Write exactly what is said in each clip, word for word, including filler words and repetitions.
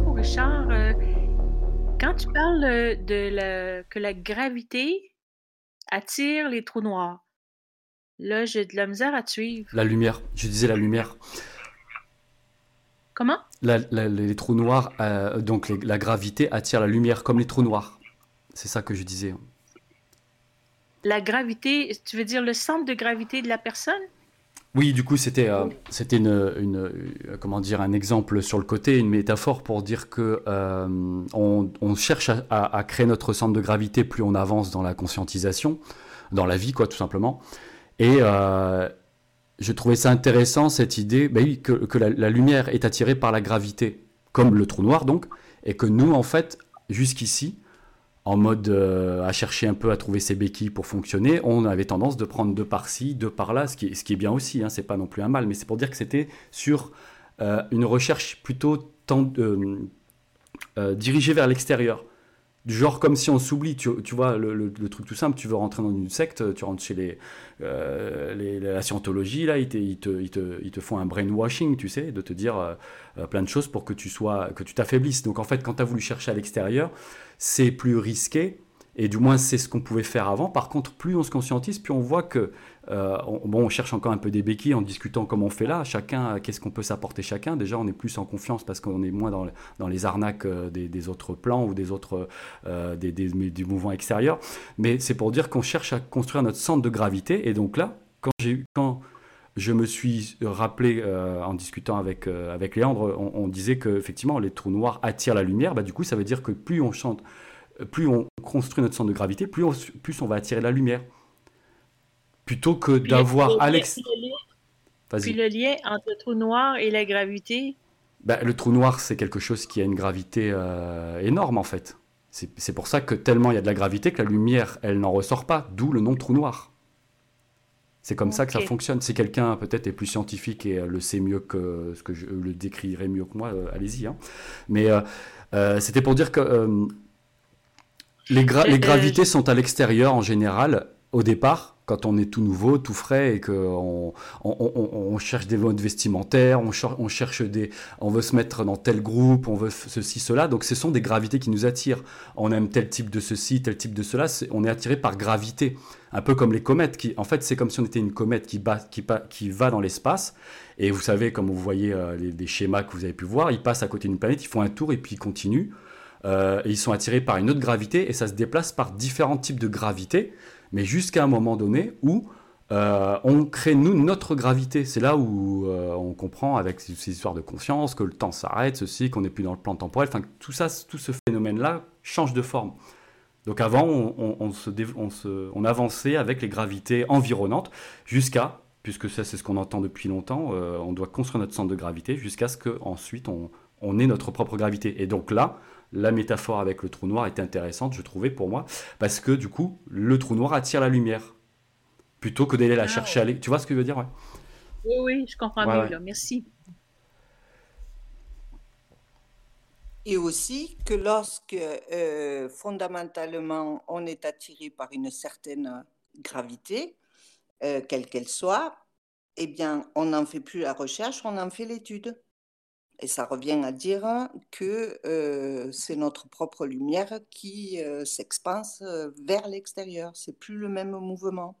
pour Richard. Euh, quand tu parles euh, de la, que la gravité attire les trous noirs, là, j'ai de la misère à te suivre. La lumière, je disais la lumière. Comment? La- la- les trous noirs, euh, donc les- la gravité attire la lumière, comme les trous noirs. C'est ça que je disais. La gravité, tu veux dire le centre de gravité de la personne? Oui, du coup, c'était euh, c'était une, une, euh, comment dire, un exemple sur le côté, une métaphore pour dire que euh, on, on cherche à, à- à créer notre centre de gravité plus on avance dans la conscientisation, dans la vie, quoi, tout simplement. Et euh, je trouvais ça intéressant, cette idée, bah oui, que, que la, la lumière est attirée par la gravité, comme le trou noir, donc, et que nous, en fait, jusqu'ici, en mode euh, à chercher un peu à trouver ses béquilles pour fonctionner, on avait tendance de prendre deux par-ci, deux par-là, ce qui, est- ce qui est bien aussi, hein, c'est pas non plus un mal, mais c'est pour dire que c'était sur euh, une recherche plutôt tend- euh, euh, dirigée vers l'extérieur. Du genre comme si on s'oublie, tu, tu vois, le, le- le truc tout simple, tu veux rentrer dans une secte, tu rentres chez les, euh, les- la scientologie, là, ils te, ils, te, ils, te, ils te font un brainwashing, tu sais, de te dire euh, euh, plein de choses pour que tu sois, que tu t'affaiblisses. Donc en fait, quand tu as voulu chercher à l'extérieur, c'est plus risqué, et du moins c'est ce qu'on pouvait faire avant. Par contre, plus on se conscientise, plus on voit que, euh, on, bon, on cherche encore un peu des béquilles en discutant comme on fait là, chacun, qu'est-ce qu'on peut s'apporter chacun. Déjà, on est plus en confiance parce qu'on est moins dans, dans les arnaques euh, des, des autres plans ou des autres euh, des, des, du mouvement extérieur. Mais c'est pour dire qu'on cherche à construire notre centre de gravité. Et donc là, quand, j'ai, quand je me suis rappelé euh, en discutant avec, euh, avec Léandre, on, on disait que effectivement les trous noirs attirent la lumière. Bah, du coup, ça veut dire que plus on chante, plus on construit notre centre de gravité, plus on, plus on va attirer la lumière. Plutôt que Puis le, d'avoir le lien, Alex. puis le lien- puis Vas-y. le lien entre le trou noir et la gravité. Bah, le trou noir, c'est quelque chose qui a une gravité euh, énorme en fait. C'est, c'est pour ça que tellement il y a de la gravité que la lumière, elle n'en ressort pas, d'où le nom trou noir. C'est comme ça que ça OK. fonctionne. Si quelqu'un peut-être est plus scientifique et euh, le sait mieux que ce que je le décrirais mieux que moi, euh, allez-y, hein. Mais euh, euh, c'était pour dire que euh, les, gra- Je, les euh, je- gravités sont à l'extérieur en général, au départ, quand on est tout nouveau, tout frais et qu'on on, on- on cherche des modes vestimentaires, on, cher- on cherche des, on veut se mettre dans tel groupe, on veut f- ceci, cela. Donc ce sont des gravités qui nous attirent. On aime tel type de ceci, tel type de cela. C'est- on est attiré par gravité. Un peu comme les comètes. Qui, en fait, c'est comme si on était une comète qui, bat, qui, pa- qui va dans l'espace. Et vous savez, comme vous voyez euh, les, les schémas que vous avez pu voir, ils passent à côté d'une planète, ils font un tour et puis ils continuent. Euh, et ils sont attirés par une autre gravité et ça se déplace par différents types de gravité, mais jusqu'à un moment donné où euh, on crée nous notre gravité. C'est là où euh, on comprend avec ces histoires de conscience que le temps s'arrête, ceci, qu'on n'est plus dans le plan temporel. Enfin, tout ça, tout ce phénomène-là change de forme. Donc avant, on, on, on se, on, se, on avançait avec les gravités environnantes jusqu'à, puisque ça c'est ce qu'on entend depuis longtemps, euh, on doit construire notre centre de gravité jusqu'à ce qu'ensuite on, on ait notre propre gravité. Et donc là, la métaphore avec le trou noir était intéressante, je trouvais, pour moi, parce que du coup, le trou noir attire la lumière, plutôt que d'aller la Ah, chercher à l'extérieur. Tu vois ce que je veux dire? Ouais, oui, oui, je comprends ouais, mieux, ouais. là. Merci. Et aussi que lorsque euh, fondamentalement on est attiré par une certaine gravité, euh, quelle qu'elle soit, eh bien on n'en fait plus la recherche, on en fait l'étude. Et ça revient à dire que euh, c'est notre propre lumière qui euh, s'expanse euh, vers l'extérieur. C'est plus le même mouvement.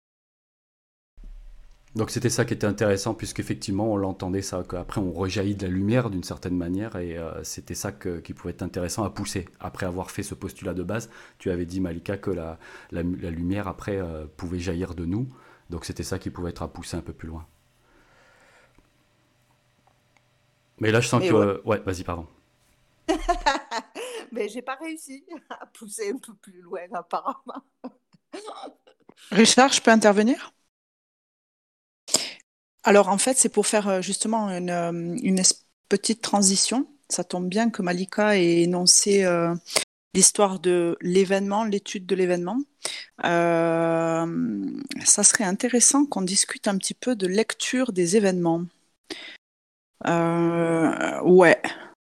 Donc c'était ça qui était intéressant, puisqu'effectivement on l'entendait ça, qu'après on rejaillit de la lumière d'une certaine manière, et euh, c'était ça que- qui pouvait être intéressant à pousser. Après avoir fait ce postulat de base, tu avais dit Malika que la, la, la lumière après euh, pouvait jaillir de nous, donc c'était ça qui pouvait être à pousser un peu plus loin. Mais là je sens Mais ouais, que... Ouais, vas-y, pardon. mais j'ai pas réussi à pousser un peu plus loin apparemment. Richard, je peux intervenir? Alors en fait, c'est pour faire euh, justement une, euh, une es- petite transition. Ça tombe bien que Malika ait énoncé euh, l'histoire de l'événement, l'étude de l'événement. Euh, ça serait intéressant qu'on discute un petit peu de lecture des événements. Euh, ouais,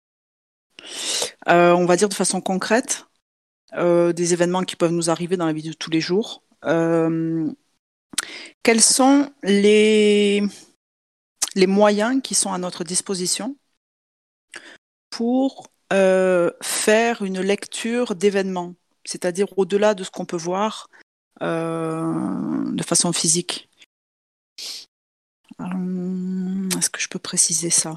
Euh, on va dire de façon concrète, euh, des événements qui peuvent nous arriver dans la vie de tous les jours. Euh, quels sont les, les moyens qui sont à notre disposition pour euh, faire une lecture d'événements, c'est-à-dire au-delà de ce qu'on peut voir euh, de façon physique. Euh, est-ce que je peux préciser ça?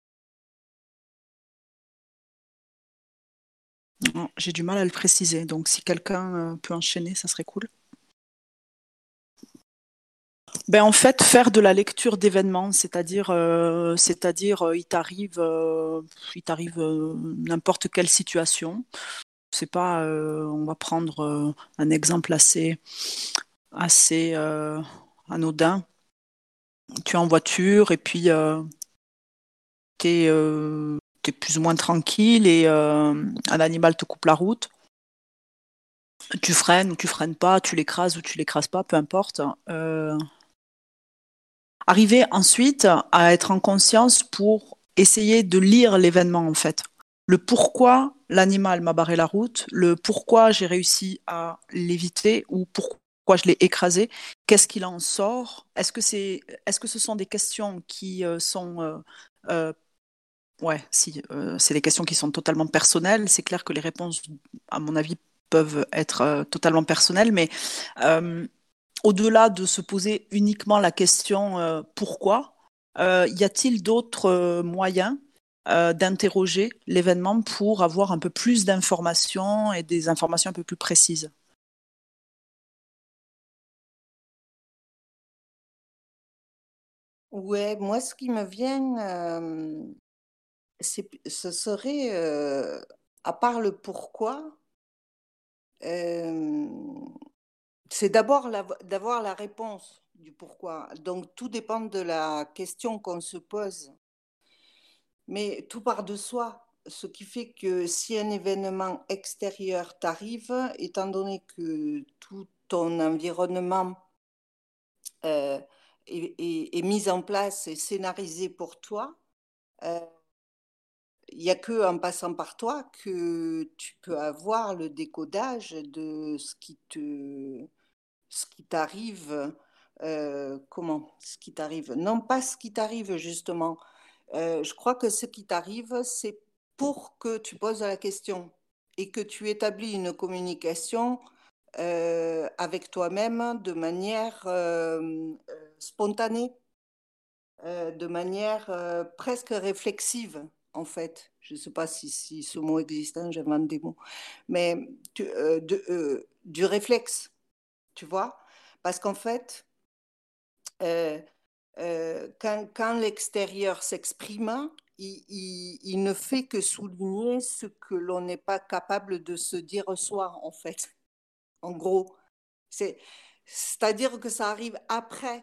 Non, j'ai du mal à le préciser, donc si quelqu'un euh, peut enchaîner, ça serait cool. Ben, en fait, faire de la lecture d'événements, c'est-à-dire, euh, c'est-à-dire, euh, il t'arrive, euh, il t'arrive euh, n'importe quelle situation. C'est pas, euh, on va prendre euh, un exemple assez, assez euh, anodin. Tu es en voiture et puis euh, t'es, euh, t'es plus ou moins tranquille et euh, un animal te coupe la route. Tu freines ou tu freines pas, tu l'écrases ou tu l'écrases pas, peu importe. Euh, arriver ensuite à être en conscience pour essayer de lire l'événement en fait. Le pourquoi l'animal m'a barré la route, le pourquoi j'ai réussi à l'éviter ou pourquoi je l'ai écrasé, qu'est-ce qu'il en sort, est-ce que, c'est, est-ce que ce sont des questions qui euh, sont... Euh, euh, ouais, si, euh, c'est des questions qui sont totalement personnelles, c'est clair que les réponses, à mon avis, peuvent être euh, totalement personnelles, mais... Euh, au-delà de se poser uniquement la question euh, pourquoi, euh, y a-t-il d'autres euh, moyens euh, d'interroger l'événement pour avoir un peu plus d'informations et des informations un peu plus précises? Ouais, moi, ce qui me vient, euh, c'est, ce serait, euh, à part le pourquoi, euh, c'est d'abord la- d'avoir la réponse du pourquoi. Donc, tout dépend de la question qu'on se pose. Mais tout part de soi, ce qui fait que si un événement extérieur t'arrive, étant donné que tout ton environnement euh, est, est- est mis en place et scénarisé pour toi, euh, il n'y a que en passant par toi que tu peux avoir le décodage de ce qui te, ce qui t'arrive. Euh, comment? Ce qui t'arrive. Non, pas ce qui t'arrive justement. Euh, je crois que ce qui t'arrive, c'est pour que tu poses la question et que tu établis une communication euh, avec toi-même de manière euh, euh, spontanée, euh, de manière euh, presque réflexive, en fait. Je ne sais pas si, si ce mot existe, hein, j'invente des mots, mais tu- euh, de, euh, du réflexe, tu vois? Parce qu'en fait, euh, euh, quand, quand l'extérieur s'exprime, il, il- il ne fait que souligner ce que l'on n'est pas capable de se dire soi, en fait. En gros, c'est, c'est-à-dire que ça arrive après,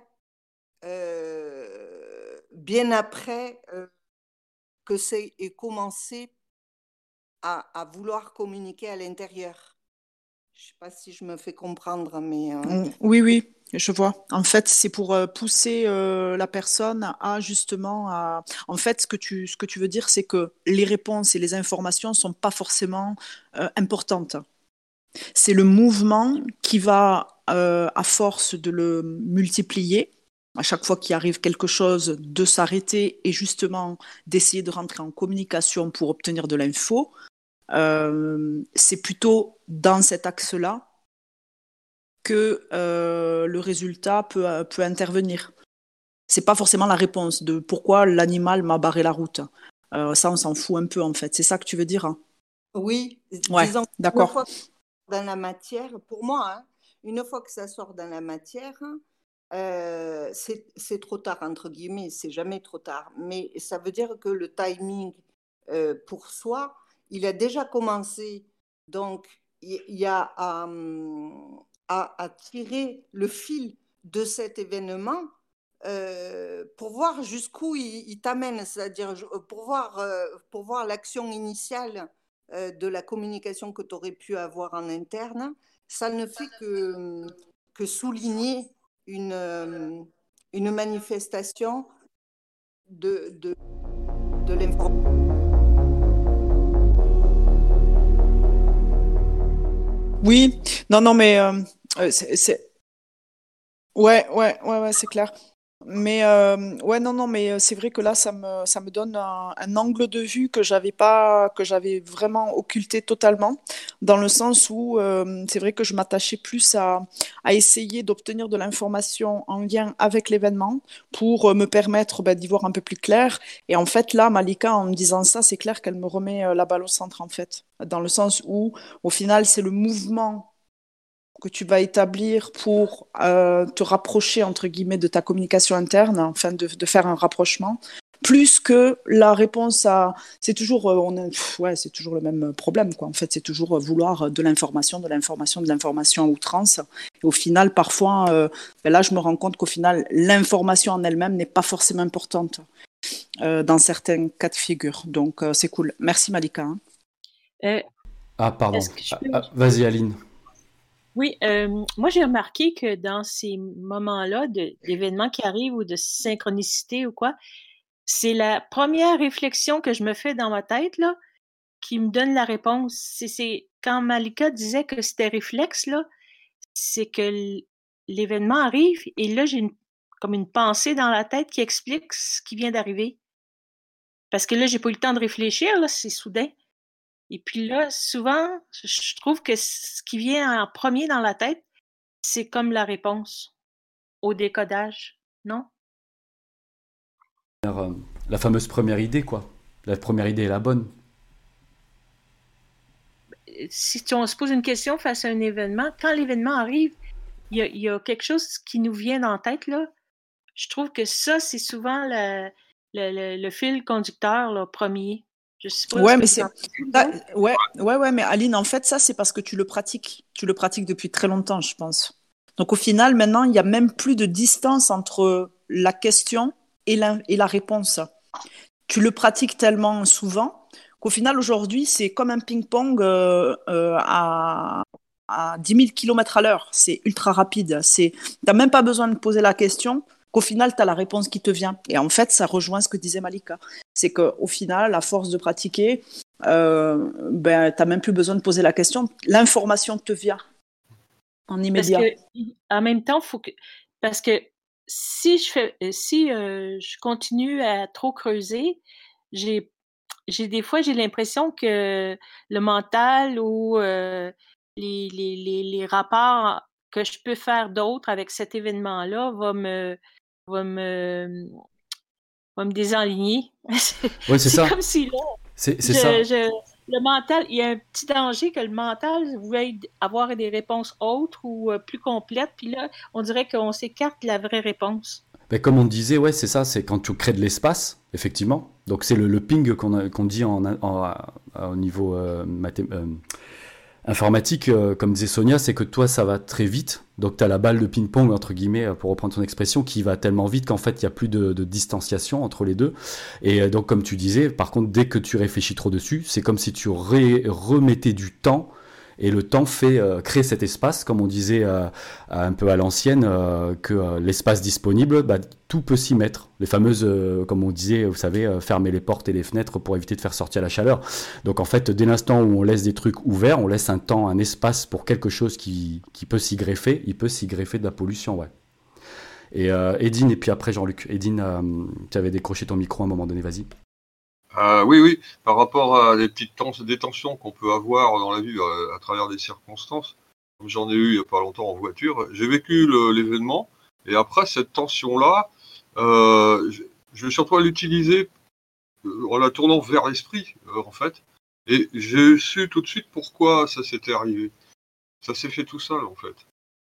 euh, bien après euh, que c'est et commencé à, à vouloir communiquer à l'intérieur. Je ne sais pas si je me fais comprendre, mais euh, Mm, Oui, oui, je vois. En fait, c'est pour euh, pousser euh, la personne à justement à... En fait, ce que tu, ce que tu veux dire, c'est que les réponses et les informations sont pas forcément euh, importantes. C'est le mouvement qui va, euh, à force de le multiplier, à chaque fois qu'il arrive quelque chose, de s'arrêter et justement d'essayer de rentrer en communication pour obtenir de l'info. Euh, c'est plutôt dans cet axe-là que euh, le résultat peut, peut intervenir. C'est pas forcément la réponse de pourquoi l'animal m'a barré la route. Euh, ça, on s'en fout un peu en fait. C'est ça que tu veux dire, hein? oui, Ouais, disons, une d'accord. fois dans la matière, pour moi, hein, une fois que ça sort dans la matière, euh, c'est, c'est trop tard, entre guillemets, c'est jamais trop tard. Mais ça veut dire que le timing euh, pour soi, il a déjà commencé. Donc, il y, y, a à, à, à, tirer le fil de cet événement euh, pour voir jusqu'où il, il t'amène, c'est-à-dire pour voir, euh, pour voir l'action initiale euh, de la communication que tu aurais pu avoir en interne. Ça ne fait que, que souligner une, euh, une manifestation de, de, de l'information. Oui, non, non, mais euh, c'est, c'est... Ouais, ouais, ouais, ouais, c'est clair. Mais euh, ouais, non, non, mais c'est vrai que là, ça me, ça me donne un, un angle de vue que j'avais pas, que j'avais vraiment occulté totalement, dans le sens où euh, c'est vrai que je m'attachais plus à, à essayer d'obtenir de l'information en lien avec l'événement pour euh, me permettre bah, d'y voir un peu plus clair. Et en fait, là, Malika, en me disant ça, c'est clair qu'elle me remet euh, la balle au centre, en fait, dans le sens où, au final, c'est le mouvement que tu vas établir pour euh, te rapprocher, entre guillemets, de ta communication interne, afin de, de faire un rapprochement, plus que la réponse à... C'est toujours, euh, on a, pff, ouais, c'est toujours le même problème, quoi. En fait, c'est toujours vouloir de l'information, de l'information, de l'information à outrance. Et au final, parfois, euh, ben là, je me rends compte qu'au final, l'information en elle-même n'est pas forcément importante euh, dans certains cas de figure. Donc, euh, c'est cool. Merci, Malika. Hein. Euh, Ah, pardon. est-ce que je Ah, peux... ah, vas-y, Aline. Oui, euh, moi j'ai remarqué que dans ces moments-là de- d'événements qui arrivent ou de synchronicité ou quoi, c'est la première réflexion que je me fais dans ma tête là qui me donne la réponse. C'est, c'est quand Malika disait que c'était réflexe là, c'est que l- l'événement arrive et là j'ai une, comme une pensée dans la tête qui explique ce qui vient d'arriver. Parce que là j'ai pas eu le temps de réfléchir là, c'est soudain. Et puis là, souvent, je je trouve que ce qui vient en premier dans la tête, c'est comme la réponse au décodage, non? Euh, La fameuse première idée, quoi. La première idée est la bonne. Si tu- on se pose une question face à un événement, quand l'événement arrive, il y a, il y a quelque chose qui nous vient en tête, là. Je trouve que ça, c'est souvent le, le, le- le fil conducteur, là, premier. Je sais pas ce Ouais, que mais vous en c'est pensez, vous ça- autres. ouais, ouais, ouais, mais Aline, en fait, ça, c'est parce que tu le pratiques. Tu le pratiques depuis très longtemps, je pense. Donc, au final, maintenant, il n'y a même plus de distance entre la question et la, et la réponse. Tu le pratiques tellement souvent qu'au final, aujourd'hui, c'est comme un ping-pong euh, euh, à, à dix mille kilomètres à l'heure. C'est ultra rapide. C'est, t'as même pas besoin de poser la question, qu'au final, tu as la réponse qui te vient. Et en fait, ça rejoint ce que disait Malika. C'est qu'au final, à force de pratiquer, euh, ben, tu n'as même plus besoin de poser la question. L'information te vient en Parce immédiat. que, en même temps, faut que, parce que si je fais, si euh, je continue à trop creuser, j'ai, j'ai des fois j'ai l'impression que le mental ou euh, les, les, les, les rapports que je peux faire d'autres avec cet événement-là va me, va me, va me désaligner. C'est Oui, c'est c'est ça. comme si là, C'est c'est je, ça. je, le mental, il y a un petit danger que le mental veuille avoir des réponses autres ou euh, plus complètes, puis là, on dirait qu'on s'écarte de la vraie réponse. Ben, comme on disait, ouais, c'est ça, c'est quand tu crées de l'espace, effectivement. Donc c'est le, le ping qu'on a- qu'on dit en, en- en- au niveau euh, mathé- euh, informatique, euh, comme disait Sonia, c'est que toi, ça va très vite. Donc tu as la balle de ping-pong, entre guillemets, euh, pour reprendre ton expression, qui va tellement vite qu'en fait, il n'y a plus de, de distanciation entre les deux. Et euh, donc, comme tu disais, par contre, dès que tu réfléchis trop dessus, c'est comme si tu ré- remettais du temps. Et le temps fait euh, créer cet espace, comme on disait euh, un peu à l'ancienne, euh, que euh, l'espace disponible, bah, tout peut s'y mettre. Les fameuses, euh, comme on disait, vous savez, euh, fermer les portes et les fenêtres pour éviter de faire sortir la chaleur. Donc en fait, dès l'instant où on laisse des trucs ouverts, on laisse un temps, un espace pour quelque chose qui, qui peut s'y greffer, il peut s'y greffer de la pollution, ouais. Et euh, Edine, et puis après Jean-Luc. Edine, euh, tu avais décroché ton micro à un moment donné, vas-y. Euh, oui, oui, par rapport à des petites tens- des tensions qu'on peut avoir dans la vie euh, à travers des circonstances, comme j'en ai eu il n'y a pas longtemps en voiture, j'ai vécu le- l'événement, et après cette tension-là, euh, je, je vais surtout l'utiliser euh, en la tournant vers l'esprit, euh, en fait, et j'ai su tout de suite pourquoi ça s'était arrivé. Ça s'est fait tout seul, en fait.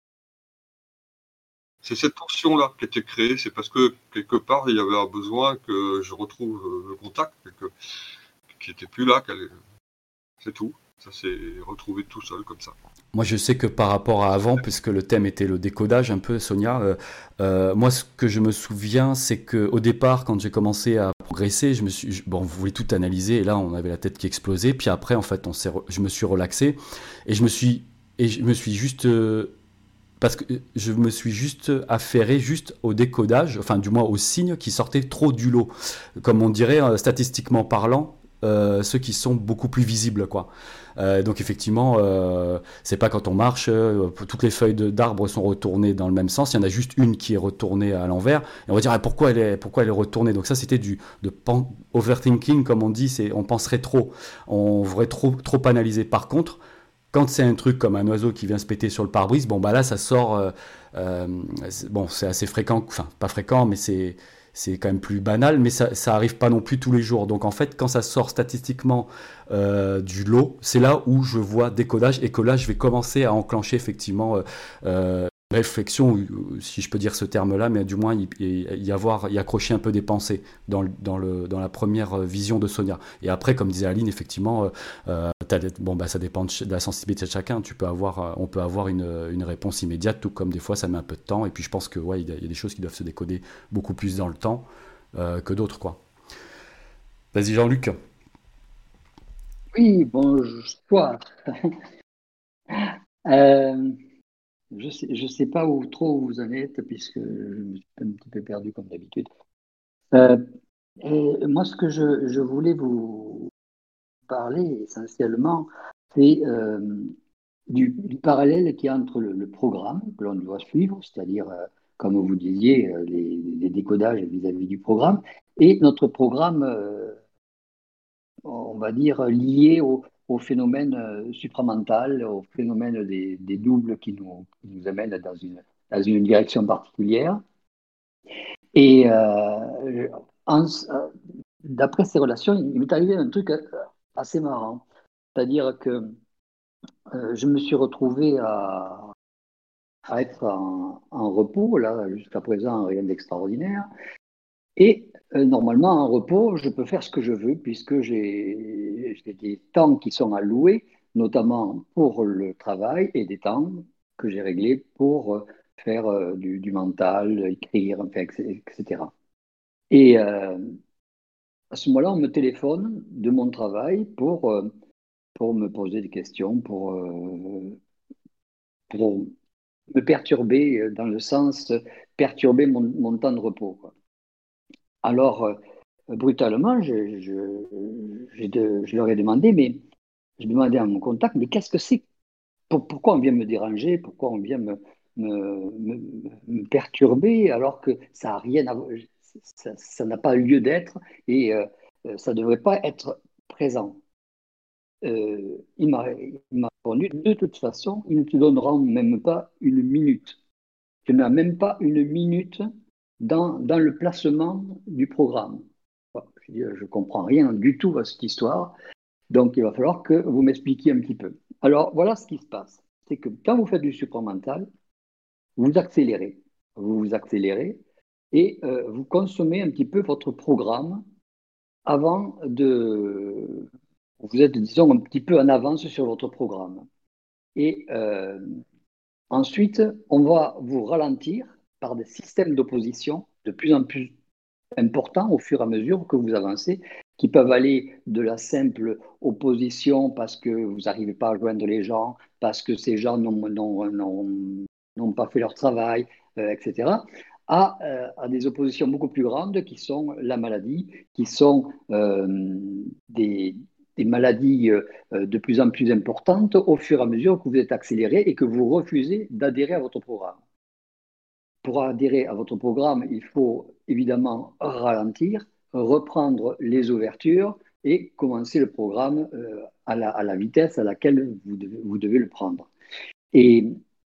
C'est cette tension-là qui a été créée, c'est parce que quelque part il y avait un besoin que je retrouve euh, le contact, que, qui n'était plus là, qu'elle- c'est tout. Ça s'est retrouvé tout seul comme ça. Moi, je sais que par rapport à avant, puisque le thème était le décodage un peu, Sonia, euh, euh, moi, ce que je me souviens, c'est qu'au départ, quand j'ai commencé à progresser, je me suis, je- bon, on voulait tout analyser, et là, on avait la tête qui explosait. Puis après, en fait, on s'est, re- je me suis relaxé, et je me suis, et je me suis juste, euh, parce que je me suis juste affairé juste au décodage, enfin, du moins aux signes qui sortaient trop du lot. Comme on dirait, euh, statistiquement parlant. euh, ceux qui sont beaucoup plus visibles, quoi. Euh, donc effectivement, euh, c'est pas quand on marche, euh, toutes les feuilles de- d'arbres sont retournées dans le même sens. Il y en a juste une qui est retournée à l'envers. Et on va dire ah, pourquoi elle est pourquoi elle est retournée. Donc ça c'était du de pan- overthinking comme on dit. C'est on penserait trop, on voudrait trop trop analyser. Par contre, quand c'est un truc comme un oiseau qui vient se péter sur le pare-brise, bon bah là ça sort. Euh, euh, c'est- bon, c'est assez fréquent, enfin pas fréquent, mais c'est c'est quand même plus banal, mais ça, ça arrive pas non plus tous les jours. Donc en fait, quand ça sort statistiquement euh, du lot, c'est là où je vois décodage et que là je vais commencer à enclencher effectivement euh, euh, réflexion, ou- si je peux dire ce terme-là, mais du moins y, y, y avoir, y accrocher un peu des pensées dans, le, dans, le, dans la première vision de Sonia. Et après, comme disait Aline, effectivement, euh, t'as des- bon, bah, ça dépend de, ch- de la sensibilité de chacun. Tu peux avoir, euh, on peut avoir une, une réponse immédiate, tout comme des fois ça met un peu de temps. Et puis je pense que ouais, il y, a il y a des choses qui doivent se décoder beaucoup plus dans le temps euh, que d'autres, quoi. Vas-y, Jean-Luc. Oui, bonsoir. Euh, je sais, je sais pas où trop où vous en êtes, puisque je me suis un petit peu perdu comme d'habitude. Euh, et moi, ce que je, je voulais vous parler essentiellement, c'est euh, du, du parallèle qu'il y a entre le, le programme que l'on doit suivre, c'est-à-dire, euh, comme vous disiez, euh, les, les décodages vis-à-vis du programme, et notre programme, euh, on va dire, lié au, au phénomène euh, supramental, au phénomène des, des doubles qui nous, qui nous amènent dans une, dans une direction particulière. Et euh, en- euh, d'après ces relations, il m'est arrivé un truc euh, assez marrant. C'est-à-dire que euh, je me suis retrouvé à, à être en, en repos, là, jusqu'à présent, rien d'extraordinaire. Et euh, normalement, en repos, je peux faire ce que je veux puisque j'ai j'ai des temps qui sont alloués, notamment pour le travail et des temps que j'ai réglés pour euh, faire euh, du, du mental, écrire, enfin, et cetera. Et euh, à ce moment-là, on me téléphone de mon travail pour, euh, pour me poser des questions, pour, euh, pour me perturber euh, dans le sens perturber mon, mon temps de repos, quoi. Alors, euh, brutalement, je, je, j'ai de- je leur ai demandé, mais je demandais à mon contact, mais qu'est-ce que c'est? Pour- pourquoi on vient me déranger? Pourquoi on vient me, me, me- me perturber alors que ça n'a rien à voir, ça ça n'a pas lieu d'être et euh, euh, ça ne devrait pas être présent. Euh, il m'a il m'a répondu, de toute façon, ils ne te donneront même pas une minute. Tu n'as même pas une minute dans, dans le placement du programme. Bon, je dis, je comprends rien du tout à cette histoire, donc il va falloir que vous m'expliquiez un petit peu. Alors voilà ce qui se passe, c'est que quand vous faites du supramental, vous accélérez, vous vous accélérez et euh, vous consommez un petit peu votre programme avant de... Vous êtes, disons, un petit peu en avance sur votre programme. Et euh, ensuite, on va vous ralentir par des systèmes d'opposition de plus en plus importants au fur et à mesure que vous avancez, qui peuvent aller de la simple opposition parce que vous n'arrivez pas à joindre les gens, parce que ces gens n'ont, n'ont, n'ont- n'ont pas fait leur travail, euh, et cetera, à, euh, à des oppositions beaucoup plus grandes qui sont la maladie, qui sont euh, des, des maladies euh, de plus en plus importantes au fur et à mesure que vous êtes accéléré et que vous refusez d'adhérer à votre programme. Pour adhérer à votre programme, il faut évidemment ralentir, reprendre les ouvertures et commencer le programme euh, à, la, à la vitesse à laquelle vous devez, vous devez le prendre. Et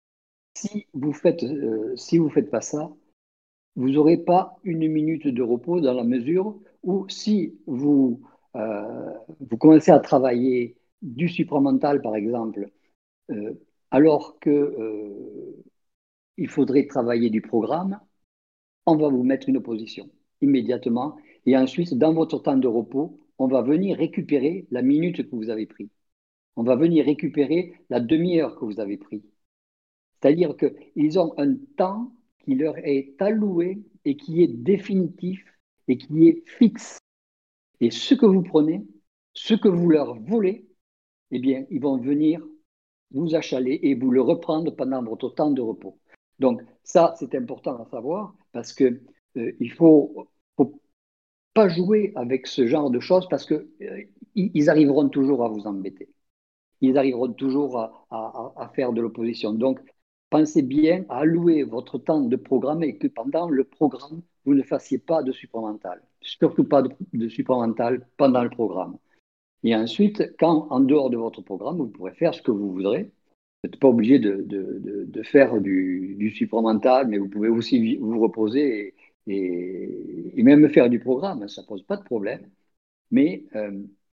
si vous faites, euh, si vous faites pas ça, vous n'aurez pas une minute de repos dans la mesure où si vous, euh, vous commencez à travailler du supramental, par exemple, euh, alors que euh, il faudrait travailler du programme, on va vous mettre une opposition immédiatement. Et ensuite, dans votre temps de repos, on va venir récupérer la minute que vous avez prise. On va venir récupérer la demi-heure que vous avez prise. C'est-à-dire qu'ils ont un temps qui leur est alloué et qui est définitif et qui est fixe. Et ce que vous prenez, ce que vous leur volez, eh bien, ils vont venir vous achaler et vous le reprendre pendant votre temps de repos. Donc, ça, c'est important à savoir parce que euh, il faut, faut pas jouer avec ce genre de choses parce que euh, ils, ils arriveront toujours à vous embêter. Ils arriveront toujours à, à- à faire de l'opposition. Donc, pensez bien à allouer votre temps de programme et que pendant le programme, vous ne fassiez pas de supramental. Surtout pas de, de supramental pendant le programme. Et ensuite, quand en dehors de votre programme, vous pourrez faire ce que vous voudrez. Vous n'êtes pas obligé de, de- de- de faire du, du supramental, mais vous pouvez aussi vi- vous reposer et, et- et même faire du programme. Ça ne pose pas de problème. Mais euh,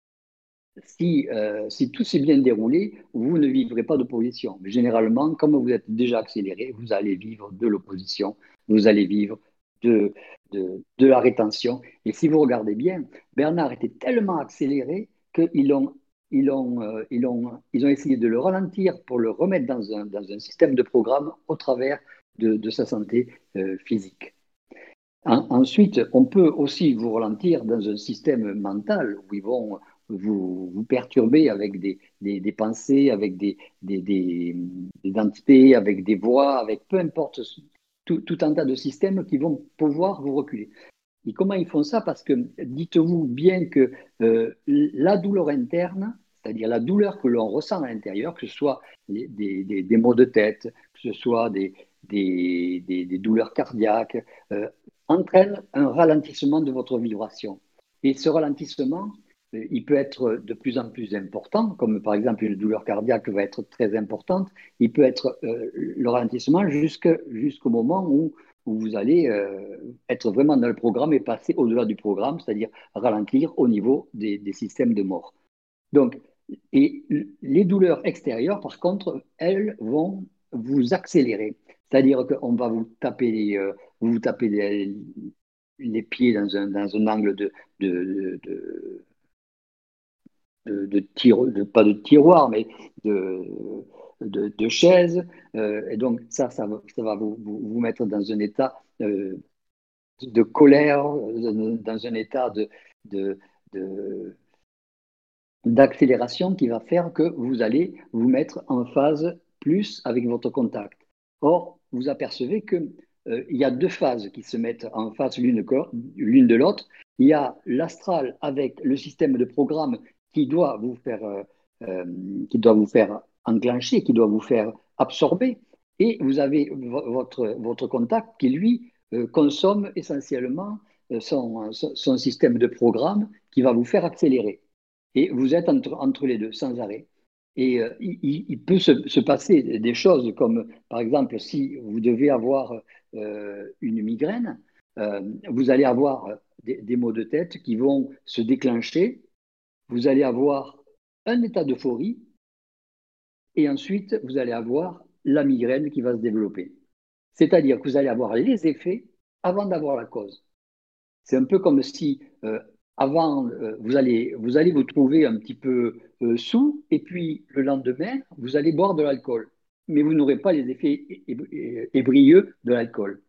si, euh, si tout s'est bien déroulé, vous ne vivrez pas d'opposition. Mais généralement, comme vous êtes déjà accéléré, vous allez vivre de l'opposition, vous allez vivre de, de, de la rétention. Et si vous regardez bien, Bernard était tellement accéléré qu'ils ont, ils ont, euh, ils ont, ils ont essayé de le ralentir pour le remettre dans un, dans un système de programme au travers de, de sa santé euh, physique. En- ensuite, on peut aussi vous ralentir dans un système mental où ils vont vous, vous perturber avec des, des- des pensées, avec des, des, des- des entités, avec des voix, avec peu importe, tout, tout un tas de systèmes qui vont pouvoir vous reculer. Et comment ils font ça? Parce que dites-vous bien que euh, la douleur interne, c'est-à-dire la douleur que l'on ressent à l'intérieur, que ce soit les- des, des- des maux de tête, que ce soit des, des- des- des douleurs cardiaques, euh, entraîne un ralentissement de votre vibration. Et ce ralentissement, euh, il peut être de plus en plus important, comme par exemple une douleur cardiaque va être très importante. Il peut être euh, le ralentissement jusque- jusqu'au moment où où vous allez euh, être vraiment dans le programme et passer au-delà du programme, c'est-à-dire ralentir au niveau des, des systèmes de mort. Donc, et les douleurs extérieures, par contre, elles vont vous accélérer. C'est-à-dire qu'on va vous taper les, euh, vous tapez les, les pieds dans un, dans un angle de, de, de, de, de tiro- de- pas de tiroir, mais de, de, de chaise. Euh, et donc, ça, ça va, ça va vous, vous, vous mettre dans un état euh, de colère, euh, dans un état de, de, de- d'accélération qui va faire que vous allez vous mettre en phase plus avec votre contact. Or, vous apercevez que euh, il y a deux phases qui se mettent en face l'une de, l'une de l'autre. Il y a l'astral avec le système de programme qui doit vous faire, euh, euh, qui doit vous faire enclencher, qui doit vous faire absorber. Et vous avez votre, votre contact qui, lui, euh, consomme essentiellement euh, son, son, son système de programme qui va vous faire accélérer. Et vous êtes entre, entre les deux, sans arrêt. Et euh, il, il peut se, se passer des choses comme, par exemple, si vous devez avoir euh, une migraine, euh, vous allez avoir des, des maux de tête qui vont se déclencher, vous allez avoir un état d'euphorie, et ensuite, vous allez avoir la migraine qui va se développer. C'est-à-dire que vous allez avoir les effets avant d'avoir la cause. C'est un peu comme si euh, avant, euh, vous, allez, vous allez vous trouver un petit peu euh, sous, et puis le lendemain, vous allez boire de l'alcool. Mais vous n'aurez pas les effets ébrieux de l'alcool.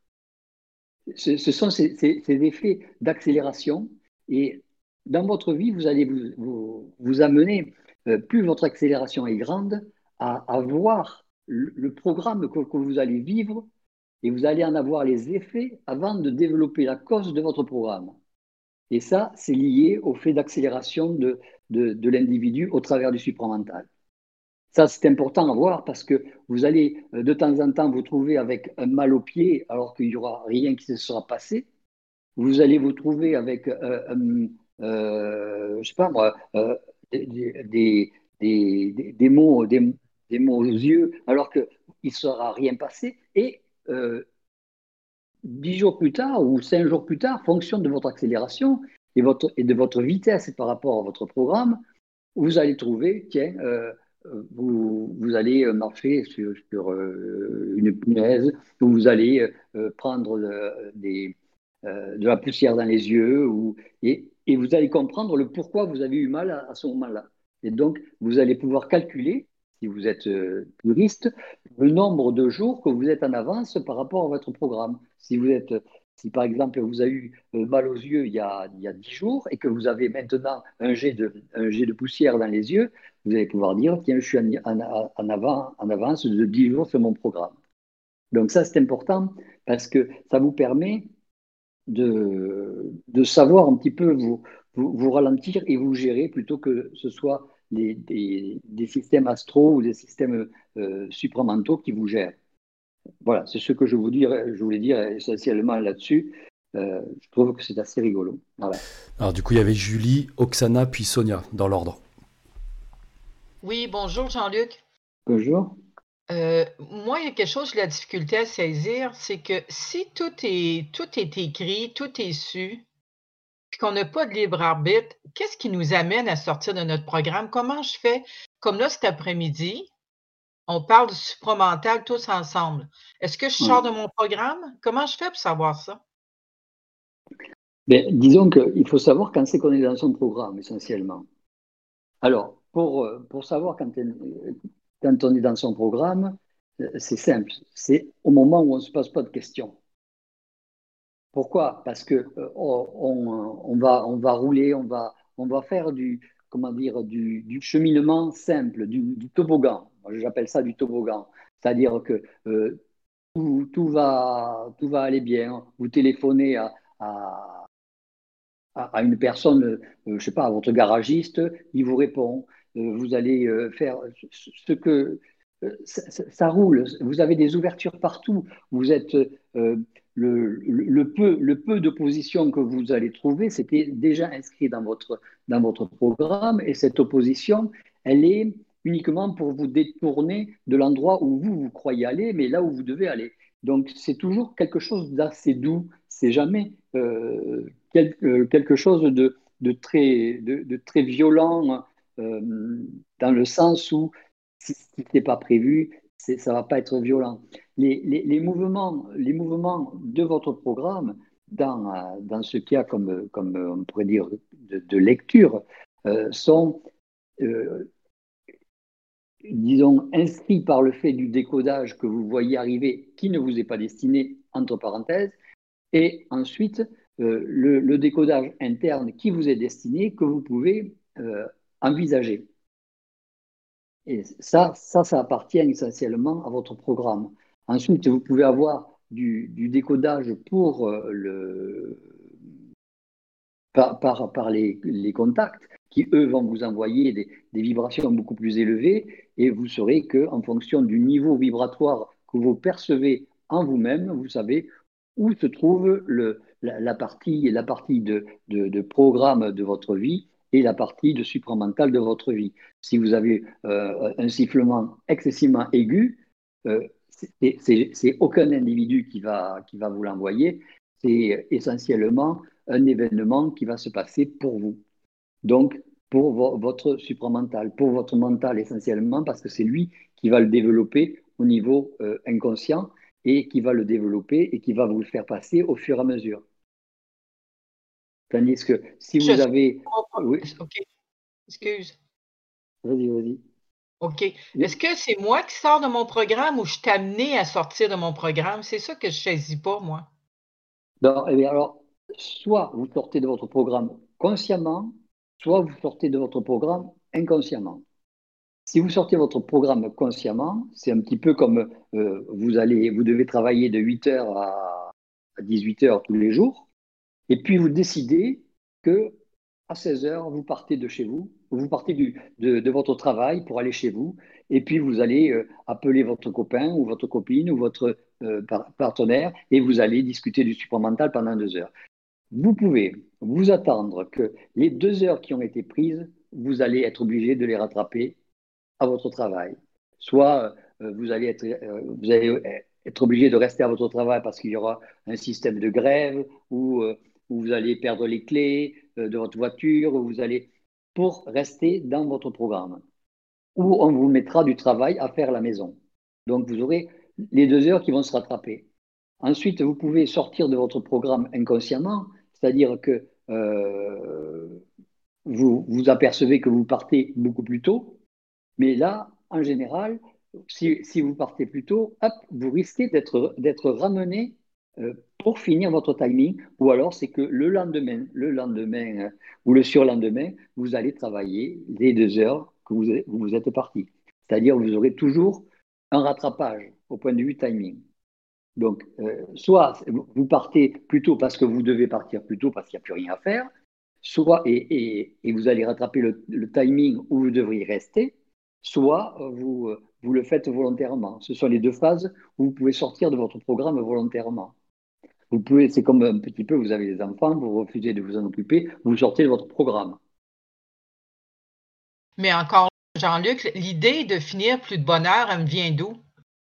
Ce, ce sont ces, ces- ces effets d'accélération. Et dans votre vie, vous allez vous, vous, vous amener, euh, plus votre accélération est grande, à, à voir le, le programme que, que vous allez vivre et vous allez en avoir les effets avant de développer la cause de votre programme. Et ça, c'est lié au fait d'accélération de, de, de l'individu au travers du supramental. Ça, c'est important à voir parce que vous allez euh, de temps en temps vous trouver avec un mal au pied alors qu'il n'y aura rien qui se sera passé. Vous allez vous trouver avec, euh, euh, euh, je sais pas moi, euh, des, des, des, des, des mots, des, des mots aux yeux alors qu'il ne sera rien passé. Et euh, dix jours plus tard ou cinq jours plus tard, fonction de votre accélération et, votre, et de votre vitesse par rapport à votre programme, vous allez trouver, tiens, euh, vous, vous allez marcher sur, sur euh, une punaise, ou vous allez euh, prendre de, des, euh, de la poussière dans les yeux, ou, et, et vous allez comprendre le pourquoi vous avez eu mal à, à ce moment-là. Et donc, vous allez pouvoir calculer, si vous êtes euh, puriste, le nombre de jours que vous êtes en avance par rapport à votre programme. Si vous êtes, si par exemple vous avez eu euh, mal aux yeux il y a, il y a dix jours et que vous avez maintenant un jet de, un jet de poussière dans les yeux, vous allez pouvoir dire, tiens, je suis en, en, en, avant, en avance de dix jours sur mon programme. Donc ça, c'est important parce que ça vous permet de, de savoir un petit peu vous, vous, vous ralentir et vous gérer plutôt que ce soit les, des, des systèmes astraux ou des systèmes euh, supramentaux qui vous gèrent. Voilà, c'est ce que je, vous dire, je voulais dire essentiellement là-dessus. Euh, je trouve que c'est assez rigolo. Voilà. Alors du coup, il y avait Julie, Oksana, puis Sonia, dans l'ordre. Oui, bonjour Jean-Luc. Bonjour. Euh, moi, il y a quelque chose que j'ai la difficulté à saisir, c'est que si tout est, tout est écrit, tout est su, puis qu'on n'a pas de libre arbitre, qu'est-ce qui nous amène à sortir de notre programme? Comment je fais? Comme là, cet après-midi, on parle du supramental tous ensemble. Est-ce que je sors de mon programme? Comment je fais pour savoir ça? Mais disons qu'il faut savoir quand c'est qu'on est dans son programme, essentiellement. Alors, pour, pour savoir quand, quand on est dans son programme, c'est simple. C'est au moment où on ne se pose pas de questions. Pourquoi? Parce que euh, on, on, va, on va rouler, on va, on va faire du, comment dire, du, du cheminement simple, du, du toboggan. Moi, j'appelle ça du toboggan. C'est-à-dire que euh, tout, tout, va, tout va aller bien. Vous téléphonez à, à, à une personne, euh, je ne sais pas, à votre garagiste, il vous répond. Euh, vous allez euh, faire ce que... euh, ça, ça, ça roule. Vous avez des ouvertures partout. Vous êtes... euh, le, le, le peu, le peu d'opposition que vous allez trouver, c'était déjà inscrit dans votre, dans votre programme. Et cette opposition, elle est uniquement pour vous détourner de l'endroit où vous, vous croyez aller, mais là où vous devez aller. Donc, c'est toujours quelque chose d'assez doux. C'est jamais euh, quel, euh, quelque chose de, de, très, de, de très violent euh, dans le sens où si ce qui n'est pas prévu, ça ne va pas être violent. Les, les, les, mouvements, les mouvements de votre programme, dans, dans ce qu'il y a comme, comme on pourrait dire de, de lecture, euh, sont, euh, disons, inscrits par le fait du décodage que vous voyez arriver, qui ne vous est pas destiné, entre parenthèses, et ensuite euh, le, le décodage interne qui vous est destiné, que vous pouvez euh, envisager. Et ça, ça, ça appartient essentiellement à votre programme. Ensuite, vous pouvez avoir du, du décodage pour euh, le, par, par, par les, les contacts qui, eux, vont vous envoyer des, des vibrations beaucoup plus élevées et vous saurez qu'en fonction du niveau vibratoire que vous percevez en vous-même, vous savez où se trouve le, la, la partie, la partie de, de, de programme de votre vie et la partie de supramental de votre vie. Si vous avez euh, un sifflement excessivement aigu, euh, c'est aucun individu qui va, qui va vous l'envoyer, c'est essentiellement un événement qui va se passer pour vous. Donc, pour vo votre supramental, pour votre mental essentiellement, parce que c'est lui qui va le développer au niveau euh, inconscient et qui va le développer et qui va vous le faire passer au fur et à mesure. Tandis que si Je vous avez... Oui. OK. Excuse. Vas-y, vas-y. OK. Est-ce que c'est moi qui sors de mon programme ou je suis amené à sortir de mon programme? C'est ça que je ne saisis pas, moi. Non, eh bien, alors, soit vous sortez de votre programme consciemment, soit vous sortez de votre programme inconsciemment. Si vous sortez votre programme consciemment, c'est un petit peu comme euh, vous, allez, vous devez travailler de huit heures à dix-huit heures tous les jours, et puis vous décidez que à seize heures, vous partez de chez vous, vous partez du, de, de votre travail pour aller chez vous, et puis vous allez euh, appeler votre copain ou votre copine ou votre euh, par partenaire, et vous allez discuter du supramental pendant deux heures. Vous pouvez vous attendre que les deux heures qui ont été prises, vous allez être obligé de les rattraper à votre travail. Soit euh, vous, allez être, euh, vous allez être obligé de rester à votre travail parce qu'il y aura un système de grève ou euh, où vous allez perdre les clés euh, de votre voiture, où vous allez pour rester dans votre programme. Ou on vous mettra du travail à faire à la maison. Donc vous aurez les deux heures qui vont se rattraper. Ensuite, vous pouvez sortir de votre programme inconsciemment, c'est-à-dire que euh, vous vous apercevez que vous partez beaucoup plus tôt, mais là, en général, si, si vous partez plus tôt, hop, vous risquez d'être ramené euh, pour finir votre timing, ou alors c'est que le lendemain, le lendemain euh, ou le surlendemain, vous allez travailler les deux heures que vous, vous êtes parti. C'est-à-dire vous aurez toujours un rattrapage au point de vue timing. Donc, euh, soit vous partez plus tôt parce que vous devez partir plus tôt parce qu'il n'y a plus rien à faire, soit, et, et, et vous allez rattraper le, le timing où vous devriez rester, soit vous, vous le faites volontairement. Ce sont les deux phases où vous pouvez sortir de votre programme volontairement. Vous pouvez, c'est comme un petit peu, vous avez des enfants, vous refusez de vous en occuper, vous sortez de votre programme. Mais encore, Jean-Luc, l'idée de finir plus de bonne heure, elle me vient d'où?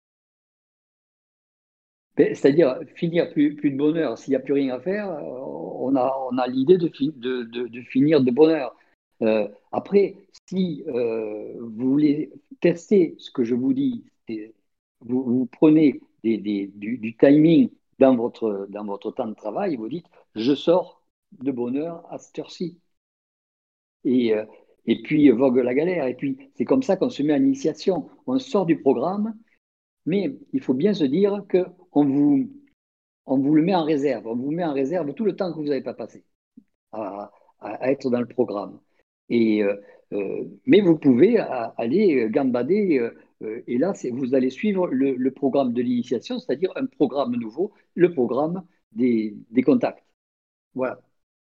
C'est-à-dire, finir plus, plus de bonheur, s'il n'y a plus rien à faire, on a, on a l'idée de, fi- de, de, de finir de bonheur. Euh, après, si euh, vous voulez tester ce que je vous dis, c'est- vous, vous prenez des, des- du, du timing dans votre, dans votre temps de travail, vous dites, je sors de bonheur à cette heure-ci. Et, euh, et puis, vogue la galère. Et puis, c'est comme ça qu'on se met en initiation. On sort du programme, mais il faut bien se dire qu'on vous, on vous le met en réserve. On vous met en réserve tout le temps que vous n'avez pas passé à, à- à être dans le programme. Et, euh, euh, mais vous pouvez à- aller gambader. Euh, euh, et là, c'est- vous allez suivre le, le programme de l'initiation, c'est-à-dire un programme nouveau, le programme des, des contacts. Voilà.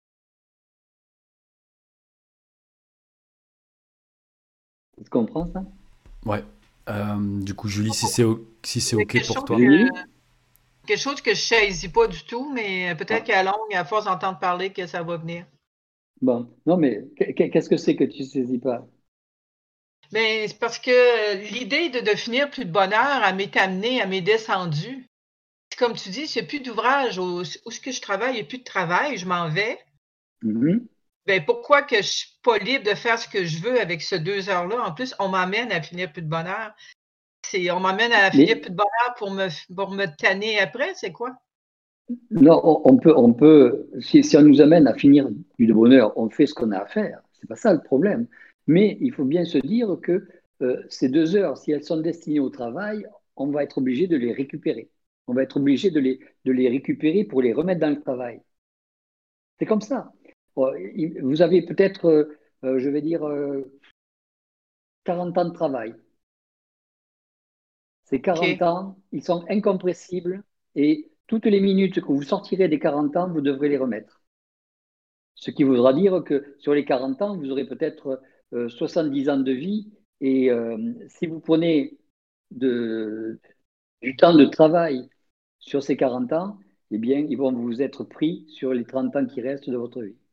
Tu comprends ça? Ouais. Euh, du coup, Julie, si c'est o- si c'est C'est OK quelque pour chose toi. que, Oui. quelque chose que je saisis pas du tout, mais peut-être Ah, qu'à longue, à force d'entendre parler, que ça va venir. bon. Non, mais qu- qu'est-ce que c'est que tu ne saisis pas? Mais c'est parce que l'idée de, de finir plus de bonne heure, elle m'est amenée, elle m'est descendue. Comme tu dis, il n'y a plus d'ouvrage. Où, où est-ce que je travaille, il n'y a plus de travail, je m'en vais. Mhm. Ben, pourquoi que je suis pas libre de faire ce que je veux avec ces deux heures-là? En plus, on m'amène à finir plus de bonne heure. C'est, on m'amène à finir Mais plus de bonne heure pour me, pour me tanner après, c'est quoi? non, on on peut, on peut si, si on nous amène à finir du de bonheur, on fait ce qu'on a à faire. C'est pas ça le problème. Mais il faut bien se dire que euh, ces deux heures, si elles sont destinées au travail, on va être obligé de les récupérer. On va être obligé de les, de les récupérer pour les remettre dans le travail. C'est comme ça. Bon, il- vous avez peut-être, euh, euh, je vais dire, euh, quarante ans de travail. Ces quarante OK. ans, ils sont incompressibles et toutes les minutes que vous sortirez des quarante ans, vous devrez les remettre. Ce qui voudra dire que sur les quarante ans, vous aurez peut-être euh, soixante-dix ans de vie. Et euh, si vous prenez de, du temps de travail sur ces quarante ans, eh bien, ils vont vous être pris sur les trente ans qui restent de votre vie.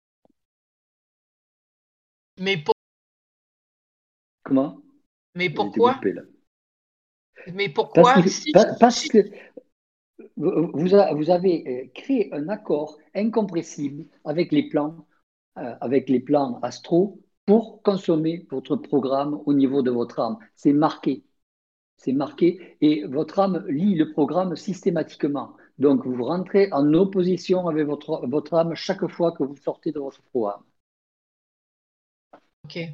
Mais, pour- Comment? mais J'ai été pourquoi? coupé là. Mais Parce, pourquoi? qu'il- Si, pa- parce si- que vous, vous a- vous avez euh, créé un accord incompressible avec les plans, euh, avec les plans astro pour consommer votre programme au niveau de votre âme. C'est marqué. C'est marqué et votre âme lit le programme systématiquement. Donc, vous rentrez en opposition avec votre, votre âme chaque fois que vous sortez de votre programme. OK.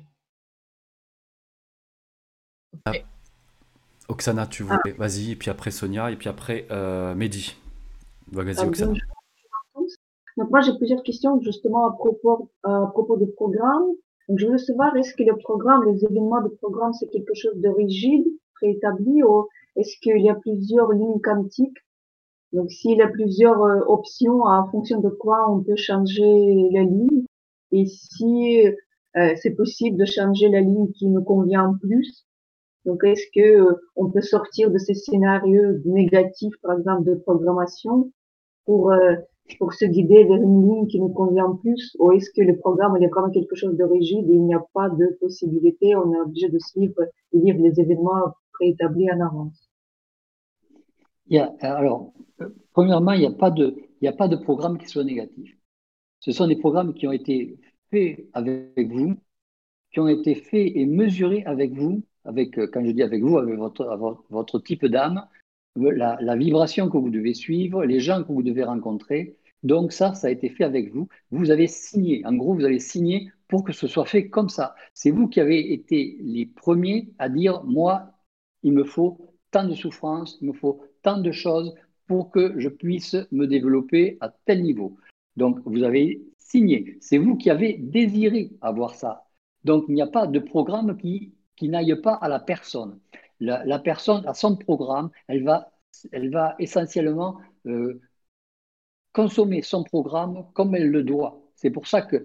Ah, OK. Oksana, tu Ah, voulais. Vas-y, et puis après Sonia, et puis après euh, Mehdi. ah, Vas-y, Oksana. bonjour à tous. Donc moi, j'ai plusieurs questions justement à propos, à propos du programme. Donc, je voulais savoir, est-ce que le programme, les événements du programme, c'est quelque chose de rigide, préétabli, ou est-ce qu'il y a plusieurs lignes quantiques? Donc, s'il y a plusieurs euh, options, en fonction de quoi on peut changer la ligne, et si euh, c'est possible de changer la ligne qui nous convient plus. Donc, est-ce que euh, on peut sortir de ces scénarios négatifs, par exemple, de programmation, pour euh, pour se guider vers une ligne qui nous convient plus, ou est-ce que le programme il est vraiment quelque chose de rigide et il n'y a pas de possibilité, on est obligé de suivre et vivre les événements préétablis en avance. Il y a, alors, euh, premièrement, il n'y a pas de, il n'y a pas de programme qui soit négatif. Ce sont des programmes qui ont été faits avec vous, qui ont été faits et mesurés avec vous, avec, euh, quand je dis avec vous, avec votre, votre, votre type d'âme, la, la vibration que vous devez suivre, les gens que vous devez rencontrer. Donc ça, ça a été fait avec vous. Vous avez signé. En gros, vous avez signé pour que ce soit fait comme ça. C'est vous qui avez été les premiers à dire, moi, il me faut tant de souffrances, il me faut tant de choses pour que je puisse me développer à tel niveau. Donc, vous avez signé. C'est vous qui avez désiré avoir ça. Donc, il n'y a pas de programme qui, qui n'aille pas à la personne. La, la personne a son programme, elle va, elle va essentiellement euh, consommer son programme comme elle le doit. C'est pour ça que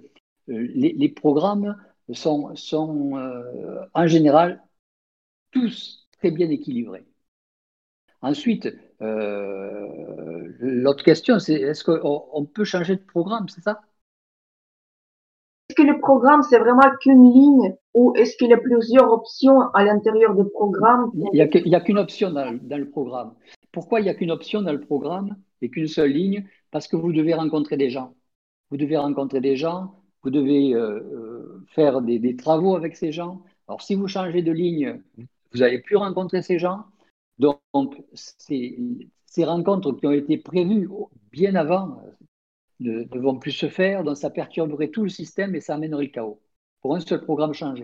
les, les programmes sont, sont euh, en général tous très bien équilibrés. Ensuite, euh, l'autre question, c'est est-ce qu'on on peut changer de programme, c'est ça? Est-ce que le programme, c'est vraiment qu'une ligne ou est-ce qu'il y a plusieurs options à l'intérieur du programme? Il n'y a, que- il y a qu'une option dans, dans le programme. Pourquoi il n'y a qu'une option dans le programme et qu'une seule ligne? Parce que vous devez rencontrer des gens. Vous devez rencontrer des gens, vous devez euh, euh, faire des, des travaux avec ces gens. Alors, si vous changez de ligne, vous n'allez plus rencontrer ces gens. Donc, ces, ces rencontres qui ont été prévues bien avant ne, ne vont plus se faire, donc ça perturberait tout le système et ça amènerait le chaos pour un seul programme changé.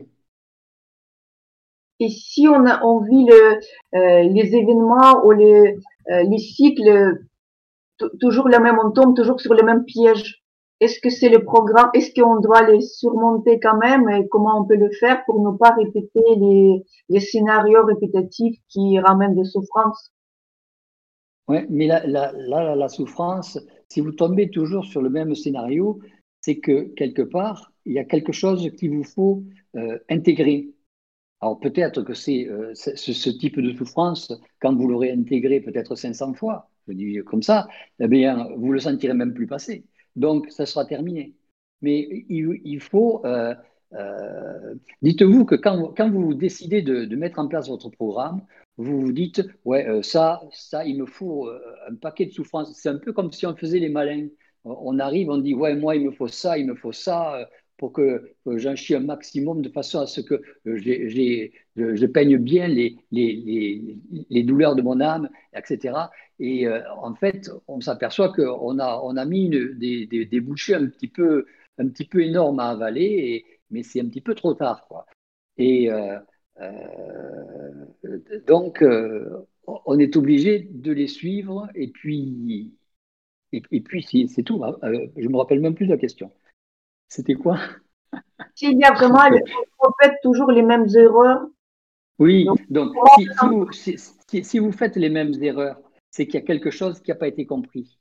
Et si on a, on vit le, euh, les événements ou les, euh, les cycles t- toujours le même, on tombe toujours sur le même piège. Est-ce que c'est le programme, est-ce qu'on doit les surmonter quand même et comment on peut le faire pour ne pas répéter les, les scénarios répétitifs qui ramènent des souffrances? Ouais, mais là, là, là, la souffrance, si vous tombez toujours sur le même scénario, c'est que quelque part, il y a quelque chose qu'il vous faut euh, intégrer. Alors peut-être que c'est euh, ce, ce type de souffrance, quand vous l'aurez intégré peut-être cinq cents fois, je dis comme ça, eh bien, vous le sentirez même plus passer. Donc, ça sera terminé. Mais il, il faut, euh, euh, dites-vous que quand, quand vous décidez de, de mettre en place votre programme, vous vous dites, ouais, euh, ça, ça, il me faut euh, un paquet de souffrances. C'est un peu comme si on faisait les malins. On arrive, on dit, ouais, moi, il me faut ça, il me faut ça. euh, pour que, que j'en chie un maximum de façon à ce que euh, j'ai, j'ai, je, je peigne bien les, les, les, les douleurs de mon âme, et cetera. Et euh, en fait, on s'aperçoit qu'on a, on a mis une, des, des, des bouchées un petit peu, un petit peu énormes à avaler, et, mais c'est un petit peu trop tard, quoi. Et euh, euh, donc, euh, on est obligé de les suivre, et puis, et, et puis c'est, c'est tout. Hein. Euh, je me rappelle même plus de la question. C'était quoi? S'il y a vraiment, on fait toujours les mêmes erreurs. Oui, Donc, donc si, si, vous, si, si- si vous faites les mêmes erreurs, c'est qu'il y a quelque chose qui n'a pas été compris.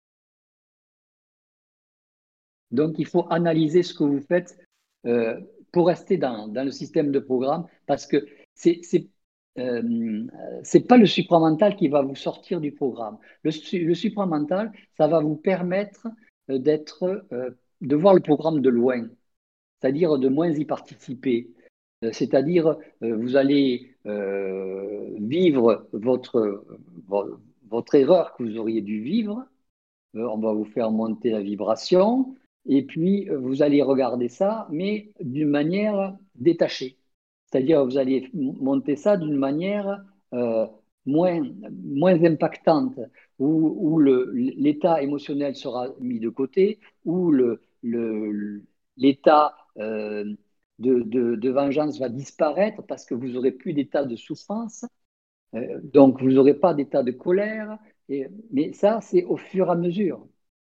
Donc il faut analyser ce que vous faites euh, pour rester dans, dans le système de programme parce que c'est c'est euh, c'est pas le supramental qui va vous sortir du programme. Le, su- le supramental, ça va vous permettre euh, d'être, euh, de voir le programme de loin, c'est-à-dire de moins y participer. Euh, C'est-à-dire, euh, vous allez euh, vivre votre, vo- votre erreur que vous auriez dû vivre. Euh, on va vous faire monter la vibration. Et puis, euh, vous allez regarder ça, mais d'une manière détachée. C'est-à-dire, vous allez m- monter ça d'une manière euh, moins, moins impactante, où, où le- l'état émotionnel sera mis de côté, où le, le- l'état euh, de, de- de vengeance va disparaître parce que vous n'aurez plus d'état de souffrance, euh, donc vous n'aurez pas d'état de colère. Et- mais ça, c'est au fur et à mesure.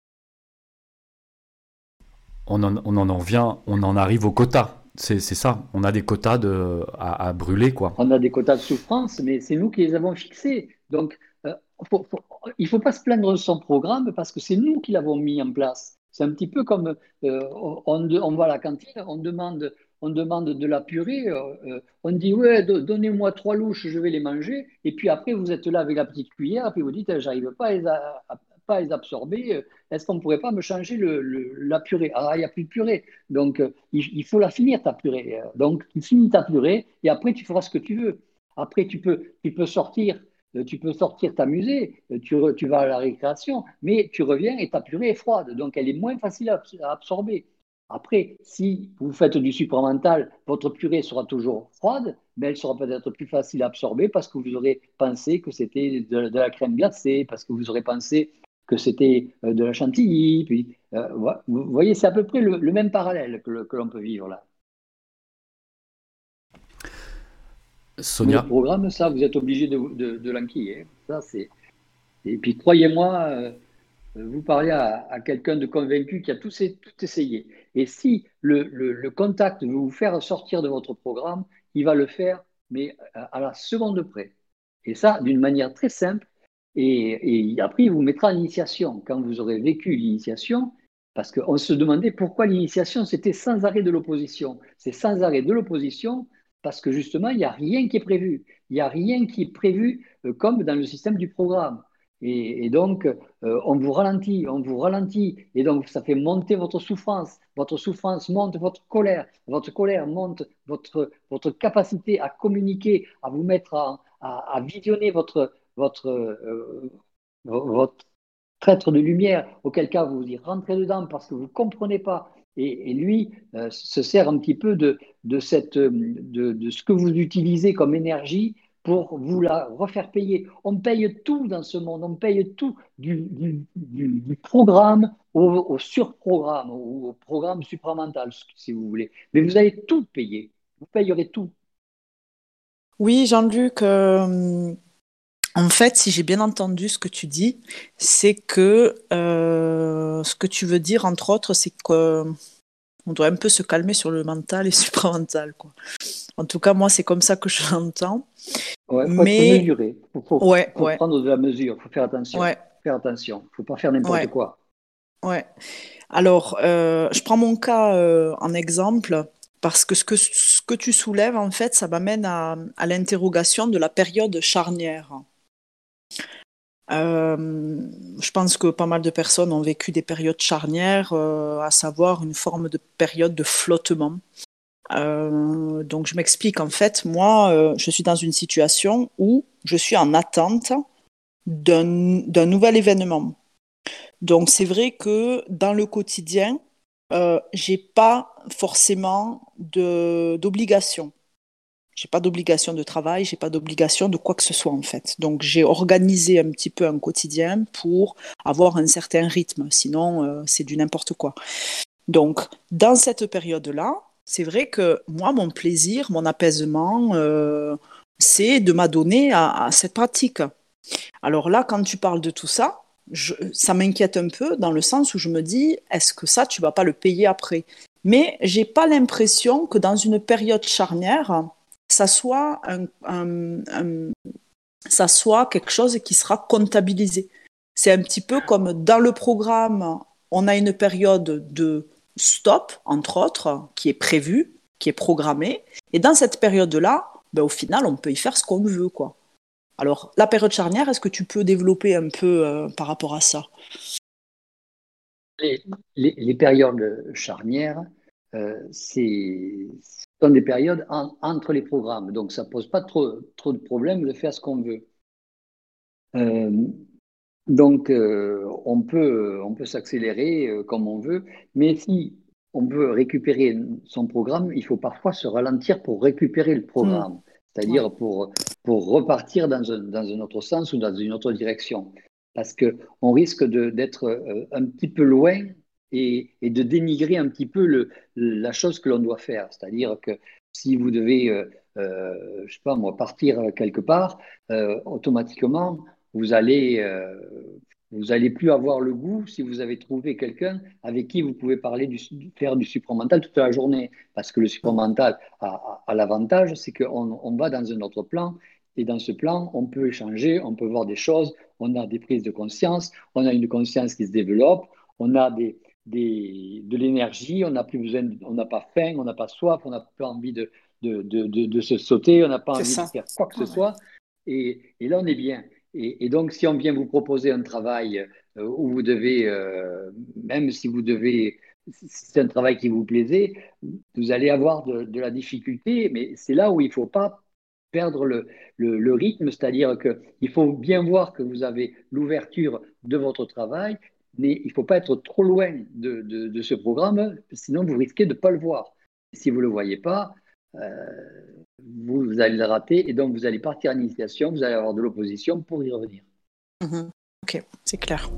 On en, on en en vient, on en arrive aux quotas. C'est c'est ça. On a des quotas de, à, à brûler, quoi. On a des quotas de souffrance, mais c'est nous qui les avons fixés. Donc, euh, faut- faut- il ne faut pas se plaindre de son programme parce que c'est nous qui l'avons mis en place. C'est un petit peu comme euh, on, on va à la cantine, on demande, on demande de la purée, euh, euh, on dit ouais, do- donnez-moi trois louches, je vais les manger. Et puis après, vous êtes là avec la petite cuillère, et puis vous dites, j'arrive pas à les, a- à- pas à les absorber. euh, Est-ce qu'on ne pourrait pas me changer le- le- la purée? Ah, il n'y a plus de purée. Donc, euh, il, il faut la finir, ta purée. Donc, tu finis ta purée et après, tu feras ce que tu veux. Après, tu peux, tu peux sortir, euh, tu peux sortir t'amuser, euh, tu, re- tu vas à la récréation, mais tu reviens et ta purée est froide. Donc, elle est moins facile à, abs- à absorber. Après, si vous faites du supramental, votre purée sera toujours froide, mais elle sera peut-être plus facile à absorber parce que vous aurez pensé que c'était de, de la crème glacée, parce que vous aurez pensé que c'était euh, de la chantilly. Puis, euh, voi- vous voyez, c'est à peu près le, le même parallèle que, le- que l'on peut vivre là. Mais le Sonia, programme, ça, vous êtes obligé de, de, de l'enquiller. Ça, c'est... Et puis, croyez-moi, euh, vous parlez à, à quelqu'un de convaincu qui a tout, essayé- tout essayé. Et si le, le, le contact veut vous faire sortir de votre programme, il va le faire, mais à à la seconde près. Et ça, d'une manière très simple. Et, et après, il vous mettra en initiation. Quand vous aurez vécu l'initiation, Parce qu'on se demandait pourquoi l'initiation, c'était sans arrêt de l'opposition. C'est sans arrêt de l'opposition parce que justement, il n'y a rien qui est prévu. Il n'y a rien qui est prévu euh, comme dans le système du programme. Et, et donc, euh, on vous ralentit, on vous ralentit. Et donc, ça fait monter votre souffrance. Votre souffrance monte votre colère. Votre colère monte votre, votre capacité à communiquer, à vous mettre à, à, à visionner votre, votre, euh, votre traître de lumière, auquel cas vous y rentrez dedans parce que vous ne comprenez pas. Et, et lui euh, se sert un petit peu de, de, cette, de, de ce que vous utilisez comme énergie pour vous la refaire payer. On paye tout dans ce monde, on paye tout du, du, du, du programme au, au surprogramme, au, au programme supramental, si vous voulez. Mais vous allez tout payer, vous payerez tout. Oui, Jean-Luc, euh, en fait, si j'ai bien entendu ce que tu dis, c'est que euh, ce que tu veux dire, entre autres, c'est qu'on doit un peu se calmer sur le mental et supramental, quoi. En tout cas, moi, c'est comme ça que je l'entends. Ouais, faut être Mais mesuré, faut, faut, ouais, faut ouais, prendre de la mesure, faut faire attention, ouais, faire attention, faut pas faire n'importe ouais, quoi. ouais. Alors, euh, je prends mon cas euh, en exemple parce que ce que ce que tu soulèves, en fait, ça m'amène à, à l'interrogation de la période charnière. Euh, je pense que pas mal de personnes ont vécu des périodes charnières, euh, à savoir une forme de période de flottement. Euh, donc je m'explique, en fait, moi, euh, je suis dans une situation où je suis en attente d'un d'un nouvel événement. Donc c'est vrai que dans le quotidien, euh, j'ai pas forcément de d'obligation. J'ai pas d'obligation de travail, j'ai pas d'obligation de quoi que ce soit en fait. Donc j'ai organisé un petit peu un quotidien pour avoir un certain rythme, sinon euh, c'est du n'importe quoi. Donc dans cette période-là, c'est vrai que moi, mon plaisir, mon apaisement, euh, c'est de m'adonner à, à cette pratique. Alors là, quand tu parles de tout ça, je, ça m'inquiète un peu dans le sens où je me dis, est-ce que ça, tu vas pas le payer après? Mais j'ai pas l'impression que dans une période charnière, ça soit un, un- un- ça soit quelque chose qui sera comptabilisé. C'est un petit peu comme dans le programme, on a une période de stop, entre autres, qui est prévue, qui est programmée. Et dans cette période-là, ben, au final, on peut y faire ce qu'on veut, quoi. Alors, la période charnière, est-ce que tu peux développer un peu euh, par rapport à ça? Les, les- les périodes charnières, euh, c'est, ce sont des périodes en- entre les programmes. Donc, ça pose pas trop, trop de problèmes de faire ce qu'on veut. Euh, donc, euh, on peut, on peut s'accélérer euh, comme on veut, mais si on veut récupérer son programme, il faut parfois se ralentir pour récupérer le Hmm, programme, ouais. c'est-à-dire pour, pour repartir dans un, dans un autre sens ou dans une autre direction. Parce qu'on risque de- d'être euh, un petit peu loin et, et de dénigrer un petit peu le, la chose que l'on doit faire. C'est-à-dire que si vous devez, euh, euh, je sais pas moi, partir quelque part, euh, automatiquement, vous allez, euh, vous allez plus avoir le goût si vous avez trouvé quelqu'un avec qui vous pouvez parler du, faire du supramental toute la journée. Parce que le supramental a, a, a l'avantage, c'est qu'on on va dans un autre plan. Et dans ce plan, on peut échanger, on peut voir des choses, on a des prises de conscience, on a une conscience qui se développe, on a des, des, de l'énergie, on n'a plus besoin, de- on n'a pas faim, on n'a pas soif, on n'a pas envie de, de, de, de, de se sauter, on n'a pas C'est envie de ça. faire quoi que ce Ouais, ouais. soit. Et, et là, on est bien. Et, et donc, si on vient vous proposer un travail euh, où vous devez, euh, même si vous devez, si c'est un travail qui vous plaisait, vous allez avoir de, de la difficulté, mais c'est là où il ne faut pas perdre le, le, le rythme, c'est-à-dire qu'il faut bien voir que vous avez l'ouverture de votre travail, mais il ne faut pas être trop loin de, de, de ce programme, sinon vous risquez de ne pas le voir. Si vous ne le voyez pas, euh, vous, vous allez le rater et donc vous allez partir en initiation, vous allez avoir de l'opposition pour y revenir. Mhm. Ok, c'est clair.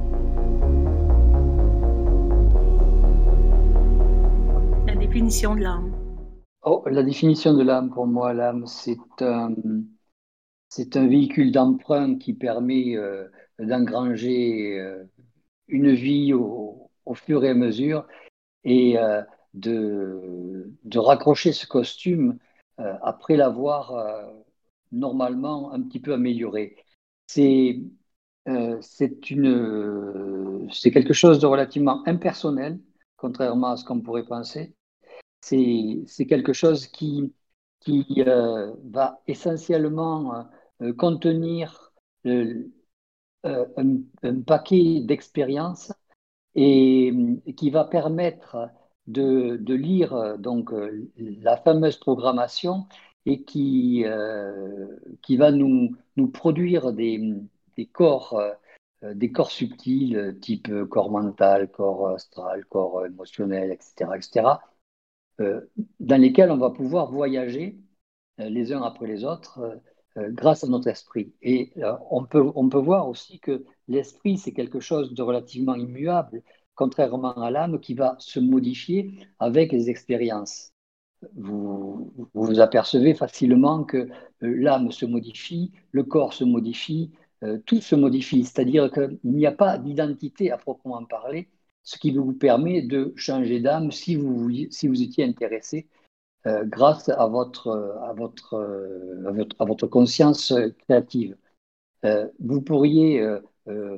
La définition de l'âme. Oh, la définition de l'âme, pour moi, l'âme, c'est un, c'est un véhicule d'emprunt qui permet euh, d'engranger euh, une vie au, au fur et à mesure et euh, de, de raccrocher ce costume euh, après l'avoir euh, normalement un petit peu amélioré. C'est euh, c'est une, euh, c'est quelque chose de relativement impersonnel, contrairement à ce qu'on pourrait penser. C'est, c'est quelque chose qui, qui euh, va essentiellement euh, contenir euh, euh, un, un paquet d'expériences et, et qui va permettre de, de lire euh, donc euh, la fameuse programmation et qui, euh, qui va nous, nous produire des, des corps, euh, des corps subtils, euh, type corps mental, corps astral, corps émotionnel, et cetera, et cetera, euh, dans lesquels on va pouvoir voyager euh, les uns après les autres euh, euh, grâce à notre esprit. Et euh, on peut, on peut voir aussi que l'esprit, c'est quelque chose de relativement immuable, contrairement à l'âme qui va se modifier avec les expériences. Vous vous, vous apercevez facilement que euh, l'âme se modifie, le corps se modifie, euh, tout se modifie, c'est-à-dire qu'il n'y a pas d'identité à proprement parler, ce qui vous permet de changer d'âme si vous, si vous étiez intéressé euh, grâce à votre, à, votre, euh, à, votre, à votre conscience créative. Euh, vous pourriez euh, euh,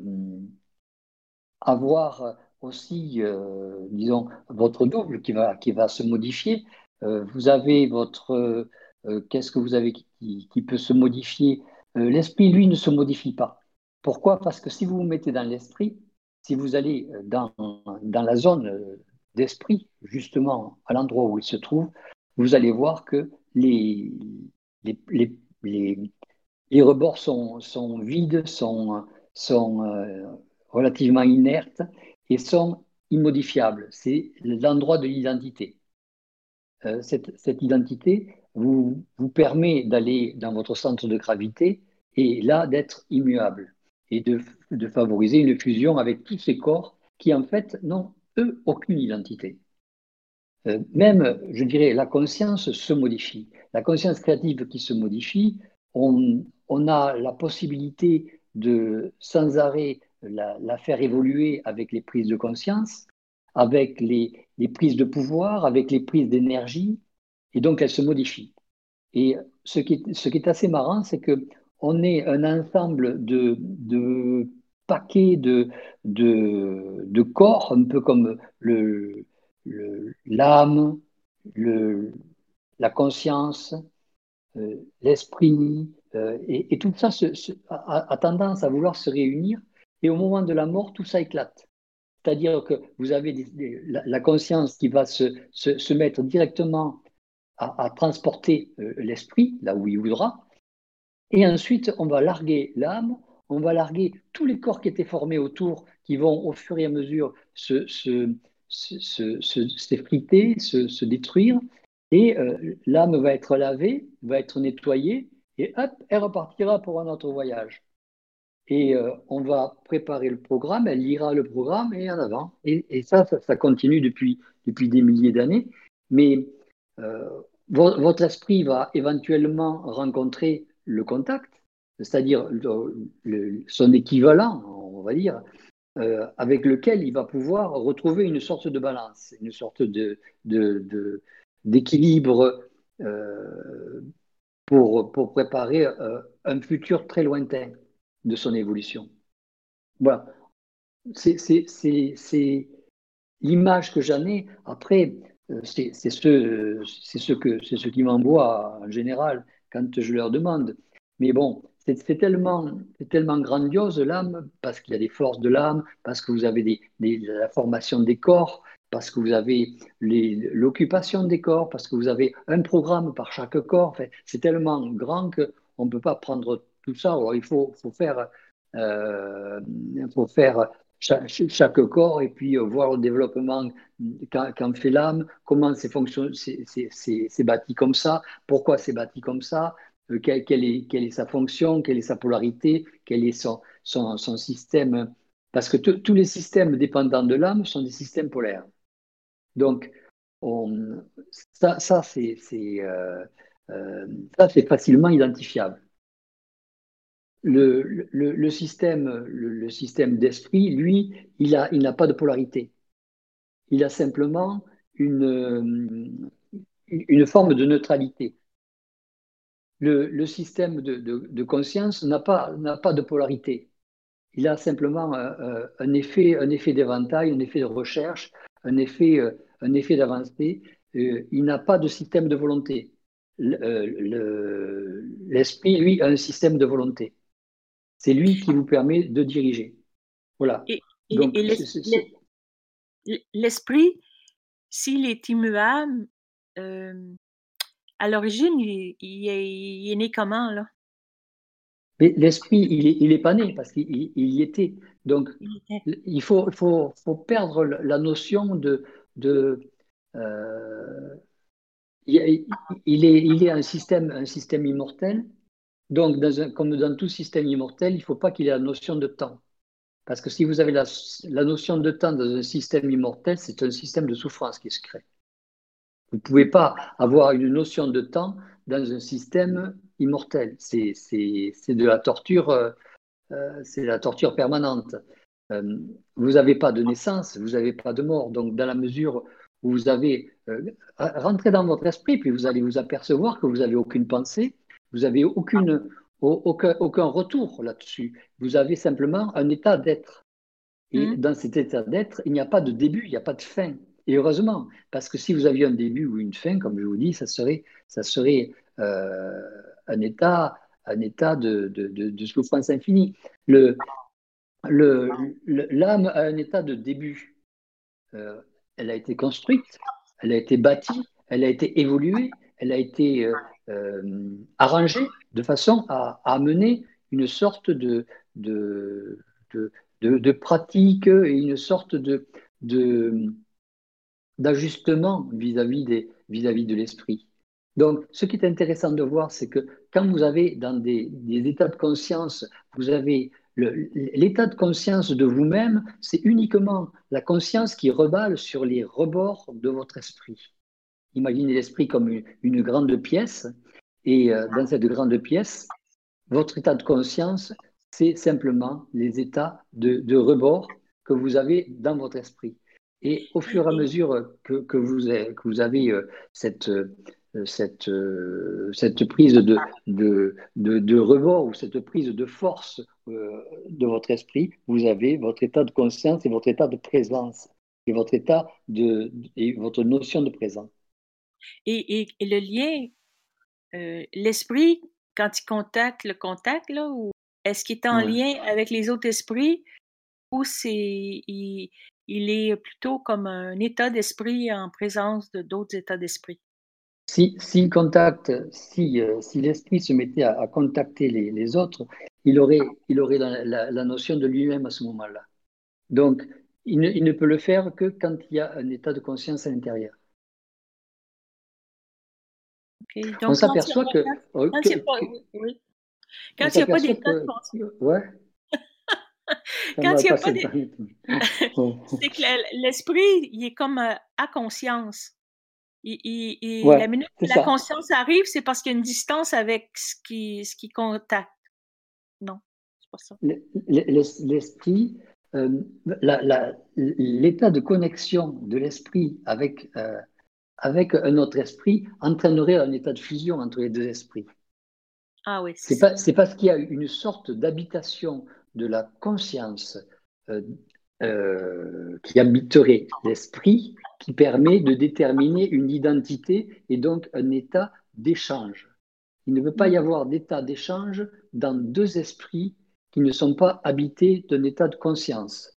avoir aussi, euh, disons, votre double qui va, qui va se modifier. Euh, vous avez votre... euh, qu'est-ce que vous avez qui, qui peut se modifier? Euh, L'esprit, lui, ne se modifie pas. Pourquoi? Parce que si vous vous mettez dans l'esprit, si vous allez dans, dans la zone d'esprit, justement, à l'endroit où il se trouve, vous allez voir que les, les, les, les, les rebords sont, sont vides, sont, sont euh, relativement inertes et sont immodifiables. C'est l'endroit de l'identité. Euh, cette, cette identité vous, vous permet d'aller dans votre centre de gravité et là d'être immuable et de, de favoriser une fusion avec tous ces corps qui en fait n'ont eux aucune identité. Euh, même, je dirais, la conscience se modifie. La conscience créative qui se modifie, on, on a la possibilité de sans arrêt la, la, faire évoluer avec les prises de conscience, avec les, les prises de pouvoir, avec les prises d'énergie, et donc elle se modifie. Et ce qui est, ce qui est assez marrant, c'est que on est un ensemble de, de paquets de, de, de corps, un peu comme le, le- l'âme, le, la conscience, euh, l'esprit, euh, et, et tout ça se- se- a, a tendance à vouloir se réunir, et au moment de la mort, tout ça éclate. C'est-à-dire que vous avez des- des- la, la conscience qui va se, se, se mettre directement à, à transporter euh, l'esprit là où il voudra, et ensuite on va larguer l'âme, on va larguer tous les corps qui étaient formés autour, qui vont au fur et à mesure se, se, se, se- se- s'effriter, se, se détruire, et euh, l'âme va être lavée, va être nettoyée, et hop, elle repartira pour un autre voyage. Et euh, on va préparer le programme, elle lira le programme et en avant. Et, et ça, ça, ça continue depuis, depuis des milliers d'années. Mais euh, vo- votre esprit va éventuellement rencontrer le contact, c'est-à-dire le- le- son équivalent, on va dire, euh, avec lequel il va pouvoir retrouver une sorte de balance, une sorte de, de- de- d'équilibre euh, pour, pour préparer euh, un futur très lointain de son évolution. Voilà, c'est c'est- c'est- c'est l'image que j'en ai. Après, euh, c'est c'est ce, c'est ce que, c'est ce qui m'envoie en général quand je leur demande. Mais bon, c'est c'est tellement, c'est tellement grandiose l'âme, parce qu'il y a des forces de l'âme, parce que vous avez des, des- la formation des corps, parce que vous avez les- l'occupation des corps, parce que vous avez un programme par chaque corps. Enfin, c'est tellement grand qu'on ne peut pas prendre tout ça. Alors, il faut, faut faire, euh, faut faire chaque, chaque corps et puis euh, voir le développement qu'en qu'en fait l'âme, comment c'est fonction- c'est- c'est- c'est- c'est bâti comme ça, pourquoi c'est bâti comme ça, euh, quelle, quelle est, quelle est sa fonction, quelle est sa polarité, quel est son, son, son système. Parce que tous tous les systèmes dépendants de l'âme sont des systèmes polaires. Donc, on- ça, ça c'est c'est, euh, euh, ça, c'est facilement identifiable. Le, le, le système, le, le système d'esprit, lui, il a, il n'a pas de polarité. Il a simplement une, une forme de neutralité. Le, le système de, de, de conscience n'a pas, n'a pas de polarité. il a simplement euh, un effet, un effet d'éventail, un effet de recherche, un effet, euh, un effet d'avancée. Euh, il n'a pas de système de volonté. Le- euh, le- L'esprit, lui, a un système de volonté. C'est lui qui vous permet de diriger. Voilà. Et, et, Donc, et l'es- c'est- c'est- c'est- l'es- l'esprit, s'il est immuable, euh, à l'origine, il, il est, il est né comment, là? mais l'esprit, il est, il est pas né parce qu'il il- il y était. Donc, Il était- il faut, faut, faut perdre la notion de, de euh, il, il est, il est un système, un système immortel. Donc, dans un- comme dans tout système immortel, il ne faut pas qu'il ait la notion de temps. Parce que si vous avez la, la notion de temps dans un système immortel, c'est un système de souffrance qui se crée. Vous ne pouvez pas avoir une notion de temps dans un système immortel. C'est c'est- c'est de la torture, euh, euh, c'est de la torture permanente. Euh, vous n'avez pas de naissance, vous n'avez pas de mort. Donc, dans la mesure où vous avez euh, rentré dans votre esprit, puis vous allez vous apercevoir que vous n'avez aucune pensée, vous n'avez aucune, au- aucun, aucun retour là-dessus. Vous avez simplement un état d'être. Et Hmm. dans cet état d'être, il n'y a pas de début, il n'y a pas de fin. Et heureusement, parce que si vous aviez un début ou une fin, comme je vous dis, ça serait, ça serait euh, un état, un état de, de, de, de souffrance infinie. Le, le, le- l'âme a un état de début. Euh, elle a été construite, elle a été bâtie, elle a été évoluée, elle a été euh, euh, arrangée de façon à, à amener une sorte de, de, de, de, de pratique et une sorte de, de, d'ajustement vis-à-vis des, vis-à-vis de l'esprit. Donc, ce qui est intéressant de voir, c'est que quand vous avez dans des, des états de conscience, vous avez le- l'état de conscience de vous-même, c'est uniquement la conscience qui reballe sur les rebords de votre esprit. Imaginez l'esprit comme une, une grande pièce, et euh, dans cette grande pièce, votre état de conscience, c'est simplement les états de, de rebord que vous avez dans votre esprit. Et au fur et à Et- mesure que, que vous, avez, que vous avez euh, cette, euh, cette, euh, cette prise de, de, de, de rebord ou cette prise de force euh, de votre esprit, vous avez votre état de conscience et votre état de présence et votre état de, et votre notion de présence. Et, et, et le lien, euh, l'esprit, quand il contacte le contact, là, ou est-ce qu'il est en Ouais. lien avec les autres esprits ou c'est il, il est plutôt comme un état d'esprit en présence de d'autres états d'esprit? Si, si, contact, si, euh, si l'esprit se mettait à, à contacter les, les autres, il aurait, il aurait la, la- la notion de lui-même à ce moment-là. Donc, il ne, il ne peut le faire que quand il y a un état de conscience à l'intérieur. OK. On Donc, quand il n'y a s'aperçoit pas, que, euh, quand que- il y a pas, que- oui, oui. on Quand il n'y a pas s'aperçoit d'état de que, conscience, ouais, ça quand m'a il y a pas passé le d'é- temps. Ouais, c'est que le- l'esprit, il est comme euh, à conscience. Il, il- il- la ouais, minute c'est que la ça. conscience arrive, c'est parce qu'il y a une distance avec ce qui, ce qui contacte. Non, c'est pas ça. Le- le- L'esprit, euh, la- la- l'état de connexion de l'esprit avec, euh, avec un autre esprit entraînerait un état de fusion entre les deux esprits. Ah oui, c'est C'est ça. pas, c'est parce qu'il y a une sorte d'habitation de la conscience euh, euh, qui habiterait l'esprit qui permet de déterminer une identité et donc un état d'échange. Il ne peut pas y Mm. avoir d'état d'échange dans deux esprits qui ne sont pas habités d'un état de conscience.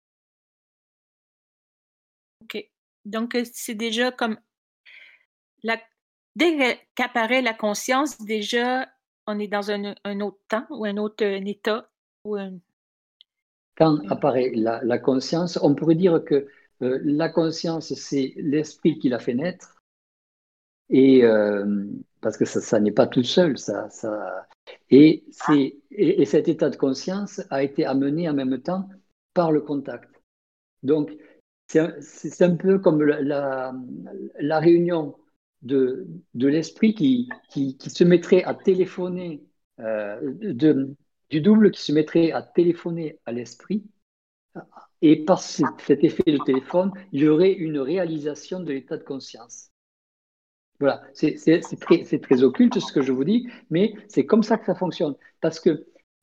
OK. Donc, euh, c'est déjà comme la, dès qu'apparaît la conscience, déjà, on est dans un, un autre temps ou un autre un état ou un, Quand un- apparaît la, la conscience, on pourrait dire que euh, la conscience, c'est l'esprit qui l'a fait naître. Et euh, parce que ça, ça n'est pas tout seul, ça, ça... Et, c'est, et, et cet état de conscience a été amené en même temps par le contact. Donc, c'est un, c'est un peu comme la, la, la réunion de, de l'esprit qui, qui, qui se mettrait à téléphoner, euh, de, du double qui se mettrait à téléphoner à l'esprit. Et par cet, cet effet de téléphone, il y aurait une réalisation de l'état de conscience. Voilà, c'est c'est- c'est très, c'est très occulte ce que je vous dis, mais c'est comme ça que ça fonctionne. Parce que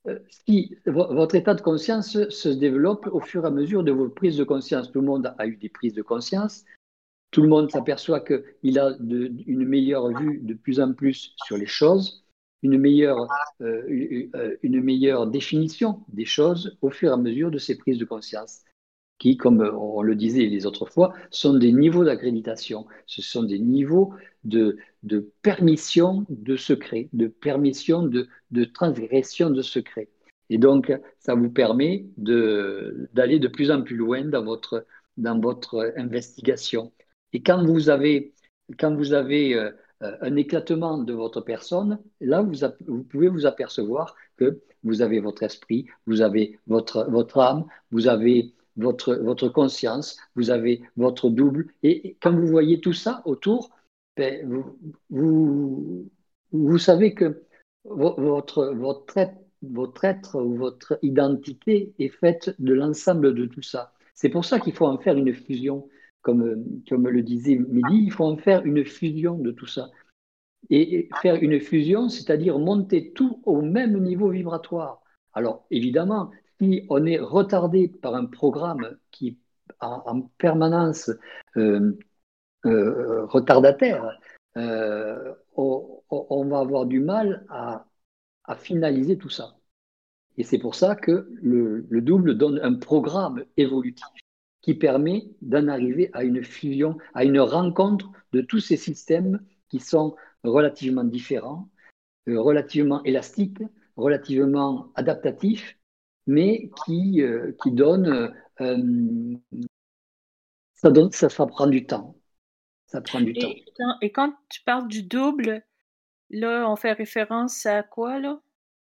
euh, si vo- votre état de conscience se développe au fur et à mesure de vos prises de conscience. Tout le monde a eu des prises de conscience. Tout le monde s'aperçoit qu'il a de- une meilleure vue de plus en plus sur les choses, une meilleure, euh, une une meilleure définition des choses au fur et à mesure de ces prises de conscience qui, comme on le disait les autres fois, sont des niveaux d'accréditation. Ce sont des niveaux de, de permission de secret, de permission de, de transgression de secret. Et donc, ça vous permet de, d'aller de plus en plus loin dans votre, dans votre investigation. Et quand vous avez, quand vous avez euh, un éclatement de votre personne, là, vous, vous pouvez vous apercevoir que vous avez votre esprit, vous avez votre, votre âme, vous avez votre, votre conscience, vous avez votre double. Et quand vous voyez tout ça autour, ben, vous, vous, vous savez que votre, votre, être, votre être ou votre identité est faite de l'ensemble de tout ça. C'est pour ça qu'il faut en faire une fusion. Comme, comme le disait Mehdi, il faut en faire une fusion de tout ça. Et faire une fusion, c'est-à-dire monter tout au même niveau vibratoire. Alors, évidemment, si on est retardé par un programme qui est en, en permanence euh, euh, retardataire, euh, on, on, va avoir du mal à, à finaliser tout ça. Et c'est pour ça que le, le double donne un programme évolutif qui permet d'en arriver à une fusion, à une rencontre de tous ces systèmes qui sont relativement différents, euh, relativement élastiques, relativement adaptatifs, mais qui, euh, qui donnent, euh, ça donne, ça, ça prend du temps. Ça prend du temps. Et quand, et quand tu parles du double, là, on fait référence à quoi, là?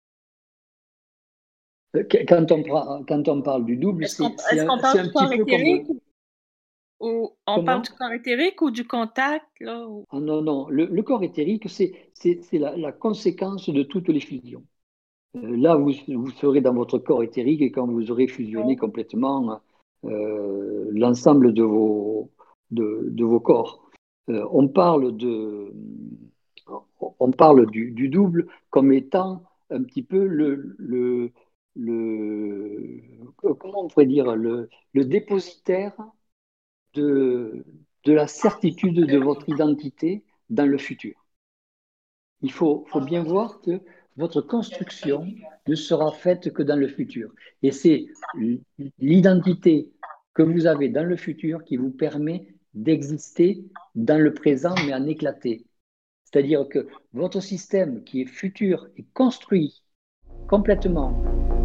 Quand on, prend, quand on parle du double, Est-ce c'est qu'on est-ce qu'on un, parle un du petit corps peu éthérique comme... ou on Comment? parle du corps éthérique ou du contact, là? Ou... Ah non, non, le, le corps éthérique, c'est la, la conséquence de toutes les fusions. Euh, là, vous, vous serez dans votre corps éthérique et quand vous aurez fusionné complètement euh, l'ensemble de vos, de, de vos corps. Euh, on parle, de, on parle du, du double comme étant un petit peu le, le, le comment on pourrait dire, le, le dépositaire de, de la certitude de votre identité dans le futur. Il faut, faut bien voir que votre construction ne sera faite que dans le futur. Et c'est l'identité que vous avez dans le futur qui vous permet d'exister dans le présent, mais en éclaté. C'est-à-dire que votre système qui est futur est construit complètement.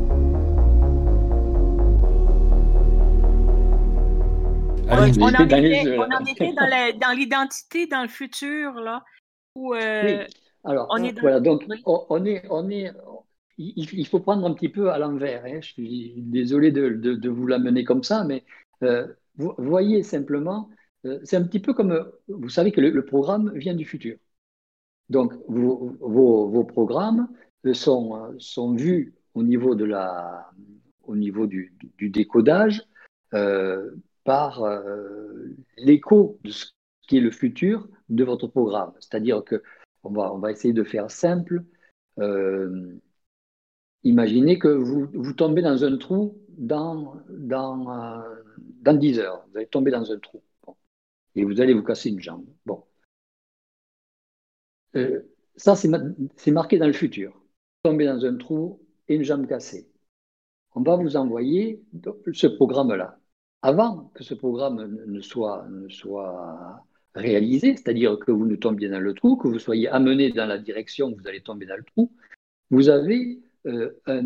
Allez, on, on, en dans les était, jeux, on en était dans la- dans l'identité, dans le futur, là, où euh, oui, alors on est dans... voilà, donc Oui. on, on est, on est, il, il faut prendre un petit peu à l'envers. Hein. Je suis désolé de, de, de vous l'amener comme ça, mais euh, vous voyez simplement, euh, c'est un petit peu comme, vous savez que le, le programme vient du futur. Donc vos, vos, vos programmes sont, sont vus au niveau, de la, au niveau du, du décodage euh, par euh, l'écho de ce qui est le futur de votre programme. C'est-à-dire que on va, on va essayer de faire simple. Euh, imaginez que vous, vous tombez dans un trou dans, dans, euh, dans dix heures. Vous allez tomber dans un trou. Bon. Et vous allez vous casser une jambe. Bon. Euh, ça, c'est marqué dans le futur. Tomber dans un trou et une jambe cassée. On va vous envoyer ce programme-là. Avant que ce programme ne soit, ne soit réalisé, c'est-à-dire que vous ne tombiez dans le trou, que vous soyez amené dans la direction où vous allez tomber dans le trou, vous avez euh, un,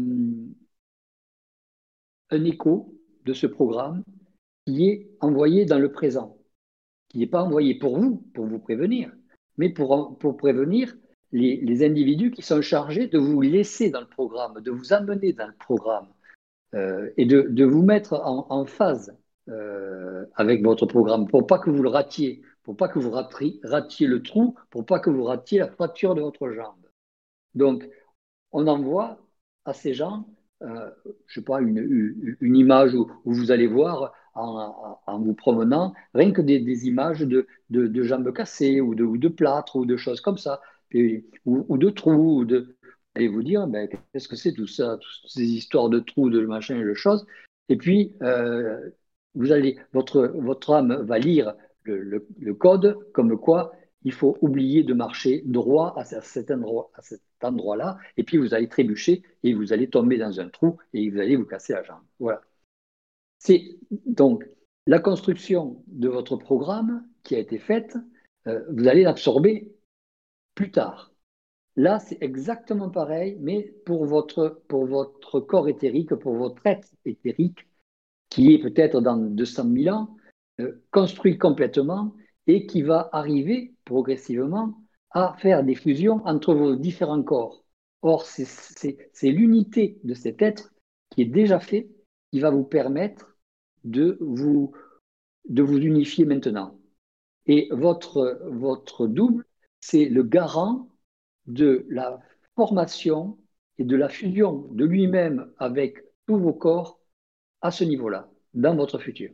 un écho de ce programme qui est envoyé dans le présent, qui n'est pas envoyé pour vous, pour vous prévenir, mais pour, pour prévenir les, les individus qui sont chargés de vous laisser dans le programme, de vous amener dans le programme euh, et de, de vous mettre en, en phase euh, avec votre programme pour pas que vous le ratiez, pour pas que vous ratiez, ratiez le trou, pour pas que vous ratiez la fracture de votre jambe. Donc, on envoie à ces gens, euh, je sais pas, une, une, une image où, où, vous allez voir en, en, vous promenant, rien que des, des images de, de, de jambes cassées ou de, ou de plâtre ou de choses comme ça, et, ou, ou de trous, ou de, allez vous dire, ben, qu'est-ce que c'est tout ça, toutes ces histoires de trous, de machin, de choses. Et puis, euh, vous allez, votre, votre âme va lire le, le, le code comme quoi il faut oublier de marcher droit à cet endroit, à cet endroit-là, et puis vous allez trébucher et vous allez tomber dans un trou et vous allez vous casser la jambe. Voilà. C'est donc la construction de votre programme qui a été faite, euh, vous allez l'absorber plus tard. Là, c'est exactement pareil, mais pour votre, pour votre corps éthérique, pour votre être éthérique, qui est peut-être dans deux cent mille ans, euh, construit complètement et qui va arriver progressivement à faire des fusions entre vos différents corps. Or, c'est l'unité de cet être qui est déjà fait, qui va vous permettre de vous, de vous unifier maintenant. Et votre, votre double, c'est le garant de la formation et de la fusion de lui-même avec tous vos corps à ce niveau-là, dans votre futur.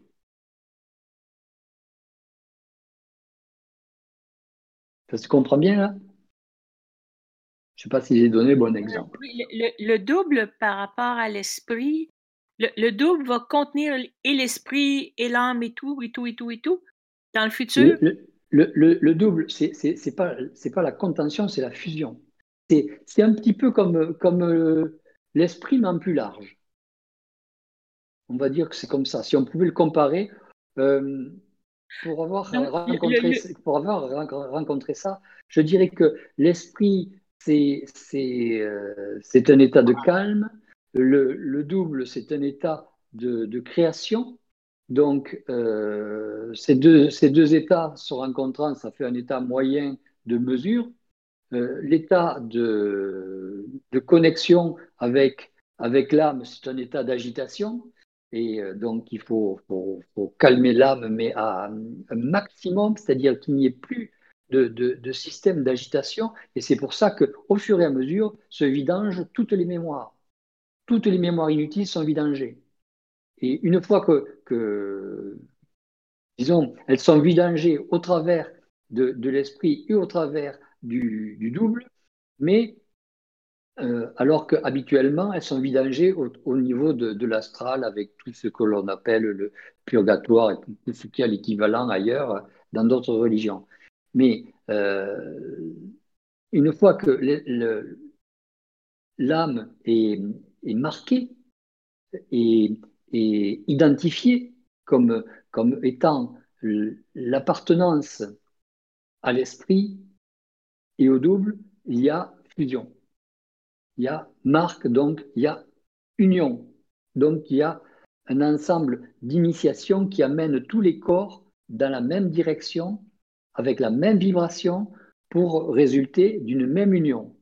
Ça se comprend bien là? Je ne sais pas si j'ai donné bon exemple. Oui, le, le, le double par rapport à l'esprit, le, le double va contenir et l'esprit et l'âme et tout, et tout, et tout, et tout, dans le futur? Le, le, le, le double, c'est c'est pas, c'est pas la contention, c'est la fusion. C'est un petit peu comme, comme euh, l'esprit, mais en plus large. On va dire que c'est comme ça. Si on pouvait le comparer, euh, pour, avoir Donc, rencontré, le, le, pour avoir rencontré ça, je dirais que l'esprit, c'est euh, un état de calme. Le, le double, c'est un état de, de création. Donc, euh, ces, deux, ces deux états se rencontrant, ça fait un état moyen de mesure. Euh, l'état de, de connexion avec, avec l'âme, c'est un état d'agitation. Et euh, donc, il faut, faut, faut calmer l'âme, mais à un maximum, c'est-à-dire qu'il n'y ait plus de, de, de système d'agitation. Et c'est pour ça qu'au fur et à mesure, se vidangent toutes les mémoires. Toutes les mémoires inutiles sont vidangées. Et une fois que, que disons, elles sont vidangées au travers de, de l'esprit et au travers du, du double, mais euh, alors qu'habituellement, elles sont vidangées au, au niveau de, de l'astral avec tout ce que l'on appelle le purgatoire et tout ce qui a l'équivalent ailleurs dans d'autres religions. Mais euh, une fois que l'âme est, est marquée et, et identifiée comme, comme étant l'appartenance à l'esprit et au double, il y a fusion. Il y a marque, donc il y a union. Donc il y a un ensemble d'initiations qui amènent tous les corps dans la même direction, avec la même vibration, pour résulter d'une même union.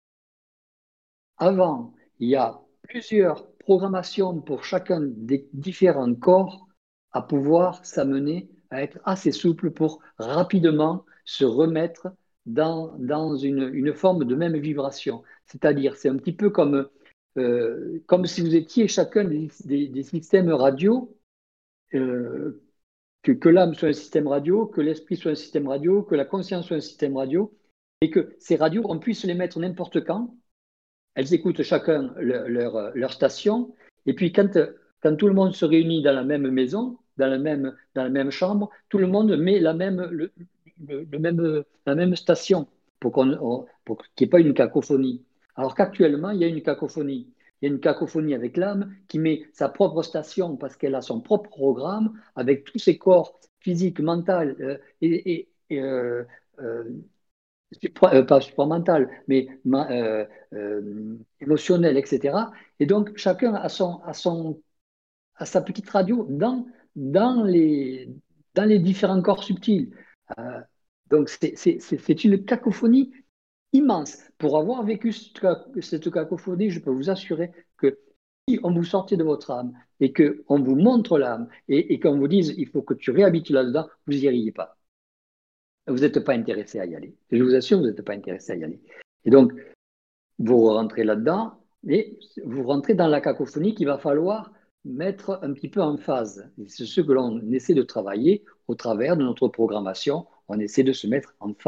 Avant, il y a plusieurs programmations pour chacun des différents corps à pouvoir s'amener à être assez souple pour rapidement se remettre dans, dans une, une forme de même vibration. C'est-à-dire, c'est un petit peu comme, euh, comme si vous étiez chacun des, des, des systèmes radio, euh, que, que l'âme soit un système radio, que l'esprit soit un système radio, que la conscience soit un système radio, et que ces radios, on puisse les mettre n'importe quand. Elles écoutent chacun leur, leur, leur station, et puis quand, quand tout le monde se réunit dans la même maison, dans la même, dans la même chambre, tout le monde met la même, le, le, le même, la même station pour qu'on pour qu'il n'y ait pas une cacophonie. Alors qu'actuellement, il y a une cacophonie. Il y a une cacophonie avec l'âme qui met sa propre station parce qu'elle a son propre programme avec tous ses corps physiques, mentaux euh, et, et, et euh, euh, pas supramental, mais euh, euh, émotionnel, et cetera. Et donc, chacun a, son, a, son, a sa petite radio dans, dans, les, dans les différents corps subtils. Euh, donc, c'est une cacophonie immense. Pour avoir vécu cette cacophonie, je peux vous assurer que si on vous sortait de votre âme et qu'on vous montre l'âme et, et qu'on vous dise il faut que tu réhabitues là-dedans, vous n'y iriez pas. Vous n'êtes pas intéressé à y aller. Je vous assure, vous n'êtes pas intéressé à y aller. Et donc, vous rentrez là-dedans et vous rentrez dans la cacophonie qu'il va falloir mettre un petit peu en phase. C'est ce que l'on essaie de travailler au travers de notre programmation. On essaie de se mettre en phase.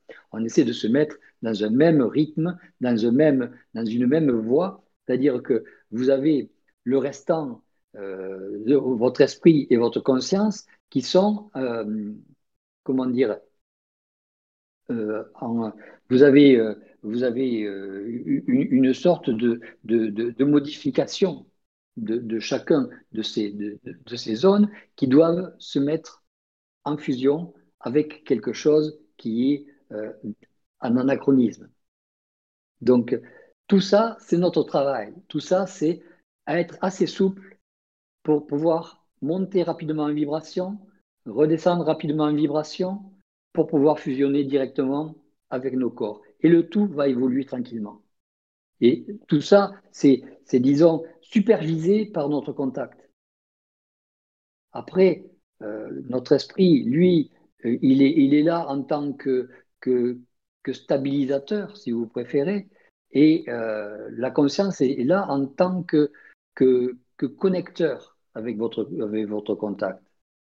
On essaie de se mettre dans un même rythme, dans, un même, dans une même voie, c'est-à-dire que vous avez le restant euh, de votre esprit et votre conscience qui sont, euh, comment dire, euh, en, vous avez, euh, vous avez euh, une, une sorte de, de, de, de modification de, de chacun de ces, de, de ces zones qui doivent se mettre en fusion avec quelque chose qui est euh, un anachronisme. Donc, tout ça, c'est notre travail. Tout ça, c'est être assez souple pour pouvoir monter rapidement en vibration, redescendre rapidement en vibration, pour pouvoir fusionner directement avec nos corps. Et le tout va évoluer tranquillement. Et tout ça, c'est, c'est disons, supervisé par notre contact. Après, euh, notre esprit, lui, euh, il est, il est là en tant que, que, que stabilisateur, si vous préférez, et euh, la conscience est, est là en tant que, que, que connecteur avec votre, avec votre contact.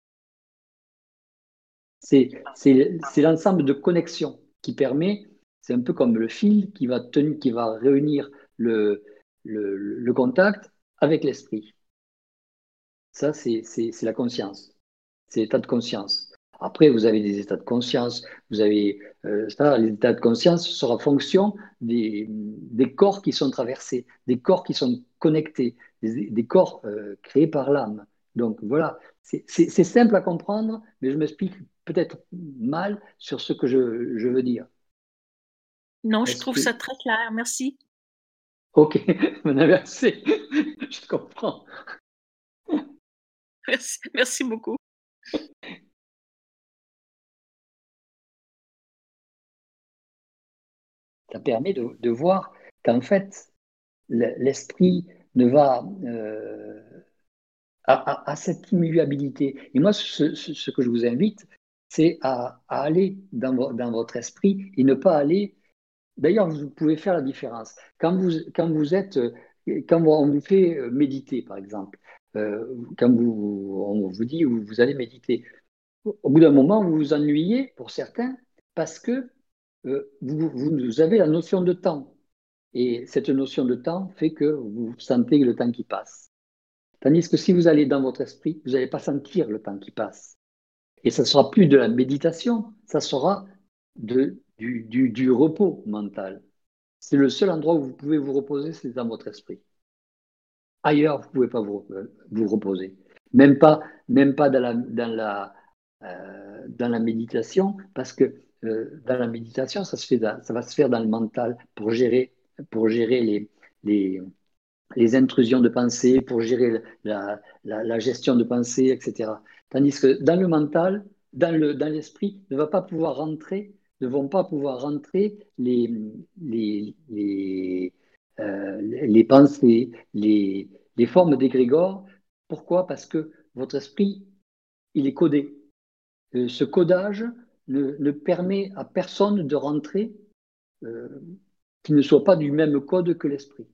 C'est, c'est, c'est l'ensemble de connexions qui permet, c'est un peu comme le fil qui va, tenir, qui va réunir le, le, le contact avec l'esprit. Ça, c'est, c'est, c'est la conscience. C'est l'état de conscience. Après, vous avez des états de conscience. Vous avez euh, ça, les états de conscience sera fonction des, des corps qui sont traversés, des corps qui sont connectés, des, des corps euh, créés par l'âme. Donc voilà, c'est, c'est, c'est simple à comprendre, mais je m'explique peut-être mal sur ce que je, je veux dire. Non, je Est-ce trouve que... ça très clair. Merci. Ok, vous en avez assez. Je comprends. Merci, merci beaucoup. Ça permet de, de voir qu'en fait, l'esprit ne va euh, à, à, à cette immuabilité. Et moi, ce, ce, ce que je vous invite, c'est à, à aller dans, vo, dans votre esprit et ne pas aller. D'ailleurs, vous pouvez faire la différence. Quand vous, quand vous êtes, quand on vous fait méditer, par exemple, euh, quand vous, on vous dit vous, vous allez méditer, au bout d'un moment, vous vous ennuyez pour certains parce que euh, vous, vous avez la notion de temps. Et cette notion de temps fait que vous sentez le temps qui passe. Tandis que si vous allez dans votre esprit, vous n'allez pas sentir le temps qui passe. Et ça ne sera plus de la méditation, ça sera de, du, du, du repos mental. C'est le seul endroit où vous pouvez vous reposer, c'est dans votre esprit. Ailleurs, vous ne pouvez pas vous, vous reposer. Même pas, même pas dans, la, dans, la, euh, dans la méditation, parce que euh, dans la méditation, ça, se fait dans, ça va se faire dans le mental pour gérer, pour gérer les, les, les intrusions de pensée, pour gérer la, la, la gestion de pensée, et cetera. Tandis que dans le mental, dans, le, dans l'esprit, ne va pas pouvoir rentrer, ne vont pas pouvoir rentrer les, les, les, euh, les pensées, les, les formes d'égrégore. Pourquoi? Parce que votre esprit, il est codé. Euh, ce codage ne, ne permet à personne de rentrer euh, qui ne soit pas du même code que l'esprit.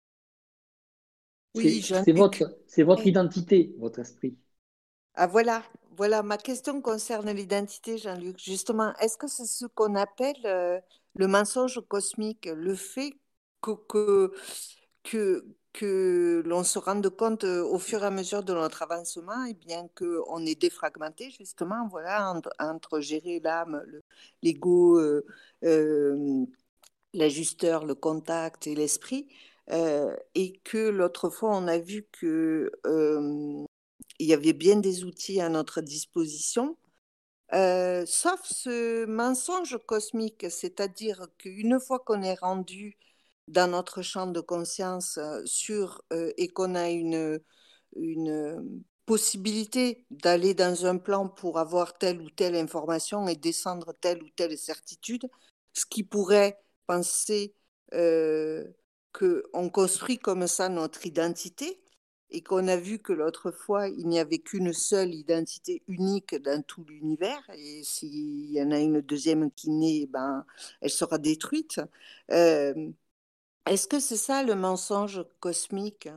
Oui, C'est, c'est Jean-Luc. votre, c'est votre Eh, identité, votre esprit. Ah, voilà, voilà, ma question concerne l'identité, Jean-Luc. Justement, est-ce que c'est ce qu'on appelle euh, le mensonge cosmique, le fait que, que, que, que l'on se rende compte euh, au fur et à mesure de notre avancement, et bien qu'on est défragmenté, justement, voilà, entre, entre gérer l'âme, le- l'ego, euh, euh, l'ajusteur, le contact et l'esprit, euh, et que l'autre fois, on a vu que euh, il y avait bien des outils à notre disposition, euh, sauf ce mensonge cosmique, c'est-à-dire qu'une fois qu'on est rendu dans notre champ de conscience euh, sur euh, et qu'on a une, une possibilité d'aller dans un plan pour avoir telle ou telle information et descendre telle ou telle certitude, ce qui pourrait penser euh, qu'on construit comme ça notre identité et qu'on a vu que l'autre fois, il n'y avait qu'une seule identité unique dans tout l'univers, et s'il y en a une deuxième qui naît, ben, elle sera détruite. Euh, est-ce que c'est ça le mensonge cosmique?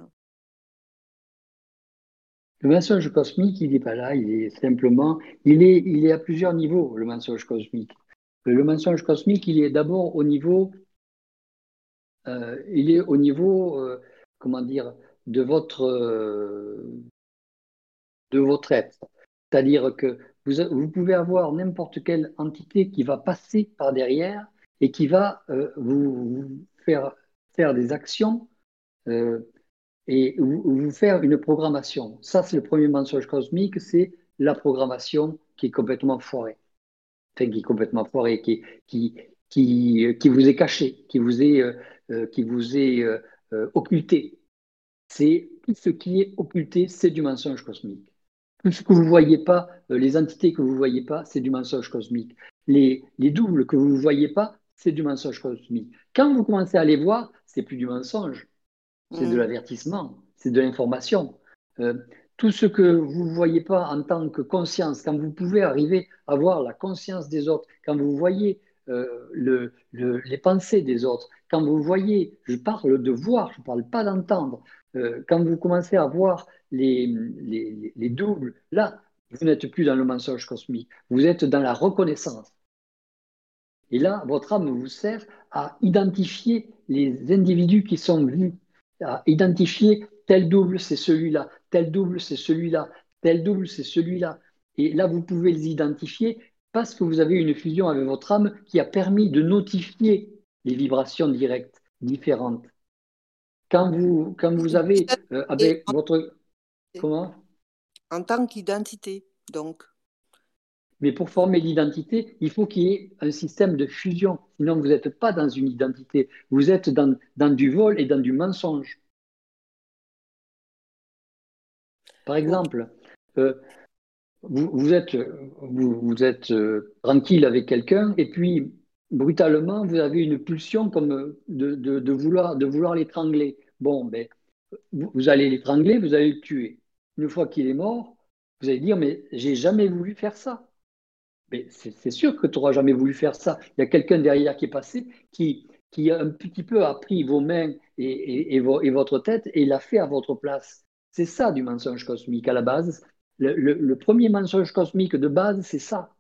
Le mensonge cosmique, il n'est pas là, il est simplement, il est, il est à plusieurs niveaux, le mensonge cosmique. Le mensonge cosmique, il est d'abord au niveau, euh, il est au niveau, euh, comment dire, de votre, euh, de votre être. C'est-à-dire que vous, vous pouvez avoir n'importe quelle entité qui va passer par derrière et qui va euh, vous, vous faire faire des actions euh, et vous, vous faire une programmation. Ça, c'est le premier mensonge cosmique, c'est la programmation qui est complètement foirée. Enfin, qui est complètement foirée, qui, qui, qui, qui vous est cachée, qui vous est, euh, euh, qui vous est euh, euh, occulté. C'est tout ce qui est occulté, c'est du mensonge cosmique. Tout ce que vous ne voyez pas, euh, les entités que vous ne voyez pas, c'est du mensonge cosmique. Les, les doubles que vous ne voyez pas, c'est du mensonge cosmique. Quand vous commencez à les voir, c'est plus du mensonge, c'est de Mm. l'avertissement, c'est de l'information. Euh, tout ce que vous ne voyez pas en tant que conscience, quand vous pouvez arriver à voir la conscience des autres, quand vous voyez euh, le, le, les pensées des autres, quand vous voyez, je parle de voir, je ne parle pas d'entendre, euh, quand vous commencez à voir les, les, les doubles, là, vous n'êtes plus dans le mensonge cosmique, vous êtes dans la reconnaissance. Et là, votre âme vous sert à identifier les individus qui sont vus, à identifier tel double, c'est celui-là, tel double, c'est celui-là, tel double, c'est celui-là. Et là, vous pouvez les identifier parce que vous avez une fusion avec votre âme qui a permis de notifier les vibrations directes, différentes. Quand vous, quand vous avez euh, avec votre... Comment? En tant qu'identité, donc. Mais pour former l'identité, il faut qu'il y ait un système de fusion. Sinon, vous n'êtes pas dans une identité. Vous êtes dans, dans du vol et dans du mensonge. Par exemple, euh, vous, vous êtes, vous, vous êtes euh, tranquille avec quelqu'un et puis, brutalement, vous avez une pulsion comme de, de, de vouloir, de vouloir l'étrangler. Bon, ben, vous, vous allez l'étrangler, vous allez le tuer. Une fois qu'il est mort, vous allez dire, mais j'ai jamais voulu faire ça. Mais c'est c'est sûr que tu n'auras jamais voulu faire ça. Il y a quelqu'un derrière qui est passé, qui, qui a un petit peu a pris vos mains et, et, et, vo- et votre tête et l'a fait à votre place. C'est ça du mensonge cosmique à la base. Le, le- le premier mensonge cosmique de base, c'est ça.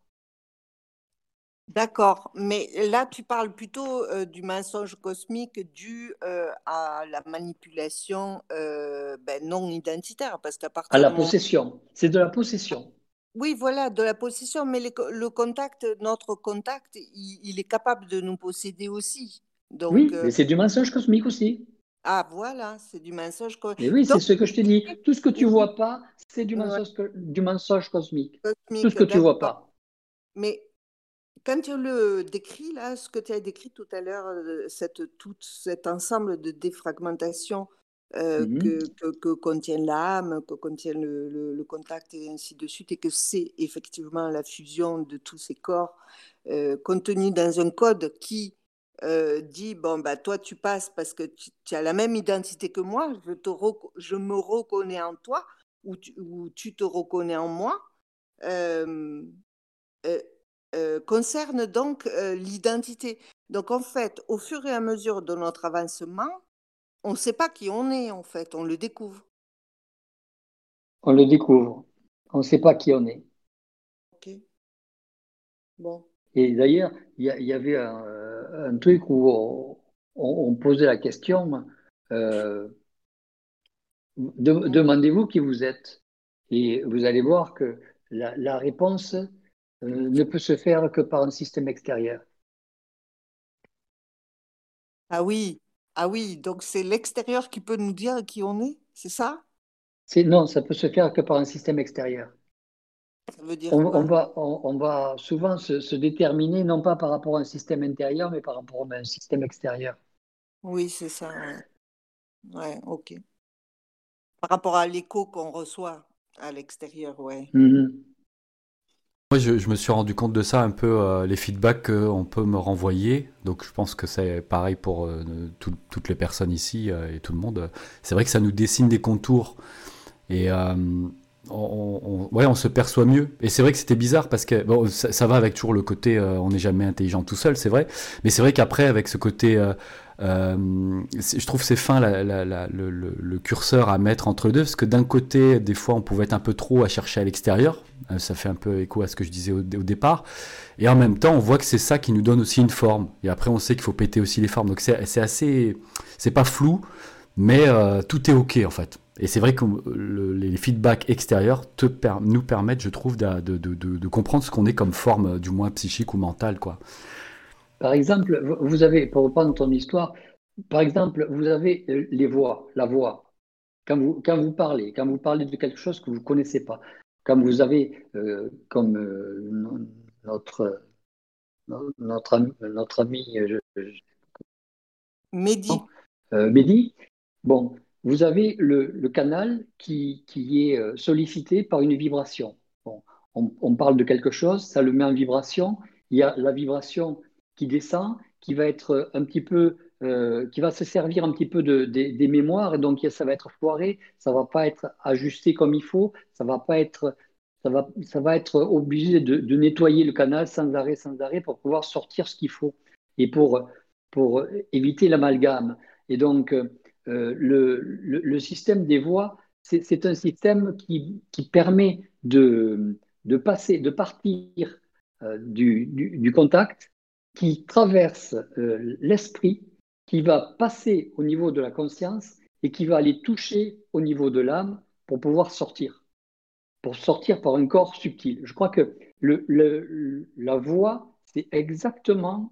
D'accord, mais là tu parles plutôt euh, du mensonge cosmique dû euh, à la manipulation euh, ben, non identitaire, parce qu'à À partir la du moment... possession. C'est de la possession. Oui, voilà, de la possession, mais les co- le contact, notre contact, il, il est capable de nous posséder aussi. Donc, Oui, euh, mais c'est du mensonge cosmique aussi. ah voilà, c'est du mensonge. co- Et oui, c'est Donc, ce que je te dis. Tout ce que tu oui, vois pas, c'est du ouais, mensonge, co- du mensonge cosmique. Tout ce cosmique, que tu vois d'accord. pas. Mais quand tu le décris, là, ce que tu as décrit tout à l'heure, euh, cette, tout cet ensemble de défragmentation euh, Mhm. que, que, que contient l'âme, que contient le, le, le contact et ainsi de suite, et que c'est effectivement la fusion de tous ces corps euh, contenus dans un code qui euh, dit, bon, bah, toi, tu passes parce que tu, tu as la même identité que moi, je, te reco- je me reconnais en toi, ou tu, ou tu te reconnais en moi. Euh, euh, euh, concerne donc euh, l'identité. Donc en fait, au fur et à mesure de notre avancement, on ne sait pas qui on est en fait, on le découvre. On le découvre. On ne sait pas qui on est. Ok, bon. Et d'ailleurs, il y, a- il y avait un, un truc où on, on- on posait la question, euh, de- Mm. demandez-vous qui vous êtes. Et vous allez voir que la, la réponse euh, ne peut se faire que par un système extérieur. Ah oui, ah oui, donc c'est l'extérieur qui peut nous dire qui on est, c'est ça? C'est, non, ça peut se faire que par un système extérieur. Ça veut dire On, on quoi? va, on, on va souvent se, se déterminer, non pas par rapport à un système intérieur, mais par rapport à un système extérieur. Oui, c'est ça, ouais. Ouais, ok. Par rapport à l'écho qu'on reçoit à l'extérieur, ouais. Mhm. Moi, je, je me suis rendu compte de ça un peu, euh, les feedbacks qu'on peut me renvoyer. Donc, je pense que c'est pareil pour euh, tout- toutes les personnes ici euh, et tout le monde. C'est vrai que ça nous dessine des contours. Et, euh, on, on- ouais, on se perçoit mieux. Et c'est vrai que c'était bizarre parce que bon, ça, ça va avec toujours le côté euh, on n'est jamais intelligent tout seul, c'est vrai. Mais c'est vrai qu'après, avec ce côté, euh, euh, c'est- je trouve c'est fin la- la- la- le, le- le curseur à mettre entre les deux parce que d'un côté, des fois, on pouvait être un peu trop à chercher à l'extérieur. Euh, ça fait un peu écho à ce que je disais au, au départ. Et en même temps, on voit que c'est ça qui nous donne aussi une forme. Et après, on sait qu'il faut péter aussi les formes. Donc c'est c'est assez, c'est pas flou, mais euh, tout est OK en fait. Et c'est vrai que le- les feedbacks extérieurs te per- nous permettent, je trouve, de, de- de- de- de comprendre ce qu'on est comme forme, euh, du moins psychique ou mentale, quoi. Par exemple, vous vous avez, pour reprendre ton histoire, par exemple, vous avez euh, les voix, la voix. Quand vous, quand vous parlez, quand vous parlez de quelque chose que vous ne connaissez pas, quand vous avez, euh, comme euh, no- notre, no- notre, ami, notre ami euh, je- Mehdi, euh, Mehdi, bon, vous avez le, le canal qui, qui est euh, sollicité par une vibration. Bon, on, on parle de quelque chose, ça le met en vibration. Il y a la vibration qui descend, qui va être un petit peu, euh, qui va se servir un petit peu de, des des mémoires, et donc ça va être foiré, ça va pas être ajusté comme il faut, ça va pas être, ça va, ça va être obligé de, de nettoyer le canal sans arrêt, sans arrêt pour pouvoir sortir ce qu'il faut et pour, pour éviter l'amalgame. Et donc, euh, le, le- le système des voies, c'est c'est un système qui, qui permet de, de passer, de partir euh, du, du- du contact, qui traverse euh, l'esprit, qui va passer au niveau de la conscience et qui va aller toucher au niveau de l'âme pour pouvoir sortir, pour sortir par un corps subtil. Je crois que le, le- la voix, c'est exactement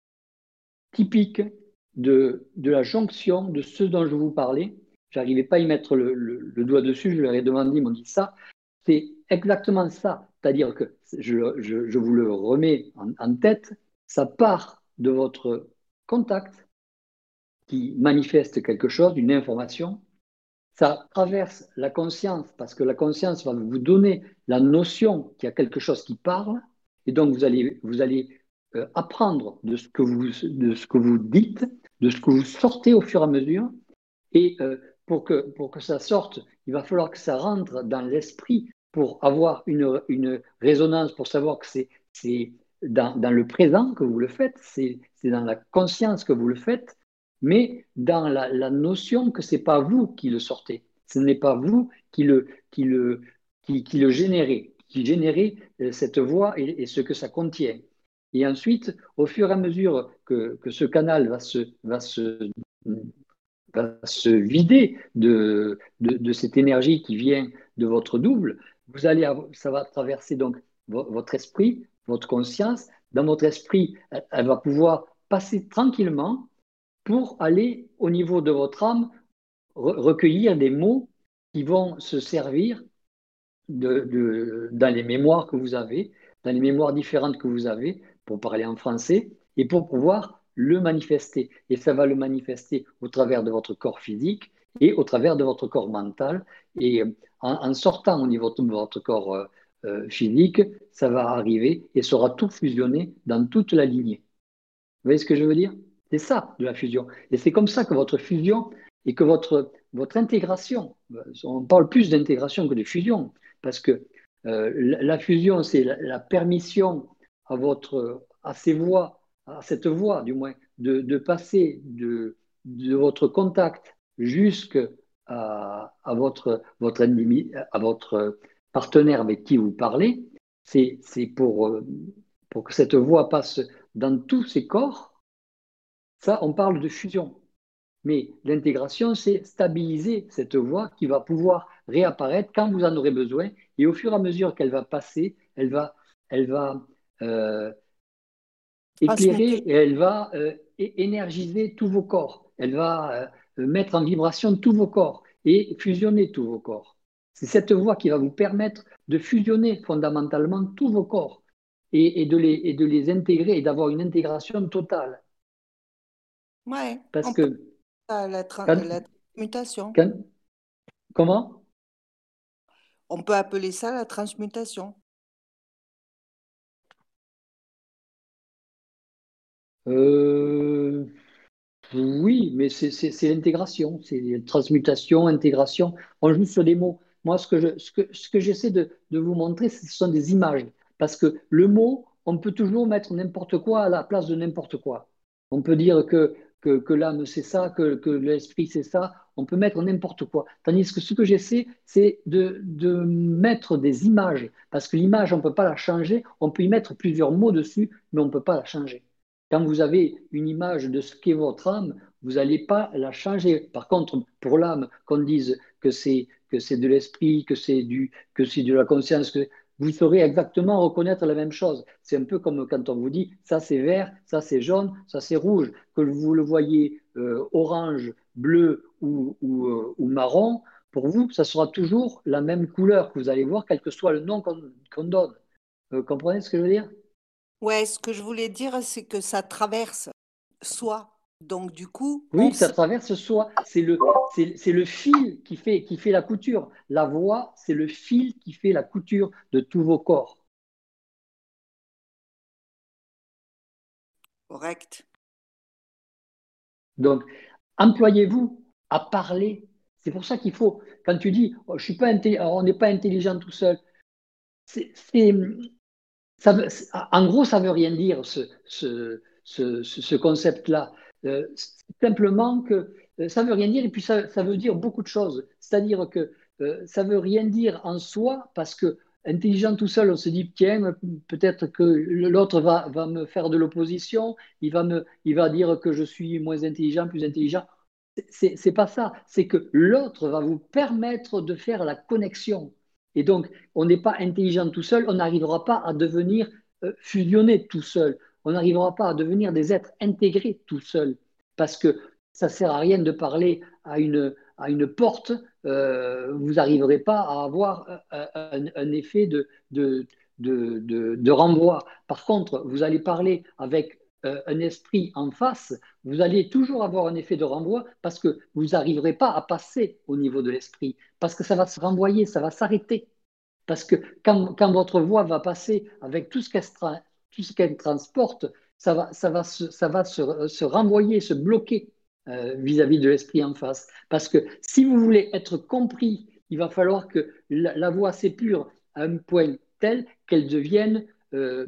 typique de, de la jonction de ce dont je vous parlais. J'arrivais pas à y mettre le, le- le doigt dessus, je leur ai demandé, ils m'ont dit ça. C'est exactement ça. C'est-à-dire que, je, je- je vous le remets en, en tête, ça part de votre contact qui manifeste quelque chose, une information, ça traverse la conscience parce que la conscience va vous donner la notion qu'il y a quelque chose qui parle et donc vous allez, vous allez euh, apprendre de ce, que vous, de ce que vous dites, de ce que vous sortez au fur et à mesure et euh, pour que, pour que ça sorte, il va falloir que ça rentre dans l'esprit pour avoir une, une résonance, pour savoir que c'est, c'est dans, dans le présent que vous le faites, c'est, c'est dans la conscience que vous le faites, mais dans la, la notion que ce n'est pas vous qui le sortez, ce n'est pas vous qui le, qui le, qui, qui le générez, qui générez euh, cette voix et, et ce que ça contient. Et ensuite, au fur et à mesure que, que ce canal va se, va se va se vider de, de, de cette énergie qui vient de votre double, vous allez avoir- ça va traverser donc vo- votre esprit, votre conscience. Dans votre esprit, elle, elle va pouvoir passer tranquillement pour aller au niveau de votre âme, re- recueillir des mots qui vont se servir de, de- dans les mémoires que vous avez, dans les mémoires différentes que vous avez, pour parler en français, et pour pouvoir le manifester. Et ça va le manifester au travers de votre corps physique et au travers de votre corps mental. Et euh, en, en sortant au niveau de votre corps euh, euh, physique, ça va arriver et sera tout fusionné dans toute la lignée. Vous voyez ce que je veux dire? C'est ça de la fusion. Et c'est comme ça que votre fusion et que votre, votre intégration, on parle plus d'intégration que de fusion, parce que euh, la, la fusion, c'est la, la permission à, votre, à ces voix, à cette voix du moins, de, de passer de, de votre contact jusqu'à à votre, votre ennemi, à votre partenaire avec qui vous parlez. C'est c'est pour, euh, pour que cette voix passe dans tous ces corps, ça, on parle de fusion. Mais l'intégration, c'est stabiliser cette voix qui va pouvoir réapparaître quand vous en aurez besoin. Et au fur et à mesure qu'elle va passer, elle va, elle va euh, éclairer transmuter. et elle va euh, énergiser tous vos corps. Elle va euh, mettre en vibration tous vos corps et fusionner tous vos corps. C'est cette voix qui va vous permettre de fusionner fondamentalement tous vos corps et, et de, les, et de les intégrer et d'avoir une intégration totale. Ouais, Parce on peut que appeler ça la, tra- quand, la transmutation. quand- comment? On peut appeler ça la transmutation. Euh, oui, mais c'est c'est- c'est l'intégration, c'est transmutation, intégration. On joue sur des mots. Moi, ce que je, ce que, ce que j'essaie de, de vous montrer, ce sont des images. Parce que le mot, on peut toujours mettre n'importe quoi à la place de n'importe quoi. On peut dire que, que, que l'âme, c'est ça, que, que l'esprit, c'est ça. On peut mettre n'importe quoi. Tandis que ce que j'essaie, c'est de, de mettre des images. Parce que l'image, on ne peut pas la changer. On peut y mettre plusieurs mots dessus, mais on ne peut pas la changer. Quand vous avez une image de ce qu'est votre âme, vous n'allez pas la changer. Par contre, pour l'âme, qu'on dise que c'est que c'est de l'esprit, que c'est du que c'est de la conscience, que vous saurez exactement reconnaître la même chose. C'est un peu comme quand on vous dit ça c'est vert, ça c'est jaune, ça c'est rouge, que vous le voyez euh, orange, bleu ou, ou, euh, ou marron. Pour vous, ça sera toujours la même couleur que vous allez voir, quel que soit le nom qu'on qu'on donne. Vous comprenez ce que je veux dire? Ouais, ce que je voulais dire, c'est que ça traverse soi. Donc, du coup, on Oui, ça sait. traverse soi. C'est le, c'est, c'est le fil qui fait, qui fait la couture. La voix, c'est le fil qui fait la couture de tous vos corps. Correct. Donc, employez-vous à parler. C'est pour ça qu'il faut, quand tu dis, oh, je suis pas intelli- on n'est pas intelligent tout seul, c'est, c'est- ça veut- en gros, ça veut rien dire, ce, ce, ce, ce- ce concept-là. Euh, c'est simplement que euh, ça veut rien dire, et puis ça, ça veut dire beaucoup de choses. C'est-à-dire que euh, ça veut rien dire en soi, parce que intelligent tout seul, on se dit, tiens, peut-être que l'autre va, va me faire de l'opposition, il va me, il va dire que je suis moins intelligent, plus intelligent. C'est c'est pas ça, c'est que l'autre va vous permettre de faire la connexion. Et donc, on n'est pas intelligent tout seul, on n'arrivera pas à devenir euh, fusionné tout seul, on n'arrivera pas à devenir des êtres intégrés tout seul, parce que ça ne sert à rien de parler à une, à une porte, euh, vous n'arriverez pas à avoir un, un- un effet de, de, de, de- de renvoi. Par contre, vous allez parler avec euh, un esprit en face, vous allez toujours avoir un effet de renvoi parce que vous n'arriverez pas à passer au niveau de l'esprit, parce que ça va se renvoyer, ça va s'arrêter. Parce que quand, quand votre voix va passer avec tout ce qu'elle, tra- tout ce qu'elle transporte, ça va, ça va, se, ça va se, se renvoyer, se bloquer euh, vis-à-vis de l'esprit en face. Parce que si vous voulez être compris, il va falloir que la, la voix s'épure à un point tel qu'elle devienne euh,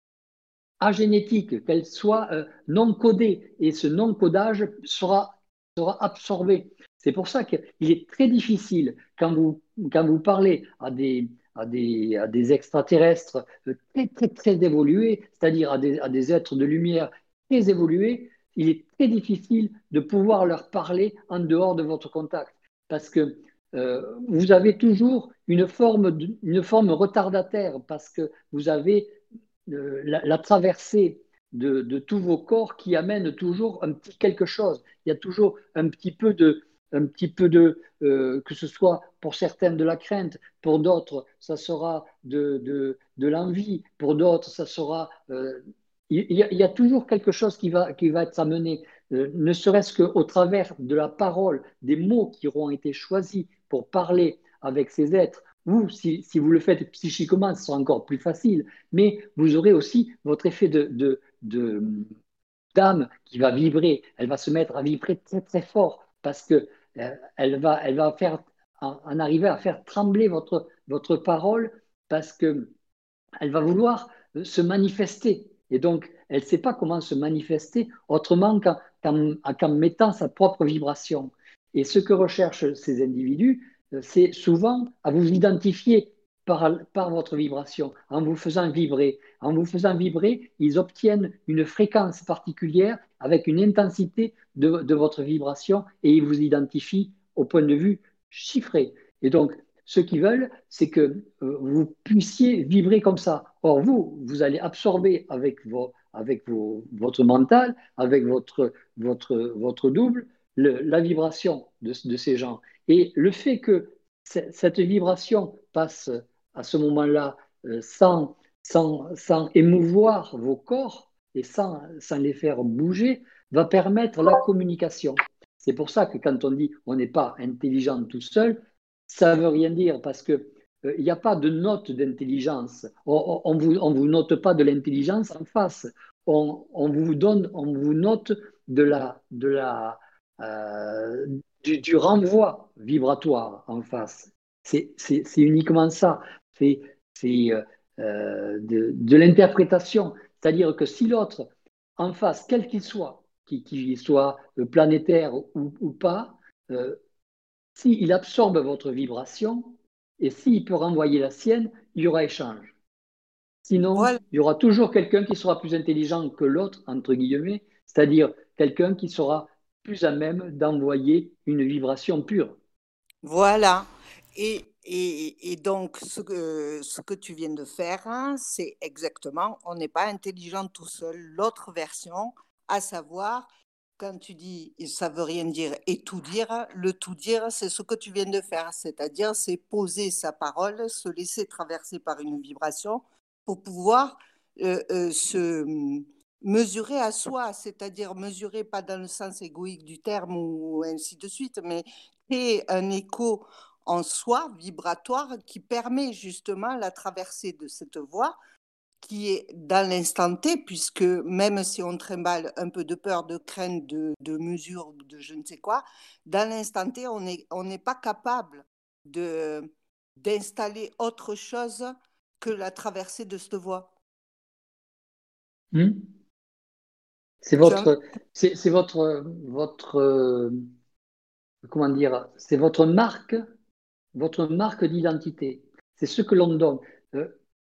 agénétique, qu'elle soit euh, non codée. Et ce non-codage sera, sera absorbé. C'est pour ça qu'il est très difficile, quand vous, quand vous parlez à des, à des, à des extraterrestres euh, très, très, très évolués, c'est-à-dire à des, à des êtres de lumière très évolués, il est très difficile de pouvoir leur parler en dehors de votre contact. Parce que euh, vous avez toujours une forme, de- une forme retardataire, parce que vous avez euh, la, la traversée de, de tous vos corps qui amène toujours un petit quelque chose. Il y a toujours un petit peu de, un petit peu de euh, que ce soit pour certains de la crainte, pour d'autres, ça sera de, de, de l'envie, pour d'autres, ça sera. Euh, il, y a, il y a toujours quelque chose qui va, qui va être amené, euh, ne serait-ce qu'au travers de la parole, des mots qui auront été choisis pour parler avec ces êtres. Ou si, si vous le faites psychiquement, ce sera encore plus facile, mais vous aurez aussi votre effet de, de, de, d'âme qui va vibrer, elle va se mettre à vibrer très très fort parce que euh, elle va, elle va faire, en, en arriver à faire trembler votre, votre parole parce que elle va vouloir euh, se manifester. Et donc, elle ne sait pas comment se manifester autrement qu'en, qu'en, qu'en mettant sa propre vibration. Et ce que recherchent ces individus, euh, c'est souvent à vous identifier par, par votre vibration, en vous faisant vibrer. En vous faisant vibrer, ils obtiennent une fréquence particulière avec une intensité de, de votre vibration et ils vous identifient au point de vue chiffré. Et donc, ce qu'ils veulent, c'est que euh, vous puissiez vibrer comme ça. Or, vous, vous allez absorber avec, vos, avec vos, votre mental, avec votre, votre, votre double, le, la vibration de, de, ces gens. Et le fait que cette vibration passe à ce moment-là euh, sans, sans, sans émouvoir vos corps et sans, sans les faire bouger, va permettre la communication. C'est pour ça que quand on dit on n'est pas intelligent tout seul, ça ne veut rien dire parce que il euh, n'y a pas de note d'intelligence. On ne vous, on vous note pas de l'intelligence en face. On, on, vous donne, on vous note de la, de la, euh, du, du renvoi vibratoire en face. C'est c'est- c'est uniquement ça. C'est c'est, euh, euh, de, de l'interprétation. C'est-à-dire que si l'autre, en face, quel qu'il soit, qu'il qu'il soit euh, planétaire ou, ou pas, euh, s'il absorbe votre vibration et s'il peut renvoyer la sienne, il y aura échange. Sinon, Voilà, il y aura toujours quelqu'un qui sera plus intelligent que l'autre, entre guillemets, c'est-à-dire quelqu'un qui sera plus à même d'envoyer une vibration pure. voilà. Et, et, et donc, ce que, ce que tu viens de faire, hein, c'est exactement, on n'est pas intelligent tout seul. L'autre version, à savoir, quand tu dis ça veut rien dire et tout dire, le tout dire, c'est ce que tu viens de faire. C'est-à-dire, c'est poser sa parole, se laisser traverser par une vibration pour pouvoir euh, euh, se hum, mesurer à soi, c'est-à-dire mesurer pas dans le sens égoïque du terme ou ainsi de suite, mais créer un écho en soi vibratoire qui permet justement la traversée de cette voie qui est dans l'instant T, puisque même si on trimballe un peu de peur, de crainte, de, de mesure, de je ne sais quoi, dans l'instant T, on n'est on n'est pas capable de, d'installer autre chose que la traversée de cette voie. Hmm. C'est Tu as... votre, c'est c'est votre, votre, euh, comment dire, c'est votre marque, votre marque d'identité. C'est ce que l'on donne. Euh,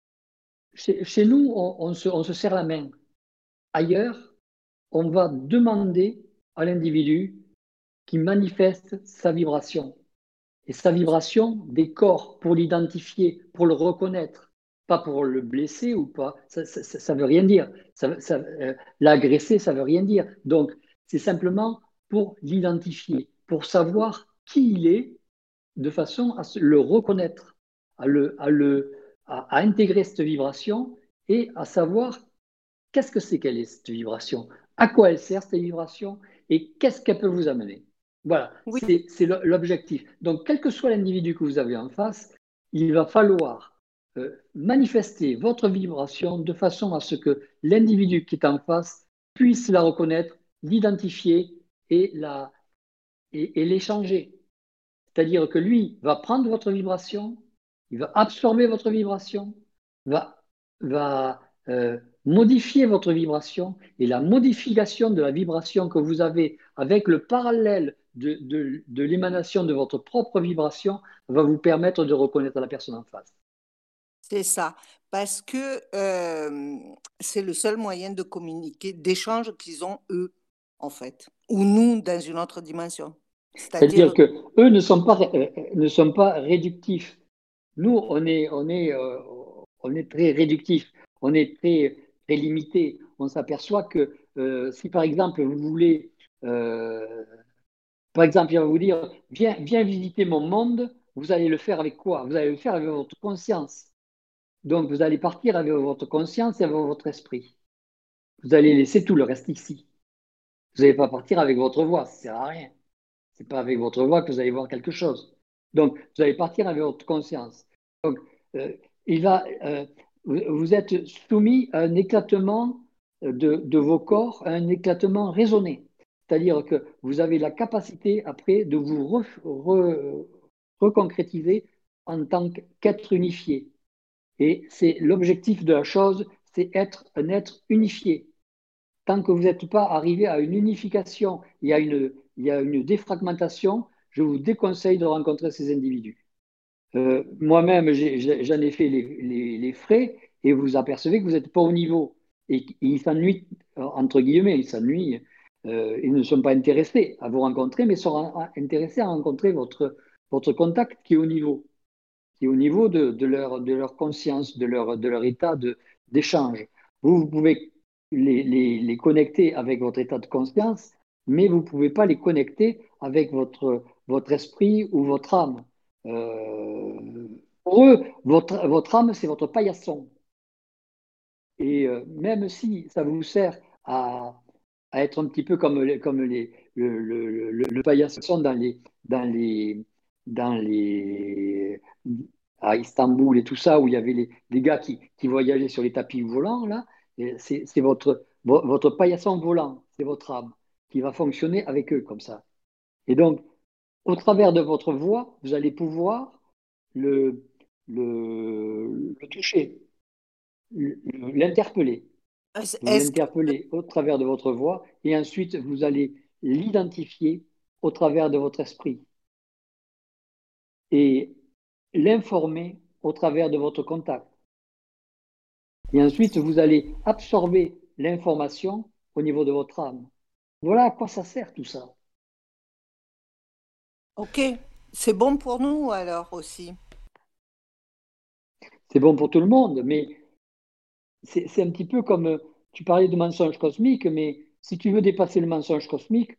chez, chez nous, on, on se, on se serre la main. Ailleurs, on va demander à l'individu qui manifeste sa vibration. Et sa vibration des corps pour l'identifier, pour le reconnaître, pas pour le blesser ou pas. Ça ne veut rien dire. Ça, ça, euh, l'agresser, ça veut rien dire. Donc, c'est simplement pour l'identifier, pour savoir qui il est, de façon à se- le reconnaître, à, le, à, le, à, à intégrer cette vibration et à savoir qu'est-ce que c'est qu'elle est, cette vibration, à quoi elle sert, cette vibration, et qu'est-ce qu'elle peut vous amener. Voilà, Oui, c'est c'est le- l'objectif. Donc, quel que soit l'individu que vous avez en face, il va falloir euh, manifester votre vibration de façon à ce que l'individu qui est en face puisse la reconnaître, l'identifier et la, et, et l'échanger. C'est-à-dire que lui va prendre votre vibration, il va absorber votre vibration, va, va euh, modifier votre vibration et la modification de la vibration que vous avez avec le parallèle de, de, de l'émanation de votre propre vibration va vous permettre de reconnaître la personne en face. c'est ça. Parce que euh, c'est le seul moyen de communiquer, d'échange qu'ils ont eux, en fait. Ou nous, dans une autre dimension. C'est-à-dire C'est-à-dire, que eux ne sont pas, euh, ne sont pas réductifs. Nous, on est, on est, euh, on est très réductif, on est très, très limité. On s'aperçoit que euh, si par exemple vous voulez, euh, par exemple, il va vous dire, viens, viens visiter mon monde, vous allez le faire avec quoi? Vous allez le faire avec votre conscience. Donc vous allez partir avec votre conscience et avec votre esprit. Vous allez laisser tout le reste ici. Vous n'allez pas partir avec votre voix, ça ne sert à rien. C'est pas avec votre voix que vous allez voir quelque chose. Donc, vous allez partir avec votre conscience. Donc, euh, il va, euh, vous, vous êtes soumis à un éclatement de, de vos corps, à un éclatement raisonné. C'est-à-dire que vous avez la capacité après de vous re- re- reconcrétiser en tant qu'être unifié. Et c'est l'objectif de la chose, c'est être un être unifié. Tant que vous n'êtes pas arrivé à une unification, il y a une, il y a une défragmentation, je vous déconseille de rencontrer ces individus. Euh, moi-même, j'ai- j'ai- j'en ai fait les, les- les frais et vous apercevez que vous n'êtes pas au niveau. Et ils s'ennuient, euh, entre guillemets, ils s'ennuient. Euh, ils ne sont pas intéressés à vous rencontrer, mais sont en- intéressés à rencontrer votre, votre contact qui est au niveau, qui est au niveau de, de leur, de leur conscience, de leur, de leur état de- d'échange. Vous, vous pouvez les, les, les connecter avec votre état de conscience, mais vous ne pouvez pas les connecter avec votre, votre esprit ou votre âme. Euh, pour eux, votre, votre âme, c'est votre paillasson. Et euh, même si ça vous sert à, à être un petit peu comme, les, comme les, le, le, le, le paillasson dans les, dans les, dans les, à Istanbul et tout ça, où il y avait les, les gars qui, qui voyageaient sur les tapis volants, là, et c'est c'est votre, vo- votre paillasson volant, c'est votre âme qui va fonctionner avec eux comme ça. Et donc, au travers de votre voix, vous allez pouvoir le, le, le toucher, le- l'interpeller. Est-ce Vous est-ce que l'interpellez au travers de votre voix et ensuite vous allez l'identifier au travers de votre esprit et l'informer au travers de votre contact. Et ensuite, vous allez absorber l'information au niveau de votre âme. Voilà à quoi ça sert tout ça. ok, c'est bon pour nous alors aussi. C'est bon pour tout le monde, mais c'est c'est un petit peu comme, euh, tu parlais de mensonges cosmiques, mais si tu veux dépasser le mensonge cosmique,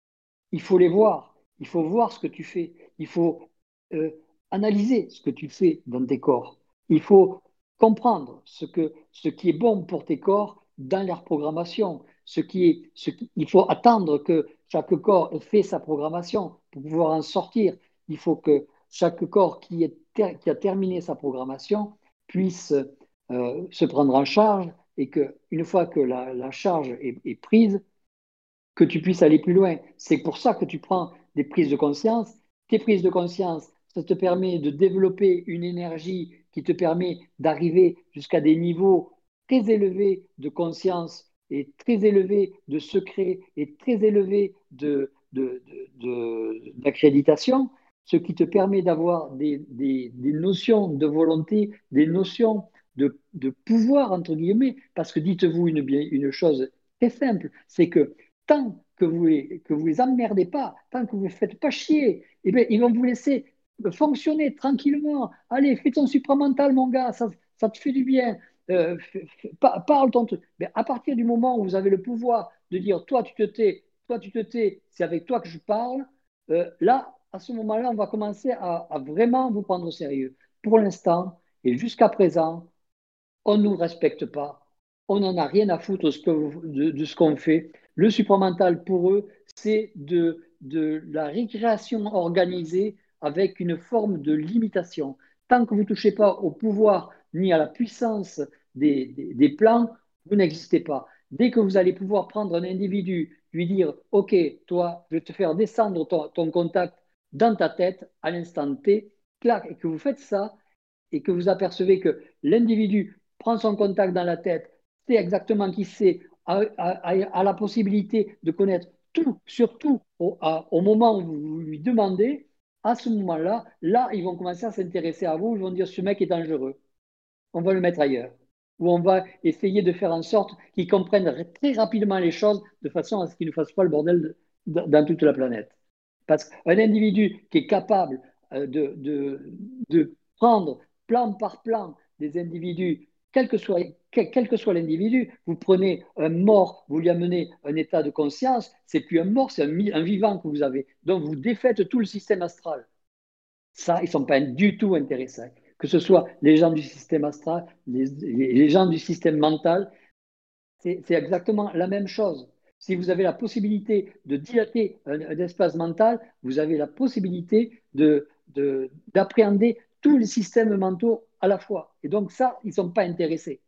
il faut les voir. Il faut voir ce que tu fais. Il faut euh, analyser ce que tu fais dans tes corps. Il faut comprendre ce que, ce qui est bon pour tes corps dans leur programmation. Ce qui est, ce qui- il faut attendre que chaque corps ait fait sa programmation pour pouvoir en sortir. Il faut que chaque corps qui, est ter- qui a terminé sa programmation puisse euh, se prendre en charge et qu'une fois que la, la charge est, est prise, que tu puisses aller plus loin. C'est pour ça que tu prends des prises de conscience. Tes prises de conscience, ça te permet de développer une énergie qui te permet d'arriver jusqu'à des niveaux très élevés de conscience et très élevés de secret et très élevés de, de, de- de- d'accréditation, ce qui te permet d'avoir des, des- des notions de volonté, des notions de, de pouvoir, entre guillemets, parce que dites-vous une, bien- une chose très simple, c'est que tant que vous les, que vous les emmerdez pas, tant que vous ne faites pas chier, eh bien, ils vont vous laisser fonctionner tranquillement. Allez, fais ton supramental, mon gars, ça, ça te fait du bien. Euh, f- f- pa- parle ton truc. Mais à partir du moment où vous avez le pouvoir de dire, toi, tu te tais, toi, tu te tais, c'est avec toi que je parle, euh, là, à ce moment-là, on va commencer à, à vraiment vous prendre au sérieux. Pour l'instant, et jusqu'à présent, on ne nous respecte pas, on n'en a rien à foutre de ce que- de- de ce qu'on fait. Le supramental, pour eux, c'est de, de la récréation organisée avec une forme de limitation. Tant que vous ne touchez pas au pouvoir ni à la puissance des, des- des plans, vous n'existez pas. Dès que vous allez pouvoir prendre un individu, lui dire, OK, toi, je vais te faire descendre ton, ton contact dans ta tête à l'instant T, clac, et que vous faites ça, et que vous apercevez que l'individu prend son contact dans la tête, sait exactement qui c'est, a, a- a- a la possibilité de connaître tout, surtout au, à- au moment où vous lui demandez, à ce moment-là, là, ils vont commencer à s'intéresser à vous, ils vont dire ce mec est dangereux, on va le mettre ailleurs. Ou on va essayer de faire en sorte qu'il comprenne très rapidement les choses de façon à ce qu'il ne fasse pas le bordel de- de- dans toute la planète. Parce qu'un individu qui est capable euh, de, de, de prendre plan par plan des individus, quel que soit, quel, quel que soit l'individu, vous prenez un mort, vous lui amenez un état de conscience, c'est plus un mort, c'est un, mi- un vivant que vous avez. Donc vous défaites tout le système astral. Ça, ils ne sont pas du tout intéressés. Que ce soit les gens du système astral, les, les- les gens du système mental, c'est c'est exactement la même chose. Si vous avez la possibilité de dilater un, un espace mental, vous avez la possibilité de, de- d'appréhender tous les systèmes mentaux à la fois. Et donc ça, ils ne sont pas intéressés.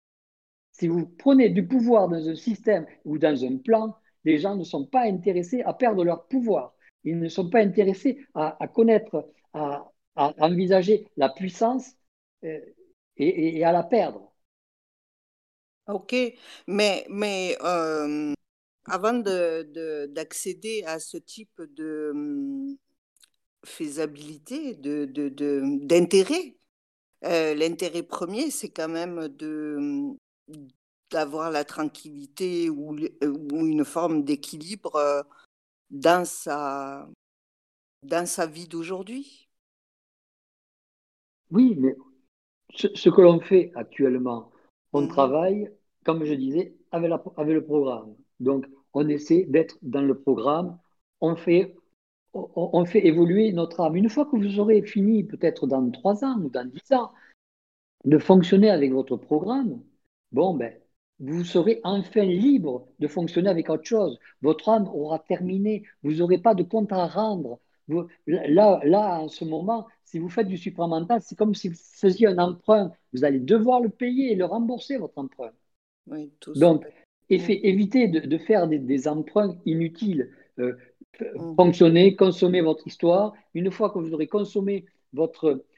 Si vous prenez du pouvoir dans un système ou dans un plan, les gens ne sont pas intéressés à perdre leur pouvoir. Ils ne sont pas intéressés à, à connaître, à, à envisager la puissance euh, et, et à la perdre. Ok, mais, mais euh, avant de, de- d'accéder à ce type de hum, faisabilité, de, de, de- d'intérêt, euh, l'intérêt premier, c'est quand même de, hum, d'avoir la tranquillité ou, le- ou une forme d'équilibre euh, dans sa, dans sa vie d'aujourd'hui. Oui, mais ce, ce que l'on fait actuellement, on Mhm. travaille, comme je disais, avec, la- avec le programme. Donc, on essaie d'être dans le programme, on fait, on, on fait évoluer notre âme. Une fois que vous aurez fini, peut-être dans trois ans ou dans dix ans, de fonctionner avec votre programme, bon, ben, vous serez enfin libre de fonctionner avec autre chose. Votre âme aura terminé. Vous n'aurez pas de compte à rendre. Vous- là, là, en ce moment, si vous faites du supramental, c'est comme si vous faisiez un emprunt. Vous allez devoir le payer et le rembourser, votre emprunt. Oui, tout se Donc, paye. effe- évitez de, de faire des, des emprunts inutiles. Euh, f- Mhm. fonctionnez, consommez votre histoire. Une fois que vous aurez consommé votre,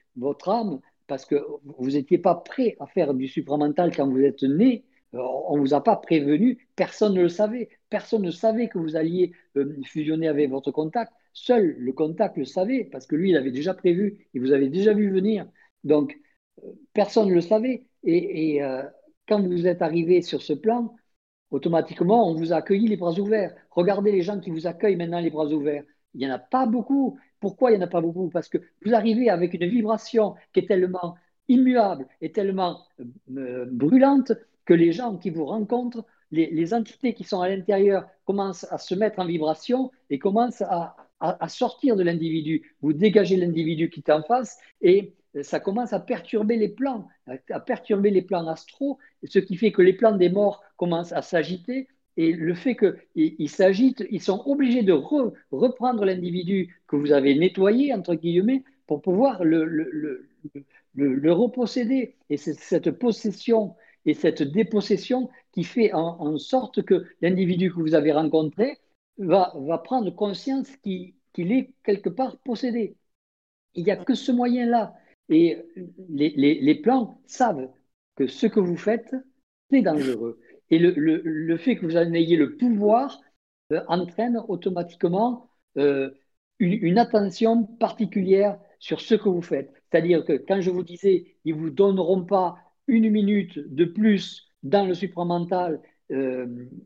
votre âme, parce que vous n'étiez pas prêt à faire du supramental quand vous êtes né. On ne vous a pas prévenu, personne ne le savait. Personne ne savait que vous alliez euh, fusionner avec votre contact. Seul le contact le savait, parce que lui, il avait déjà prévu, il vous avait déjà vu venir. Donc, euh, personne ne le savait. Et, et euh, quand vous êtes arrivé sur ce plan, automatiquement, on vous a accueilli les bras ouverts. Regardez les gens qui vous accueillent maintenant les bras ouverts. Il n'y en a pas beaucoup. Pourquoi il n'y en a pas beaucoup? Parce que vous arrivez avec une vibration qui est tellement immuable et tellement euh, brûlante que les gens qui vous rencontrent, les, les entités qui sont à l'intérieur commencent à se mettre en vibration et commencent à, à, à sortir de l'individu. Vous dégagez l'individu qui est en face et ça commence à perturber les plans, à perturber les plans astraux, ce qui fait que les plans des morts commencent à s'agiter. Et le fait qu'ils s'agitent, ils sont obligés de re, reprendre l'individu que vous avez nettoyé, entre guillemets, pour pouvoir le, le, le, le, le reposséder. Et c'est cette possession et cette dépossession qui fait en, en sorte que l'individu que vous avez rencontré va, va prendre conscience qu'il, qu'il est quelque part possédé. Il n'y a que ce moyen-là. Et les, les, les plans savent que ce que vous faites, c'est dangereux. Et le, le, le fait que vous en ayez le pouvoir euh, entraîne automatiquement euh, une, une attention particulière sur ce que vous faites. C'est-à-dire que quand je vous disais, ils ne vous donneront pas une minute de plus dans le supramental euh,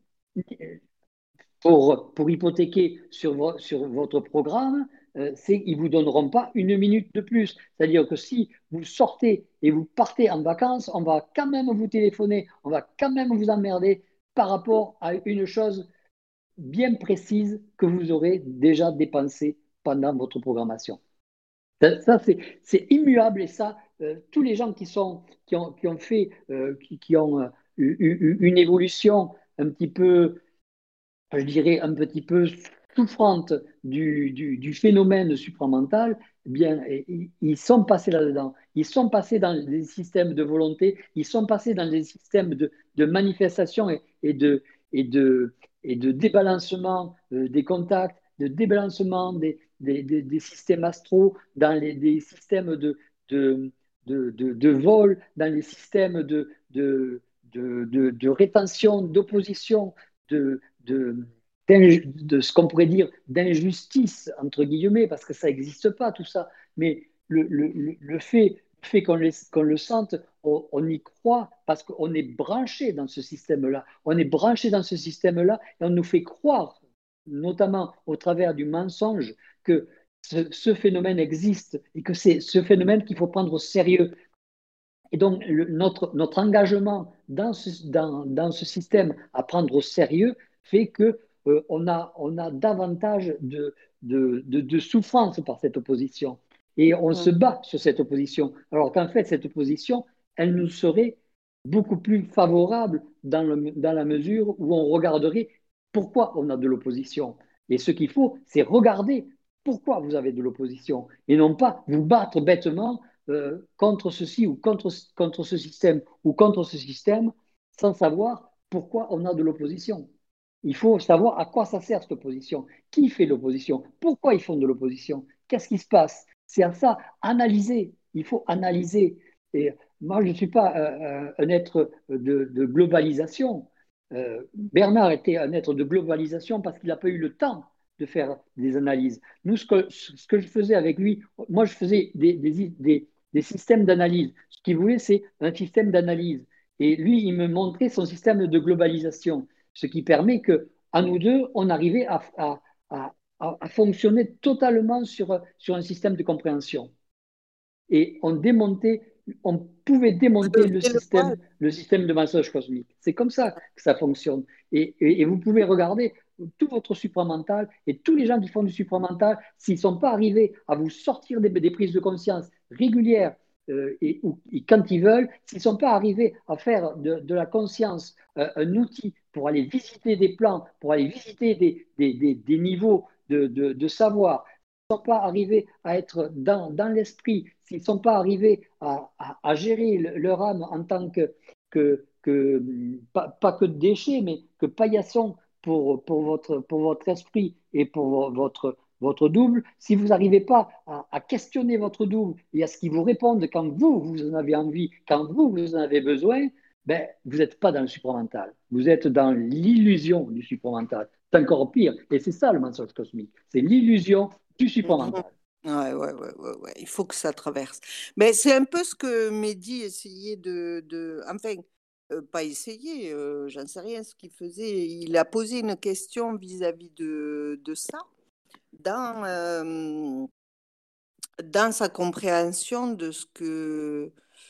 pour, pour hypothéquer sur, vo, sur votre programme, euh, c'est qu'ils ne vous donneront pas une minute de plus. C'est-à-dire que si vous sortez et vous partez en vacances, on va quand même vous téléphoner, on va quand même vous emmerder par rapport à une chose bien précise que vous aurez déjà dépensée pendant votre programmation. Ça, ça c'est, c'est immuable et ça, euh, tous les gens qui, sont, qui, ont, qui ont fait, euh, qui, qui ont euh, eu, eu une évolution un petit peu, je dirais, un petit peu souffrante du, du, du phénomène supramental, eh bien, ils sont passés là-dedans. Ils sont passés dans des systèmes de volonté, ils sont passés dans des systèmes de, de manifestation et, et, de, et, de, et de débalancement euh, des contacts, de débalancement des, des, des, des systèmes astraux, dans les, des systèmes de, de, de, de, de vol, dans les systèmes de, de, de, de, de rétention, d'opposition, de, de, de ce qu'on pourrait dire d'injustice, entre guillemets, parce que ça n'existe pas tout ça, mais le, le, le fait, le fait qu'on, les, qu'on le sente, on, on y croit parce qu'on est branché dans ce système-là. On est branché dans ce système-là et on nous fait croire, notamment au travers du mensonge, que ce, ce phénomène existe et que c'est ce phénomène qu'il faut prendre au sérieux. Et donc, le, notre, notre engagement dans ce, dans, dans ce système à prendre au sérieux fait que euh, on, a, on a davantage de, de, de, de souffrance par cette opposition. Et on se bat sur cette opposition. Alors qu'en fait, cette opposition, elle nous serait beaucoup plus favorable dans, le, dans la mesure où on regarderait pourquoi on a de l'opposition. Et ce qu'il faut, c'est regarder pourquoi vous avez de l'opposition et non pas vous battre bêtement euh, contre ceci ou contre, contre ce système ou contre ce système sans savoir pourquoi on a de l'opposition. Il faut savoir à quoi ça sert cette opposition, qui fait l'opposition, pourquoi ils font de l'opposition, qu'est-ce qui se passe. C'est à ça, analyser, il faut analyser. Et moi, je ne suis pas euh, un être de, de globalisation. Euh, Bernard était un être de globalisation parce qu'il n'a pas eu le temps de faire des analyses. Nous, ce que, ce que je faisais avec lui, moi, je faisais des, des, des, des systèmes d'analyse. Ce qu'il voulait, c'est un système d'analyse. Et lui, il me montrait son système de globalisation, ce qui permet que, à nous deux, on arrivait à, à, à, à fonctionner totalement sur, sur un système de compréhension. Et on démontait, on pouvait démonter le système, le système de massage cosmique. C'est comme ça que ça fonctionne. Et, et, et vous pouvez regarder tout votre supramental et tous les gens qui font du supramental, s'ils ne sont pas arrivés à vous sortir des, des prises de conscience régulières euh, et, ou, et quand ils veulent, s'ils ne sont pas arrivés à faire de, de la conscience euh, un outil pour aller visiter des plans, pour aller visiter des, des, des, des niveaux de, de, de savoir, s'ils ne sont pas arrivés à être dans, dans l'esprit, s'ils ne sont pas arrivés à, à, à gérer leur âme en tant que, que, que pas, pas que déchet, mais que paillasson pour, pour, votre, pour votre esprit et pour votre, votre double, si vous n'arrivez pas à, à questionner votre double et à ce qu'il vous réponde quand vous, vous en avez envie, quand vous, vous en avez besoin, ben, vous n'êtes pas dans le supramental. Vous êtes dans l'illusion du supramental. C'est encore pire. Et c'est ça le mensonge cosmique. C'est l'illusion du supramental. Ouais, ouais, ouais, ouais, ouais. Il faut que ça traverse. Mais c'est un peu ce que Mehdi essayait de, de... Enfin, euh, pas essayer, euh, j'en sais rien ce qu'il faisait. Il a posé une question vis-à-vis de, de ça dans, euh, dans sa compréhension de ce que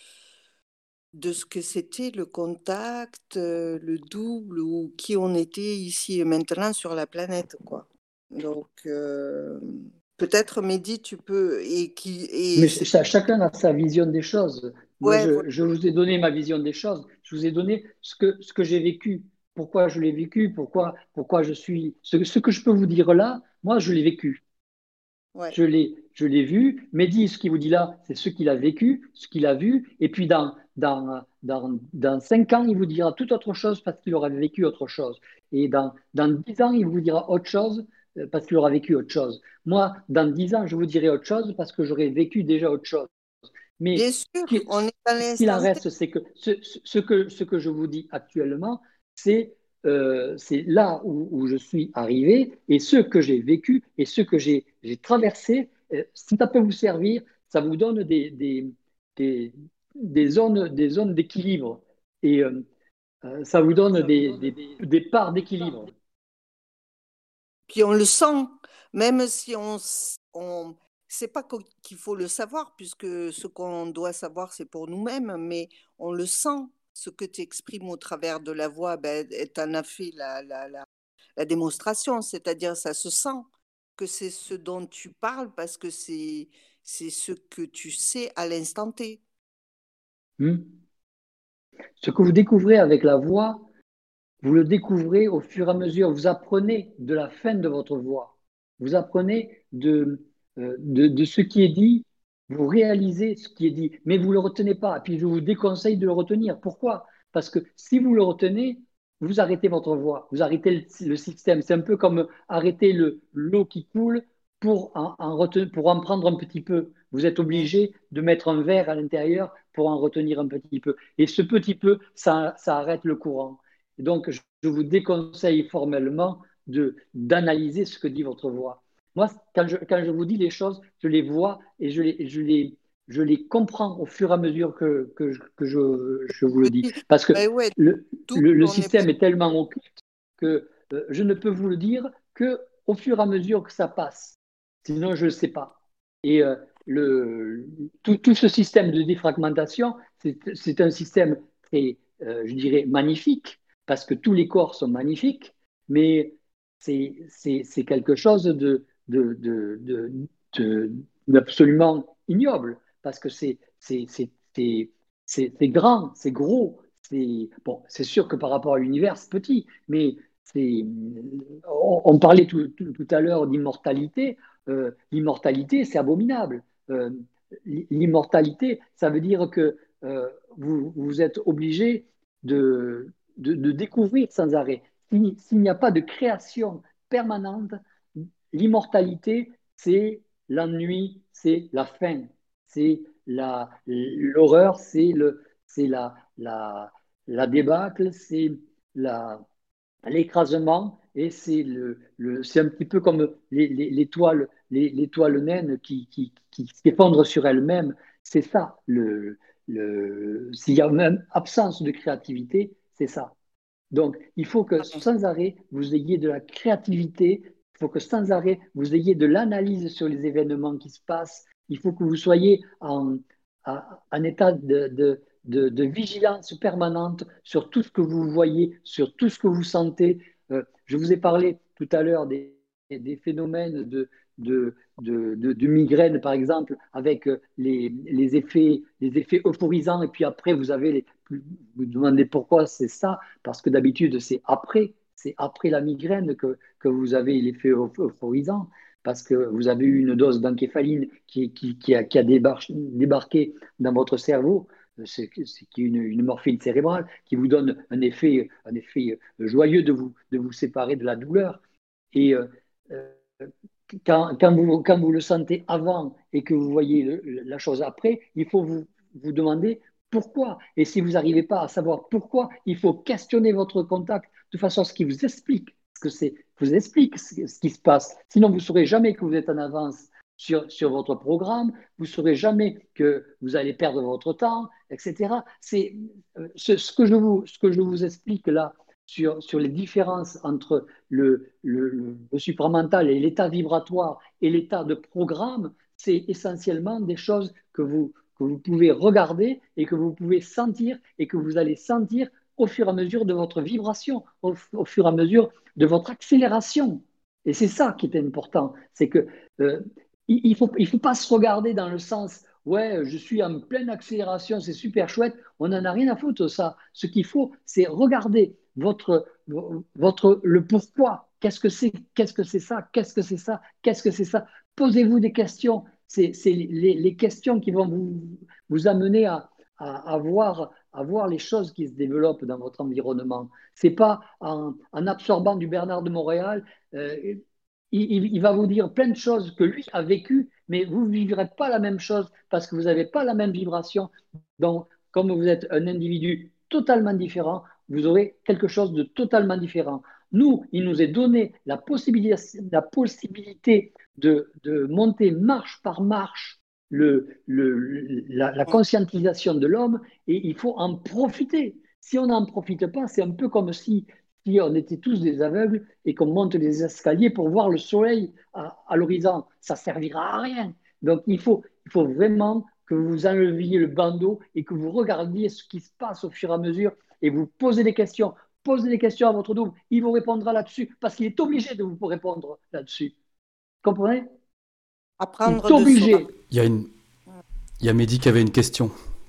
de ce que c'était le contact, euh, le double ou qui on était ici et maintenant sur la planète, quoi. Donc, euh, peut-être, Mehdi, tu peux... Et qui, et Mais c'est- ch- chacun a sa vision des choses. Moi, ouais, je, je vous ai donné ma vision des choses. Je vous ai donné ce que, ce que j'ai vécu. Pourquoi je l'ai vécu, pourquoi, pourquoi je suis... Ce, ce que je peux vous dire là, moi, je l'ai vécu. ouais. Je l'ai, je l'ai vu. Mehdi, ce qu'il vous dit là, c'est ce qu'il a vécu, ce qu'il a vu. Et puis, dans, dans, dans, dans cinq ans, il vous dira tout autre chose parce qu'il aura vécu autre chose. Et dans, dans dix ans, il vous dira autre chose euh, parce qu'il aura vécu autre chose. Moi, dans dix ans, je vous dirai autre chose parce que j'aurai vécu déjà autre chose. Bien Mais ce sûr, qui- on est dans ce qu'il en l'instant T. reste, c'est que ce, ce- ce que ce que je vous dis actuellement, c'est euh, c'est là où, où je suis arrivé et ce que j'ai vécu et ce que j'ai j'ai traversé. Euh, si ça peut vous servir, ça vous donne des, des, des, des zones des zones d'équilibre et euh, euh, ça vous donne des, des, des parts d'équilibre. Puis on le sent, même si on, s- on c'est pas qu'o- qu'il faut le savoir, puisque ce qu'on doit savoir, c'est pour nous-mêmes, mais on le sent. Ce que tu exprimes au travers de la voix, ben, tu en as fait la, la, la, la démonstration, c'est-à-dire ça se sent que c'est ce dont tu parles parce que c'est c'est ce que tu sais à l'instant T. Hmm. Ce que vous découvrez avec la voix, vous le découvrez au fur et à mesure. Vous apprenez de la fin de votre voix. Vous apprenez de, euh, de, de ce qui est dit. Vous réalisez ce qui est dit, mais vous ne le retenez pas. Et puis, je vous déconseille de le retenir. Pourquoi? Parce que si vous le retenez, vous arrêtez votre voix, vous arrêtez le, le système. C'est un peu comme arrêter le, l'eau qui coule pour en, en retenir, pour en prendre un petit peu. Vous êtes Mm. obligé de mettre un verre à l'intérieur pour en retenir un petit peu. Et ce petit peu, ça, ça arrête le courant. Et donc, je, je vous déconseille formellement de, d'analyser ce que dit votre voix. Moi, quand je, quand je vous dis les choses, je les vois et je les, je les, je les comprends au fur et à mesure que, que, je, que je, je vous le dis. Petit, Parce que ben ouais, le, tout, le, le on est système est tellement occulte que euh, je ne peux vous le dire qu'au fur et à mesure que ça passe. Sinon, je ne sais pas. Et euh, le, tout, tout ce système de défragmentation, c'est, c'est un système très, euh, je dirais, magnifique, parce que tous les corps sont magnifiques, mais c'est, c'est, c'est quelque chose de, de, de, de, de- d'absolument ignoble, parce que c'est, c'est, c'est, c'est, c'est, c'est grand, c'est gros, c'est, bon, c'est sûr que par rapport à l'univers, c'est petit, mais c'est, on, on parlait tout, tout, tout à l'heure d'immortalité. Euh, l'immortalité, c'est abominable. Euh, l'immortalité, ça veut dire que euh, vous, vous êtes obligé de, de, de découvrir sans arrêt. S'il, s'il n'y a pas de création permanente, l'immortalité, c'est l'ennui, c'est la fin, c'est la, l'horreur, c'est, le, c'est la, la, la débâcle, c'est la, l'écrasement, et c'est le, le, c'est un petit peu comme les, les, les toiles, les, les toiles naines qui, qui, qui s'effondrent sur elles-mêmes. C'est ça, le, le, s'il y a même absence de créativité, c'est ça. Donc, il faut que sans arrêt, vous ayez de la créativité, il faut que sans arrêt, vous ayez de l'analyse sur les événements qui se passent, il faut que vous soyez en, en état de, de, de, de, vigilance permanente sur tout ce que vous voyez, sur tout ce que vous sentez. Euh, je vous ai parlé tout à l'heure des, des phénomènes de, de, de, de, de migraine, par exemple, avec les, les, effets, les effets euphorisants, et puis après, vous avez les, vous vous demandez pourquoi c'est ça, parce que d'habitude, c'est après, c'est après la migraine que, que vous avez l'effet euphorisant, parce que vous avez eu une dose d'encéphaline qui, qui, qui, a, qui a débarqué, débarqué dans votre cerveau, c'est, c'est une, une morphine cérébrale qui vous donne un effet, un effet joyeux de vous, de vous séparer de la douleur. Et euh, quand, quand, vous, quand vous le sentez avant et que vous voyez le, la chose après, il faut vous, vous demander pourquoi. Et si vous n'arrivez pas à savoir pourquoi, il faut questionner votre contact de façon à ce qu'il vous explique ce que c'est, vous explique ce, ce qui se passe. Sinon, vous ne saurez jamais que vous êtes en avance sur, sur votre programme, vous ne saurez jamais que vous allez perdre votre temps, et cetera. C'est, ce, ce, que je vous, ce que je vous explique là, Sur, sur, les différences entre le, le, le supramental et l'état vibratoire et l'état de programme, c'est essentiellement des choses que vous, que vous pouvez regarder et que vous pouvez sentir et que vous allez sentir au fur et à mesure de votre vibration, au, au fur et à mesure de votre accélération. Et c'est ça qui est important, c'est que euh, il ne faut, il faut pas se regarder dans le sens ouais, je suis en pleine accélération, c'est super chouette, on n'en a rien à foutre de ça. Ce qu'il faut, c'est regarder votre, votre, le pourquoi. Qu'est-ce que c'est Qu'est-ce que c'est ça Qu'est-ce que c'est ça Qu'est-ce que c'est ça Posez-vous des questions. C'est, c'est les, les questions qui vont vous, vous amener à, à, à, voir, à voir les choses qui se développent dans votre environnement. Ce n'est pas en, en absorbant du Bernard de Montréal, euh, il, il va vous dire plein de choses que lui a vécues, mais vous ne vivrez pas la même chose parce que vous n'avez pas la même vibration. Donc, comme vous êtes un individu totalement différent, vous aurez quelque chose de totalement différent. Nous, il nous est donné la possibilité, la possibilité de, de monter marche par marche le, le, la, la conscientisation de l'homme et il faut en profiter. Si on n'en profite pas, c'est un peu comme si, si on était tous des aveugles et qu'on monte les escaliers pour voir le soleil à, à l'horizon. Ça ne servira à rien. Donc, il faut, il faut vraiment que vous enleviez le bandeau et que vous regardiez ce qui se passe au fur et à mesure et vous posez des questions. Posez des questions à votre double, il vous répondra là-dessus parce qu'il est obligé de vous répondre là-dessus. Comprenez? Apprendre il est obligé. De il y a une, il y a Mehdi qui avait une question.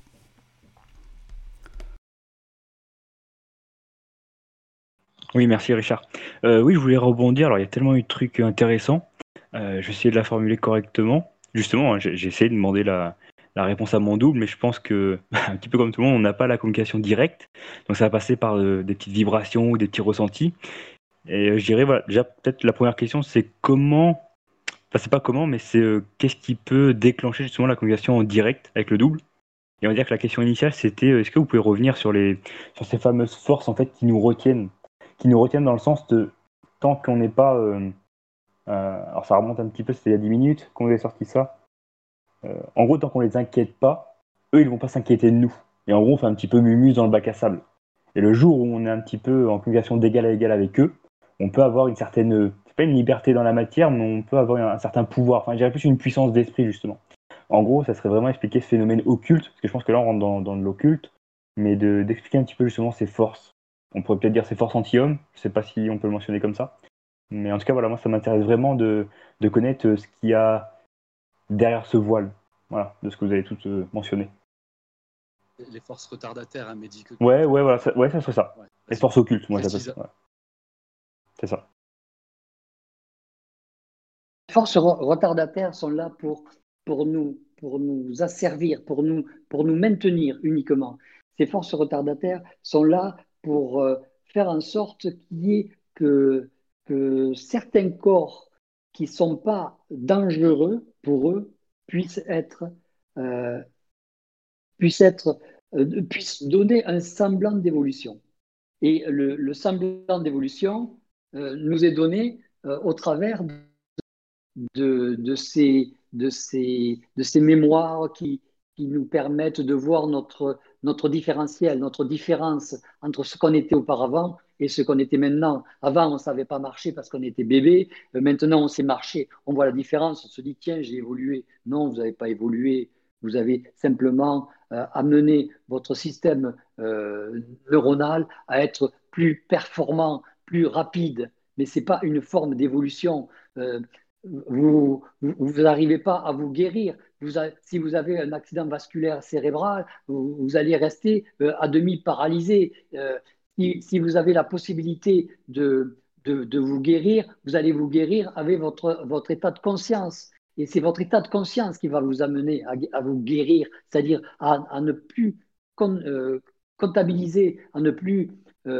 Oui, merci Richard. Euh, oui, je voulais rebondir. Alors, il y a tellement eu de trucs intéressants. Euh, je vais essayer de la formuler correctement. Justement, j'ai, j'ai essayé de demander la, la réponse à mon double, mais je pense que, un petit peu comme tout le monde, on n'a pas la communication directe. Donc, ça va passer par euh, des petites vibrations ou des petits ressentis. Et euh, je dirais, voilà, déjà, peut-être la première question, c'est comment, enfin, c'est pas comment, mais c'est euh, qu'est-ce qui peut déclencher justement la communication en direct avec le double? Et on va dire que la question initiale, c'était, euh, est-ce que vous pouvez revenir sur, les, sur ces fameuses forces, en fait, qui nous retiennent, qui nous retiennent dans le sens de, tant qu'on n'est pas... Euh, euh, alors, ça remonte un petit peu, c'était il y a dix minutes qu'on nous a sorti ça. Euh, en gros, tant qu'on les inquiète pas, eux, ils vont pas s'inquiéter de nous. Et en gros, on fait un petit peu mumuse dans le bac à sable. Et le jour où on est un petit peu en communication d'égal à égal avec eux, on peut avoir une certaine, c'est pas une liberté dans la matière, mais on peut avoir un certain pouvoir. Enfin, je dirais plus une puissance d'esprit, justement. En gros, ça serait vraiment expliquer ce phénomène occulte, parce que je pense que là, on rentre dans, dans de l'occulte, mais de, d'expliquer un petit peu justement ces forces. On pourrait peut-être dire ces forces anti-hommes, je sais pas si on peut le mentionner comme ça. Mais en tout cas, voilà, moi, ça m'intéresse vraiment de, de connaître ce qu'il y a derrière ce voile, voilà, de ce que vous avez toutes euh, mentionné. Les forces retardataires, hein, Mehdi. Que... Ouais, ouais, voilà, ça, ouais, ça serait ça. Ouais, les forces occultes, moi, j'appelle ça. Ouais. C'est ça. Les forces retardataires sont là pour, pour, nous, pour nous asservir, pour nous, pour nous maintenir uniquement. Ces forces retardataires sont là pour euh, faire en sorte qu'il y ait que, que certains corps qui ne sont pas dangereux pour eux puissent être, euh, puissent, être euh, puissent donner un semblant d'évolution. Et le, le semblant d'évolution euh, nous est donné euh, au travers de, de, ces, de, ces, de ces mémoires qui, qui nous permettent de voir notre, notre différentiel, notre différence entre ce qu'on était auparavant et ce qu'on était maintenant. Avant, on ne savait pas marcher parce qu'on était bébé. Maintenant, on sait marcher. On voit la différence. On se dit, tiens, j'ai évolué. Non, vous n'avez pas évolué. Vous avez simplement euh, amené votre système euh, neuronal à être plus performant, plus rapide. Mais ce n'est pas une forme d'évolution. Euh, vous n'arrivez pas à vous guérir. Vous a, si vous avez un accident vasculaire cérébral, vous, vous allez rester euh, à demi paralysé. Euh, si, si vous avez la possibilité de, de, de vous guérir, vous allez vous guérir avec votre, votre état de conscience. Et c'est votre état de conscience qui va vous amener à, à vous guérir, c'est-à-dire à, à ne plus con, euh, comptabiliser, à ne plus euh,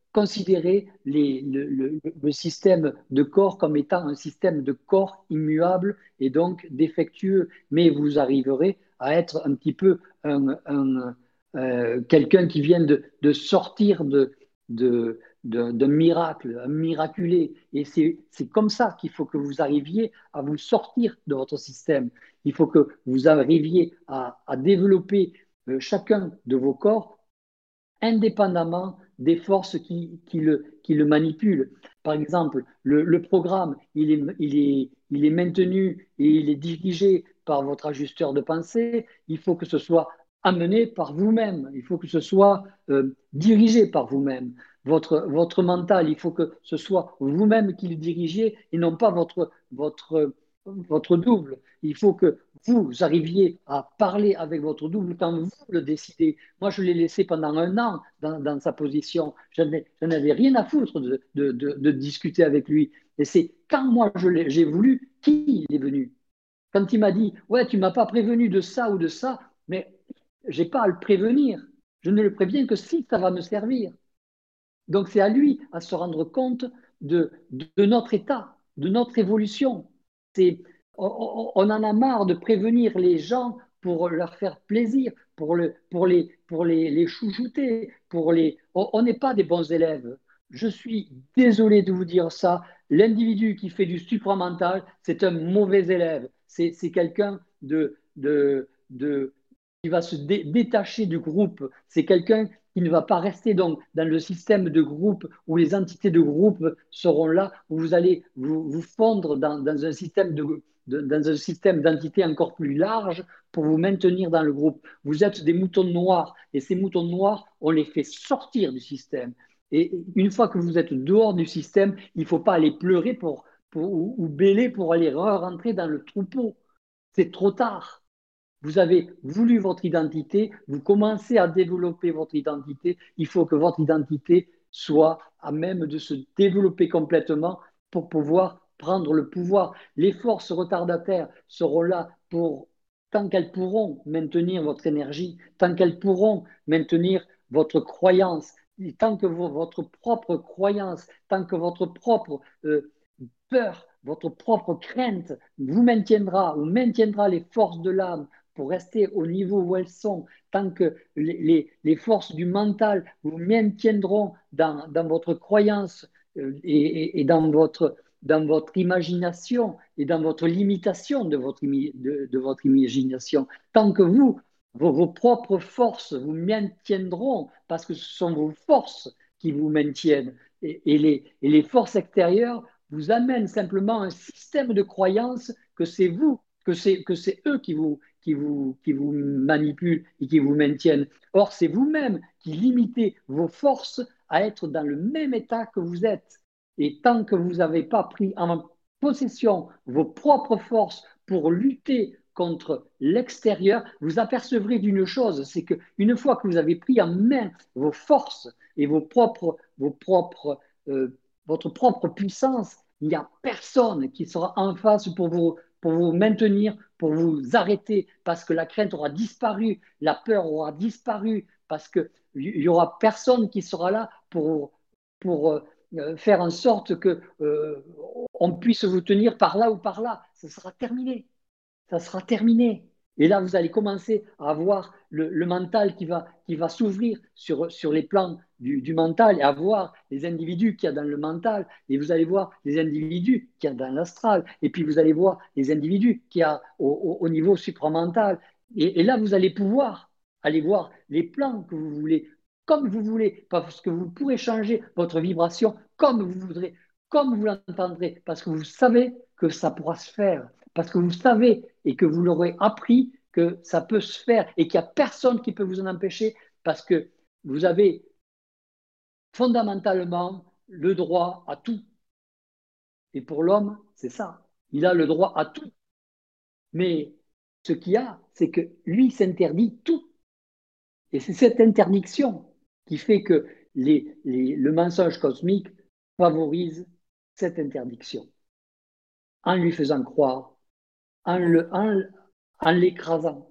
considérez les, le, le, le système de corps comme étant un système de corps immuable et donc défectueux, mais vous arriverez à être un petit peu un, un, euh, quelqu'un qui vient de, de sortir de, de, de, d'un miracle, un miraculé. Et c'est, c'est comme ça qu'il faut que vous arriviez à vous sortir de votre système. Il faut que vous arriviez à, à développer euh, chacun de vos corps indépendamment des forces qui, qui, le, qui le manipulent. Par exemple, le, le programme, il est, il, est, il est maintenu et il est dirigé par votre ajusteur de pensée. Il faut que ce soit amené par vous-même. Il faut que ce soit euh, dirigé par vous-même. Votre, votre mental, il faut que ce soit vous-même qui le dirigez et non pas votre, votre, votre double. Il faut que vous arriviez à parler avec votre double quand vous le décidez. Moi, je l'ai laissé pendant un an dans, dans sa position. Je n'avais rien à foutre de, de, de, de discuter avec lui. Et c'est quand moi je j'ai voulu qu'il est venu. Quand il m'a dit « Ouais, tu ne m'as pas prévenu de ça ou de ça », mais je n'ai pas à le prévenir. Je ne le préviens que si ça va me servir. Donc, c'est à lui à se rendre compte de, de, de notre état, de notre évolution. C'est, on, on en a marre de prévenir les gens pour leur faire plaisir, pour, le, pour, les, pour les, les chouchouter. Pour les, on n'est pas des bons élèves. Je suis désolé de vous dire ça. L'individu qui fait du supramental, c'est un mauvais élève. C'est, c'est quelqu'un de, de, de, qui va se dé, détacher du groupe. C'est quelqu'un qui ne va pas rester donc dans le système de groupe où les entités de groupe seront là, où vous allez vous, vous fondre dans, dans un système de, de, dans un système d'entités encore plus large pour vous maintenir dans le groupe. Vous êtes des moutons noirs et ces moutons noirs, on les fait sortir du système. Et une fois que vous êtes dehors du système, il ne faut pas aller pleurer pour, pour, ou, ou bêler pour aller rentrer dans le troupeau. C'est trop tard. Vous avez voulu votre identité, vous commencez à développer votre identité. Il faut que votre identité soit à même de se développer complètement pour pouvoir prendre le pouvoir. Les forces retardataires seront là pour, tant qu'elles pourront maintenir votre énergie, tant qu'elles pourront maintenir votre croyance, tant que votre propre croyance, tant que votre propre euh, peur, votre propre crainte vous maintiendra ou maintiendra les forces de l'âme pour rester au niveau où elles sont, tant que les, les, les forces du mental vous maintiendront dans, dans votre croyance euh, et, et, et dans, votre, dans votre imagination et dans votre limitation de votre, de, de votre imagination, tant que vous, vos, vos propres forces vous maintiendront, parce que ce sont vos forces qui vous maintiennent, et, et, les, et les forces extérieures vous amènent simplement un système de croyance que c'est vous, que c'est, que c'est eux qui vous, qui, vous, qui vous manipulent et qui vous maintiennent. Or, c'est vous-même qui limitez vos forces à être dans le même état que vous êtes. Et tant que vous n'avez pas pris en possession vos propres forces pour lutter contre l'extérieur, vous apercevrez d'une chose, c'est qu'une fois que vous avez pris en main vos forces et vos propres, vos propres, euh, votre propre puissance, il n'y a personne qui sera en face pour vous, pour vous maintenir, pour vous arrêter, parce que la crainte aura disparu, la peur aura disparu, parce qu'il n'y aura personne qui sera là pour, pour euh, faire en sorte qu'on euh, puisse vous tenir par là ou par là. Ça sera terminé. Ça sera terminé. Et là, vous allez commencer à avoir le, le mental qui va, qui va s'ouvrir sur, sur les plans du, du mental et à voir les individus qu'il y a dans le mental. Et vous allez voir les individus qu'il y a dans l'astral. Et puis, vous allez voir les individus qu'il y a au, au, au niveau supramental. Et, et là, vous allez pouvoir aller voir les plans que vous voulez, comme vous voulez, parce que vous pourrez changer votre vibration comme vous voudrez, comme vous l'entendrez, parce que vous savez que ça pourra se faire. Parce que vous savez et que vous l'aurez appris que ça peut se faire et qu'il n'y a personne qui peut vous en empêcher parce que vous avez fondamentalement le droit à tout. Et pour l'homme, c'est ça. Il a le droit à tout. Mais ce qu'il y a, c'est que lui s'interdit tout. Et c'est cette interdiction qui fait que les, les, le mensonge cosmique favorise cette interdiction en lui faisant croire, en, le, en, en l'écrasant.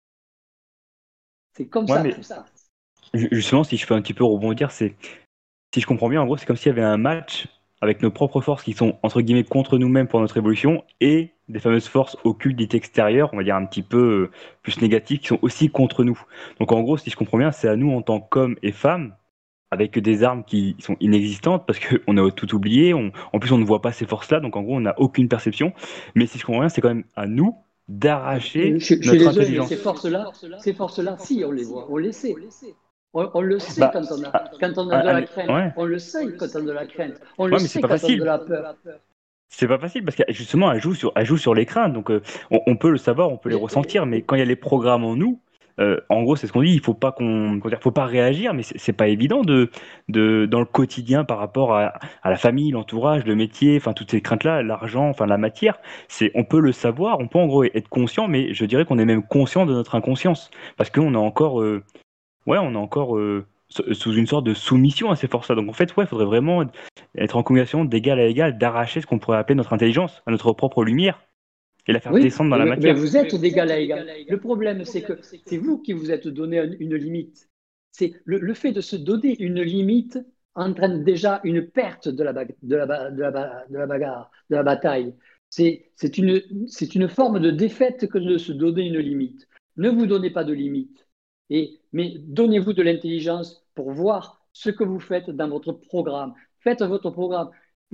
C'est comme ouais, ça mais tout ça. Justement, si je peux un petit peu rebondir, c'est si je comprends bien, en gros, c'est comme s'il y avait un match avec nos propres forces qui sont, entre guillemets, contre nous-mêmes pour notre évolution, et des fameuses forces occultes dites extérieures, on va dire un petit peu euh, plus négatives, qui sont aussi contre nous. Donc en gros, si je comprends bien, c'est à nous en tant qu'hommes et femmes, avec des armes qui sont inexistantes, parce qu'on a tout oublié, on, en plus on ne voit pas ces forces-là, donc en gros on n'a aucune perception, mais si je comprends bien, c'est quand même à nous d'arracher Je, je suis notre désolé, mais intelligence. ces forces-là, ces forces-là, si on les voit, on les sait. On, on le sait Bah, quand on a, ah, quand on a de ah, la mais- crainte. ouais. On le sait quand on a de la crainte. On Ouais, le mais c'est sait pas quand on a facile. de la peur. C'est pas facile parce que justement, elle joue sur, elle joue sur les craintes. Donc, euh, on, on peut le savoir, on peut les Mais- ressentir, mais quand il y a les programmes en nous, euh, en gros, c'est ce qu'on dit. Il faut pas qu'on, comment dire, faut pas réagir, mais c'est c'est pas évident de, de, dans le quotidien par rapport à, à la famille, l'entourage, le métier, enfin toutes ces craintes-là, l'argent, enfin la matière. C'est, on peut le savoir, on peut en gros être conscient, mais je dirais qu'on est même conscient de notre inconscience parce qu'on a encore, euh, ouais, on est encore euh, sous sous une sorte de soumission à ces forces-là. Donc en fait, ouais, il faudrait vraiment être en communication d'égal à égal, d'arracher ce qu'on pourrait appeler notre intelligence, à notre propre lumière, et la faire Oui, descendre dans la mais, mais matière. vous êtes d'égal à égal. Le problème, c'est que c'est vous qui vous êtes donné un- une limite. C'est le, le fait de se donner une limite entraîne déjà une perte de la, bague- de la, ba- de la, ba- de la bagarre, de la bataille. C'est c'est une, c'est une forme de défaite que de se donner une limite. Ne vous donnez pas de limite, et, mais donnez-vous de l'intelligence pour voir ce que vous faites dans votre programme. Faites votre programme.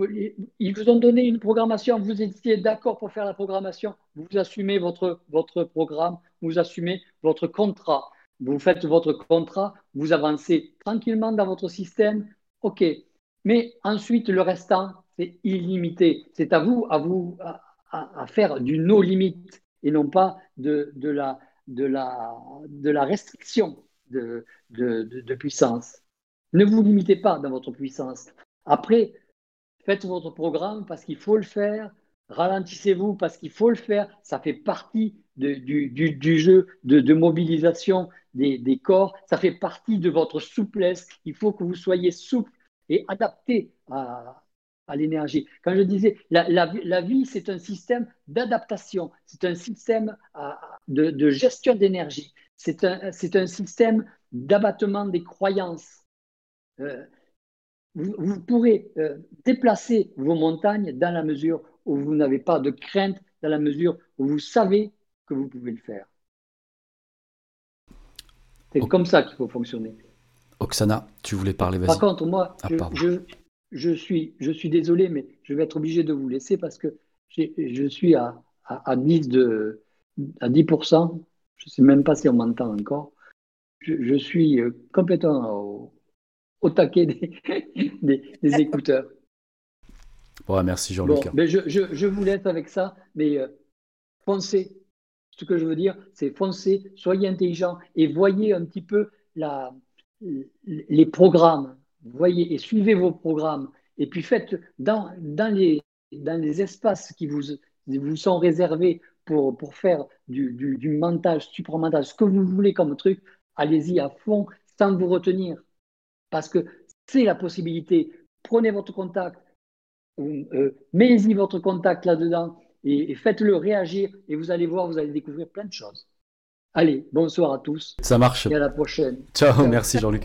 Ils vous ont donné une programmation, vous étiez d'accord pour faire la programmation, vous assumez votre, votre programme, vous assumez votre contrat, vous faites votre contrat, vous avancez tranquillement dans votre système, ok. Mais ensuite, le restant, c'est illimité. C'est à vous, à vous, à, à- à faire du no limite et non pas de, de, la, de, la, de la restriction de, de, de, de puissance. Ne vous limitez pas dans votre puissance. Après, faites votre programme parce qu'il faut le faire. Ralentissez-vous parce qu'il faut le faire. Ça fait partie de- du, du- du jeu de, de mobilisation des, des corps. Ça fait partie de votre souplesse. Il faut que vous soyez souple et adapté à, à l'énergie. Quand je disais, la, la, la vie, c'est un système d'adaptation. C'est un système à- de, de gestion d'énergie. C'est un, c'est un système d'abattement des croyances. Euh, vous, vous pourrez euh, déplacer vos montagnes dans la mesure où vous n'avez pas de crainte, dans la mesure où vous savez que vous pouvez le faire. C'est Ok. comme ça qu'il faut fonctionner. Oksana, tu voulais parler, Par vas-y. contre, moi, Ah, je, pardon. je, je suis, je suis désolé, mais je vais être obligé de vous laisser parce que j'ai- je suis à, à, à dix de, à dix pour cent. Je ne sais même pas si on m'entend encore. Je, je suis euh, complètement au, au taquet des, des, des écouteurs. Ouais, merci Bon, Jean-Luc. ben je, je, je vous laisse avec ça, mais euh, foncez. Ce que je veux dire, c'est foncez, soyez intelligents et voyez un petit peu la, les programmes. Voyez et suivez vos programmes. Et puis faites dans, dans, les, dans les espaces qui vous, vous sont réservés pour, pour faire du, du, du mental, supramental, ce que vous voulez comme truc, allez-y à fond sans vous retenir. Parce que c'est la possibilité. Prenez votre contact, euh, mettez-y votre contact là-dedans et, et faites-le réagir et vous allez voir, vous allez découvrir plein de choses. Allez, bonsoir à tous Ça marche. et à la prochaine. Ciao, Ciao. merci Jean-Luc.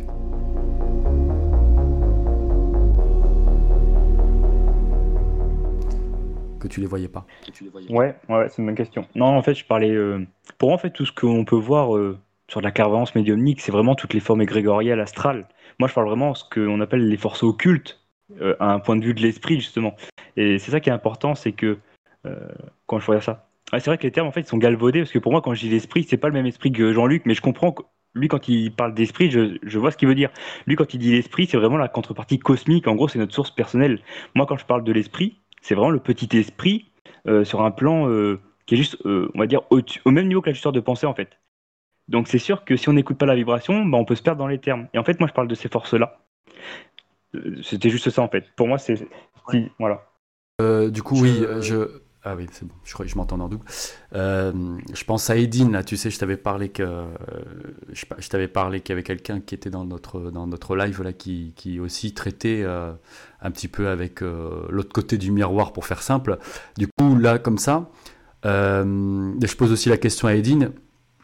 Que tu les voyais pas. Ouais, ouais, c'est une bonne question. Non, en fait, je parlais. euh, Pour moi, en fait, tout ce qu'on peut voir euh, sur de la clairvoyance médiumnique, c'est vraiment toutes les formes égrégoriales astrales. Moi, je parle vraiment de ce qu'on appelle les forces occultes, euh, à un point de vue de l'esprit, justement. Et c'est ça qui est important, c'est que. euh, Quand je regarde ça. Ah, c'est vrai que les termes, en fait, ils sont galvaudés, parce que pour moi, quand je dis l'esprit, c'est pas le même esprit que Jean-Luc, mais je comprends que lui, quand il parle d'esprit, je, je vois ce qu'il veut dire. Lui, quand il dit l'esprit, c'est vraiment la contrepartie cosmique. En gros, c'est notre source personnelle. Moi, quand je parle de l'esprit, c'est vraiment le petit esprit euh, sur un plan euh, qui est juste, euh, on va dire, au, au même niveau que l'ajusteur de pensée, en fait. Donc, c'est sûr que si on n'écoute pas la vibration, bah, on peut se perdre dans les termes. Et en fait, moi, je parle de ces forces-là. Euh, C'était juste ça, en fait. Pour moi, c'est. Si, voilà. Euh, du coup, oui, euh, je. Ah oui, c'est bon, je crois que je m'entends en double. Euh, je pense à Edine, là, tu sais, je t'avais parlé que euh, je, je t'avais parlé qu'il y avait quelqu'un qui était dans notre dans notre live là, qui qui aussi traitait euh, un petit peu avec euh, l'autre côté du miroir, pour faire simple. Du coup, là, comme ça, euh, je pose aussi la question à Edine.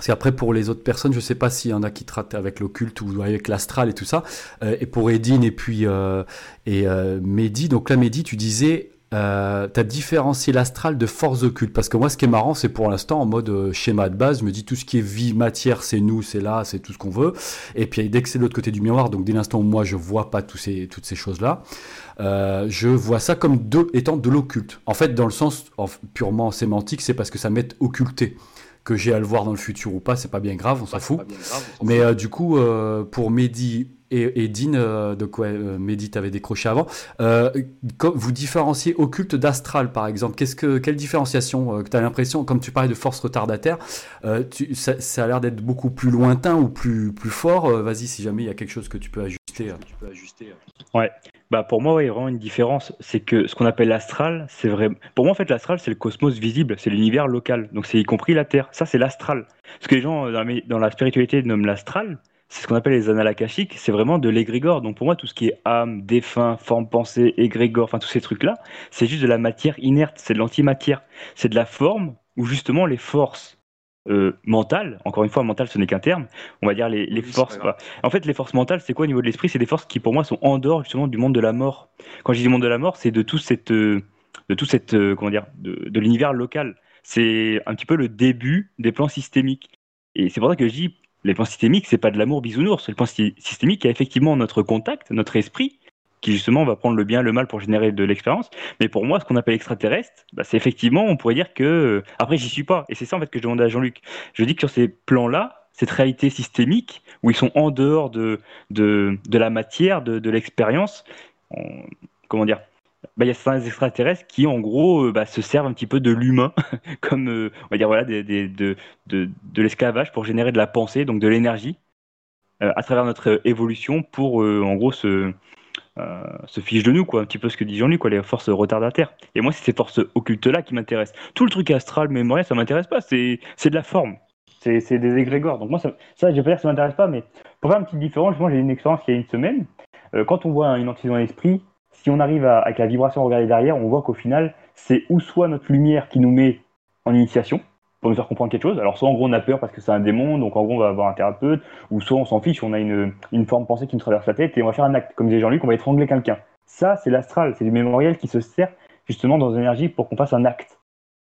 Parce qu'après, pour les autres personnes, je ne sais pas s'il y en a qui traitent avec l'occulte ou avec l'astral et tout ça. Euh, et pour Edine et puis euh, et, euh, Mehdi, donc là, Mehdi, tu disais, euh, tu as différencié l'astral de force occulte. Parce que moi, ce qui est marrant, c'est pour l'instant, en mode euh, schéma de base, je me dis tout ce qui est vie, matière, c'est nous, c'est là, c'est tout ce qu'on veut. Et puis dès que c'est de l'autre côté du miroir, donc dès l'instant où moi, je ne vois pas tous ces, toutes ces choses-là, euh, je vois ça comme de, étant de l'occulte. En fait, dans le sens en, purement sémantique, c'est parce que ça m'est occulté. Que j'ai à le voir dans le futur ou pas, c'est pas bien grave, on s'en fout. Grave, on Mais euh, du coup, euh, pour Mehdi et Edine, euh, de quoi euh, Mehdi t'avait décroché avant, euh, vous différenciez occulte d'astral, par exemple. Qu'est-ce que, quelle différenciation euh, que tu as l'impression, comme tu parlais de force retardataire, euh, tu, ça, ça a l'air d'être beaucoup plus lointain ou plus, plus fort. Euh, vas-y, si jamais il y a quelque chose que tu peux ajuster. Euh. Tu peux ajuster euh. Ouais. Bah pour moi, il y a vraiment une différence. C'est que ce qu'on appelle l'astral, c'est vrai. Pour moi, en fait, l'astral, c'est le cosmos visible, c'est l'univers local. Donc, c'est y compris la Terre. Ça, c'est l'astral. Ce que les gens dans la, dans la spiritualité nomment l'astral, c'est ce qu'on appelle les annales akashiques. C'est vraiment de l'égrégore. Donc, pour moi, tout ce qui est âme, défunt, forme pensée, égrégore, enfin tous ces trucs-là, c'est juste de la matière inerte. C'est de l'antimatière. C'est de la forme où justement les forces Euh, mentales, encore une fois, mental ce n'est qu'un terme, on va dire les, les Oui, forces. Bah, en fait, les forces mentales, c'est quoi au niveau de l'esprit? C'est des forces qui, pour moi, sont en dehors justement du monde de la mort. Quand je dis monde de la mort, c'est de tout cette, euh, de tout cette, euh, comment dire, de, de l'univers local. C'est un petit peu le début des plans systémiques. Et c'est pour ça que je dis, les plans systémiques, c'est pas de l'amour bisounours. Le plan sy- systémique qui a effectivement notre contact, notre esprit, qui justement va prendre le bien, le mal pour générer de l'expérience. Mais pour moi, ce qu'on appelle extraterrestre, bah, c'est effectivement, on pourrait dire que... Après, j'y suis pas. Et c'est ça, en fait, que je demandais à Jean-Luc. Je dis que sur ces plans-là, cette réalité systémique, où ils sont en dehors de, de, de la matière, de, de l'expérience, on- comment dire, bah, il y a certains extraterrestres qui, en gros, euh, bah, se servent un petit peu de l'humain, comme, euh, on va dire, voilà, des, des- de, de, de l'esclavage pour générer de la pensée, donc de l'énergie, euh, à travers notre évolution pour, euh, en gros, se euh, se fiche de nous, quoi, un petit peu ce que dit Jean-Luc, quoi, les forces retardataires. Et moi, c'est ces forces occultes-là qui m'intéressent. Tout le truc astral, mémoriel, ça m'intéresse pas, c'est, c'est de la forme. C'est, c'est des égrégores. Donc moi, ça, ça, je vais pas dire que ça m'intéresse pas, mais pour faire une petite différence, moi, j'ai eu une expérience il y a une semaine. Euh, quand on voit une entité dans l'esprit, si on arrive à, avec la vibration à regarder derrière, on voit qu'au final, c'est ou soit notre lumière qui nous met en initiation, pour nous faire comprendre quelque chose. Alors soit en gros on a peur parce que c'est un démon, donc en gros on va avoir un thérapeute, ou soit on s'en fiche, on a une, une forme pensée qui nous traverse la tête et on va faire un acte. Comme disait Jean-Luc, on va étrangler quelqu'un. Ça c'est l'astral, c'est du mémoriel qui se sert justement dans l'énergie pour qu'on fasse un acte.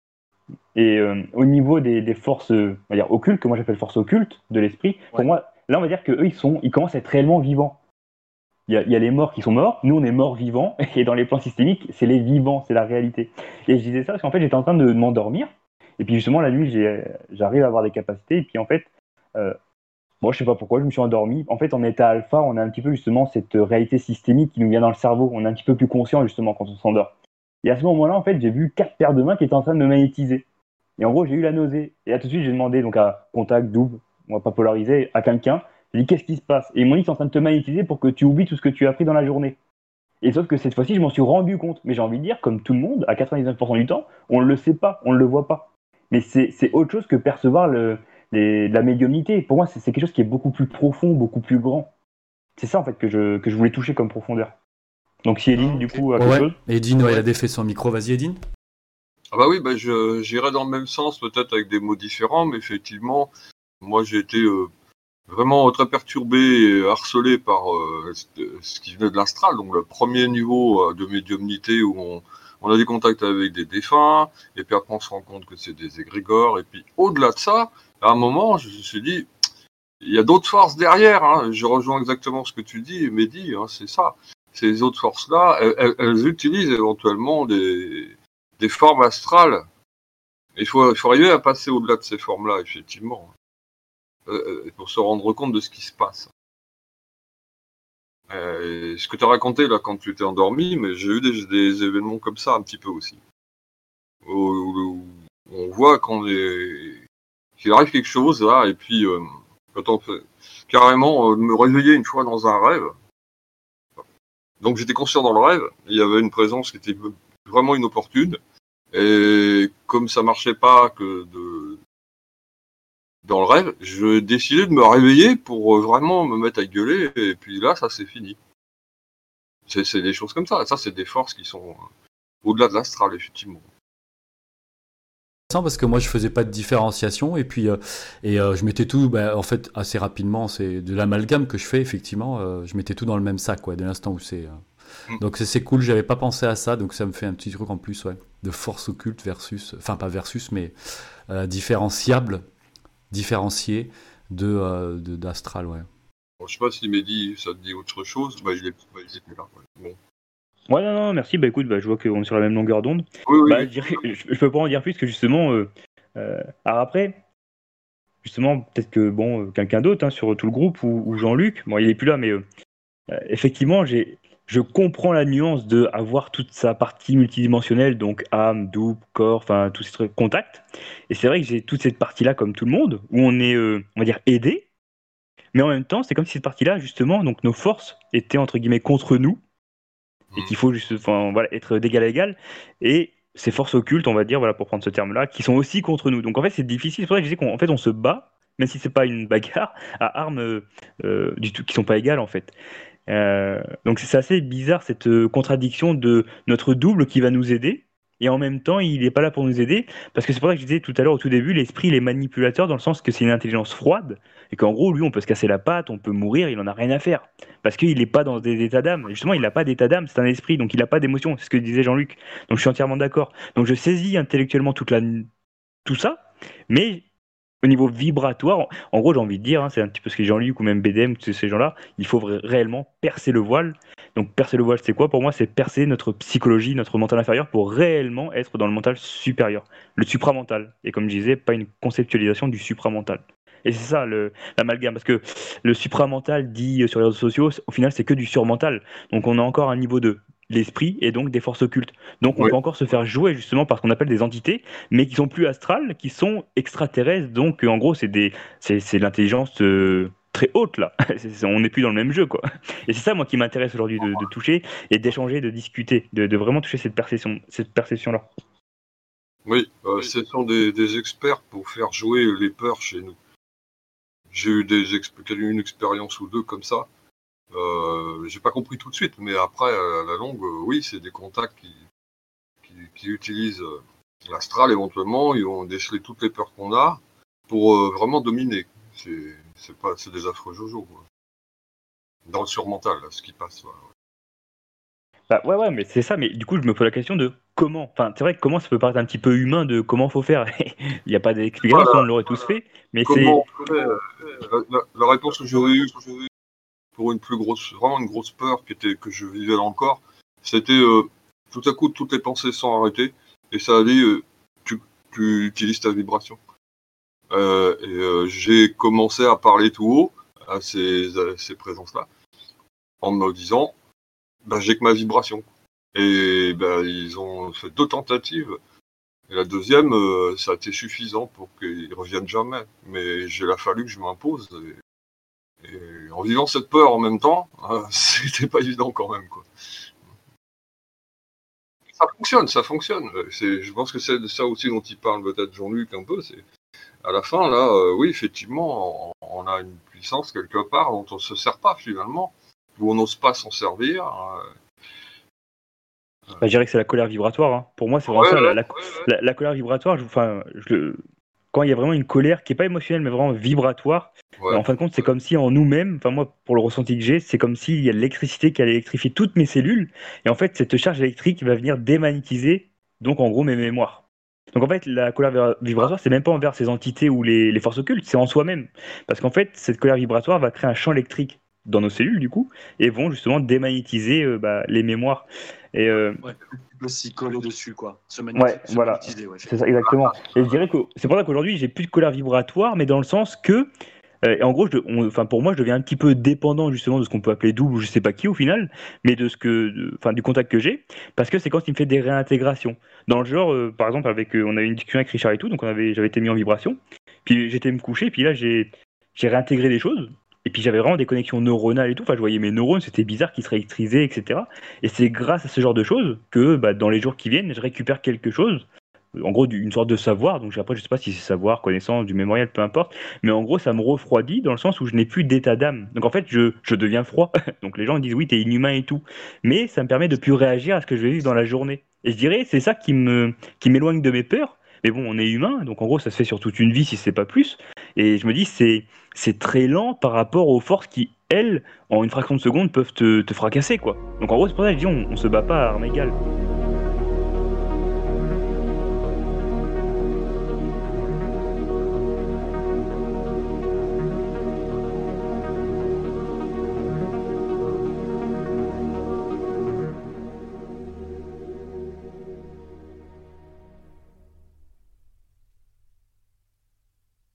Et euh, au niveau des, des forces, euh, on va dire occultes, que moi j'appelle forces occultes de l'esprit, pour Ouais. moi, là on va dire qu'eux ils sont, ils commencent à être réellement vivants. Il y, a, il y a les morts qui sont morts, nous on est morts vivants, et dans les plans systémiques, c'est les vivants, c'est la réalité. Et je disais ça parce qu'en fait j'étais en train de m'endormir, et puis justement la nuit j'ai, j'arrive à avoir des capacités, et puis en fait, euh, moi je sais pas pourquoi, je me suis endormi. En fait en état alpha, on a un petit peu justement cette réalité systémique qui nous vient dans le cerveau, on est un petit peu plus conscient justement quand on s'endort. Et à ce moment-là, en fait, j'ai vu quatre paires de mains qui étaient en train de me magnétiser. Et en gros, j'ai eu la nausée. Et là tout de suite, j'ai demandé donc à contact, double, on va pas polariser, à quelqu'un. J'ai dit qu'est-ce qui se passe? Et ils m'ont dit c'est en train de te magnétiser pour que tu oublies tout ce que tu as appris dans la journée. Et sauf que cette fois-ci, je m'en suis rendu compte. Mais j'ai envie de dire, comme tout le monde, à quatre-vingt-dix-neuf pour cent du temps, on ne le sait pas, on ne le voit pas. Mais c'est, c'est autre chose que percevoir le, les, la médiumnité. Pour moi, c'est, c'est quelque chose qui est beaucoup plus profond, beaucoup plus grand. C'est ça en fait que je, que je voulais toucher comme profondeur. Donc si Edine, Ah, du ok. coup, a Ouais, quelque ouais. chose. Edine, ouais, Ouais. il a défait son micro. Vas-y, Edine. Ah bah oui, bah je, j'irais dans le même sens, peut-être avec des mots différents, mais effectivement, moi j'ai été euh, vraiment très perturbé et harcelé par euh, ce qui venait de l'astral, donc le premier niveau euh, de médiumnité où on, on a des contacts avec des défunts, et puis après on se rend compte que c'est des égrégores, et puis au-delà de ça, à un moment, je me suis dit, il y a d'autres forces derrière, hein. Je rejoins exactement ce que tu dis, Mehdi, hein, c'est ça. Ces autres forces-là, elles, elles, elles utilisent éventuellement des, des formes astrales. Il faut, il faut arriver à passer au-delà de ces formes-là, effectivement, euh, pour se rendre compte de ce qui se passe. Euh, ce que tu as raconté là quand tu étais endormi, mais j'ai eu des, des événements comme ça un petit peu aussi. Où, où on voit qu'on est, qu'il arrive quelque chose là, et puis euh, quand on fait carrément euh, me réveiller une fois dans un rêve. Donc j'étais conscient dans le rêve, il y avait une présence qui était vraiment inopportune, et comme ça marchait pas que de dans le rêve, je décidais de me réveiller pour vraiment me mettre à gueuler, et puis là, ça c'est fini. C'est, c'est des choses comme ça. Ça, c'est des forces qui sont au-delà de l'astral, effectivement. parce que moi je faisais pas de différenciation et puis euh, et euh, je mettais tout bah, en fait assez rapidement, c'est de l'amalgame que je fais effectivement, euh, je mettais tout dans le même sac quoi, dès l'instant où c'est euh... Mm. donc c'est, c'est cool, j'avais pas pensé à ça, donc ça me fait un petit truc en plus, ouais, de force occulte versus, enfin pas versus mais euh, différenciable, différencié de, euh, de d'astral, ouais. Bon, je sais pas si Mehdi, ça te dit autre chose. Bah, il est, bah, il était là. Ouais. Bon. Ouais, non, non, merci. Bah écoute, bah, je vois qu'on est sur la même longueur d'onde. Oui, oui, Bah, oui. je, dirais, je, je peux pas en dire plus que justement. Euh, euh, alors après, justement, peut-être que bon, euh, quelqu'un d'autre hein, sur tout le groupe ou, ou Jean-Luc, bon, il est plus là, mais euh, euh, effectivement, j'ai, je comprends la nuance de avoir toute sa partie multidimensionnelle, donc âme, double, corps, enfin tous ces trucs, contact. Et c'est vrai que j'ai toute cette partie-là, comme tout le monde, où on est, euh, on va dire, aidé. Mais en même temps, c'est comme si cette partie-là, justement, donc nos forces étaient entre guillemets contre nous. Et qu'il faut juste, enfin, voilà, être d'égal à égal. Et ces forces occultes, on va dire, voilà, pour prendre ce terme-là, qui sont aussi contre nous. Donc en fait, c'est difficile. C'est pour ça que je disais qu'en fait, on se bat, même si c'est pas une bagarre, à armes euh, euh, du tout qui sont pas égales en fait. Euh, donc c'est assez bizarre cette euh, contradiction de notre double qui va nous aider. Et en même temps, il n'est pas là pour nous aider, parce que c'est pour ça que je disais tout à l'heure au tout début, l'esprit il est manipulateur dans le sens que c'est une intelligence froide, et qu'en gros, lui, on peut se casser la patte, on peut mourir, il en a rien à faire. Parce qu'il n'est pas dans des états d'âme. Justement, il n'a pas d'état d'âme, c'est un esprit, donc il n'a pas d'émotion, c'est ce que disait Jean-Luc. Donc je suis entièrement d'accord. Donc je saisis intellectuellement toute la... tout ça, mais au niveau vibratoire, en, en gros, j'ai envie de dire, hein, c'est un petit peu ce que Jean-Luc ou même B D M, tous ces gens-là, il faut vra- réellement percer le voile. Donc percer le voile, c'est quoi? Pour moi, c'est percer notre psychologie, notre mental inférieur pour réellement être dans le mental supérieur, le supramental. Et comme je disais, pas une conceptualisation du supramental. Et c'est ça le, l'amalgame, parce que le supramental dit euh, sur les réseaux sociaux, au final, c'est que du surmental. Donc on a encore un niveau de l'esprit et donc des forces occultes. Donc on Oui. peut encore se faire jouer justement par ce qu'on appelle des entités, mais qui sont plus astrales, qui sont extraterrestres. Donc euh, en gros, c'est des, c'est, c'est de l'intelligence euh, très haute là. C'est- c'est- on n'est plus dans le même jeu quoi. Et c'est ça moi qui m'intéresse aujourd'hui de, de toucher et d'échanger, de discuter, de, de vraiment toucher cette perception, cette perception là. Oui, euh, ce sont des, des experts pour faire jouer les peurs chez nous. J'ai eu des exp- une expérience ou deux comme ça. Euh, j'ai pas compris tout de suite, mais après, à la longue, euh, oui, c'est des contacts qui, qui, qui utilisent euh, l'astral éventuellement. Ils vont déceler toutes les peurs qu'on a pour euh, vraiment dominer. C'est, c'est pas, c'est des affreux jojo, quoi. Dans le surmental, là, ce qui passe. Ouais. Bah ouais ouais mais c'est ça. Mais du coup, je me pose la question de comment. Enfin, c'est vrai que comment ça peut paraître un petit peu humain de comment faut faire. Il n'y a pas d'explication, sinon on l'aurait tous fait. Mais c'est Comment on fait, euh, la, la- la réponse que j'aurais eue pour une plus grosse, vraiment une grosse peur qui était, que je vivais dans le corps, c'était euh, tout à coup toutes les pensées sont arrêtées et ça a dit euh, tu, tu utilises ta vibration. Euh, et euh, j'ai commencé à parler tout haut à ces, à ces présences-là en me disant bah, j'ai que ma vibration. Et bah, ils ont fait deux tentatives. Et la deuxième, euh, ça a été suffisant pour qu'ils reviennent jamais. Mais il a fallu que je m'impose. Et, et en vivant cette peur en même temps, euh, c'était pas évident quand même, quoi. Ça fonctionne, ça fonctionne. C'est, je pense que c'est de ça aussi dont il parle peut-être Jean-Luc un peu. C'est à la fin là, euh, oui, effectivement, on, on a une puissance quelque part dont on ne se sert pas finalement, où on n'ose pas s'en servir. Euh, Bah, je dirais que c'est la colère vibratoire. Hein. Pour moi, c'est vraiment ouais, ça. ouais, La, la, ouais, ouais. la- la colère vibratoire, je, enfin, je le- quand il y a vraiment une colère qui n'est pas émotionnelle, mais vraiment vibratoire, Ouais. en fin de compte, c'est comme si en nous-mêmes, enfin moi, pour le ressenti que j'ai, c'est comme s'il y a de l'électricité qui allait électrifier toutes mes cellules. Et en fait, cette charge électrique va venir démagnétiser, donc en gros, mes mémoires. Donc en fait, la colère vibra- vibratoire, c'est même pas envers ces entités ou les, les forces occultes, c'est en soi-même. Parce qu'en fait, cette colère vibratoire va créer un champ électrique dans nos cellules, du coup, et vont justement démagnétiser euh, bah, les mémoires. Et, euh, Ouais, tu peux s'y coller dessus, quoi. Se, magnéti- Ouais, se voilà, magnétiser, ouais. c'est ça exactement. Et je dirais que c'est pour ça qu'aujourd'hui j'ai plus de colère vibratoire, mais dans le sens que, euh, et en gros, je, on- enfin pour moi, je deviens un petit peu dépendant justement de ce qu'on peut appeler double ou je sais pas qui au final, mais de ce que, de- enfin du contact que j'ai, parce que c'est quand il me fait des réintégrations. Dans le genre, euh, par exemple, avec, euh, on a eu une discussion avec Richard et tout, donc on avait, j'avais été mis en vibration, puis j'étais me coucher, puis là j'ai, j'ai réintégré des choses. Et puis j'avais vraiment des connexions neuronales et tout. Enfin, je voyais mes neurones, c'était bizarre qu'ils se réélectrisaient, et cetera. Et c'est grâce à ce genre de choses que bah, dans les jours qui viennent, je récupère quelque chose. En gros, du- une sorte de savoir. Donc après, je sais pas si c'est savoir, connaissance, du mémorial, peu importe. Mais en gros, ça me refroidit dans le sens où je n'ai plus d'état d'âme. Donc en fait, je, je deviens froid. Donc les gens disent oui, t'es inhumain et tout. Mais ça me permet de plus réagir à ce que je vais vivre dans la journée. Et je dirais, c'est ça qui me, qui m'éloigne de mes peurs. Mais bon, on est humain, donc en gros, ça se fait sur toute une vie si c'est pas plus. Et je me dis, c'est, c'est très lent par rapport aux forces qui, elles, en une fraction de seconde, peuvent te, te fracasser, quoi. Donc en gros, c'est pour ça que je dis, on, on se bat pas à armes égales.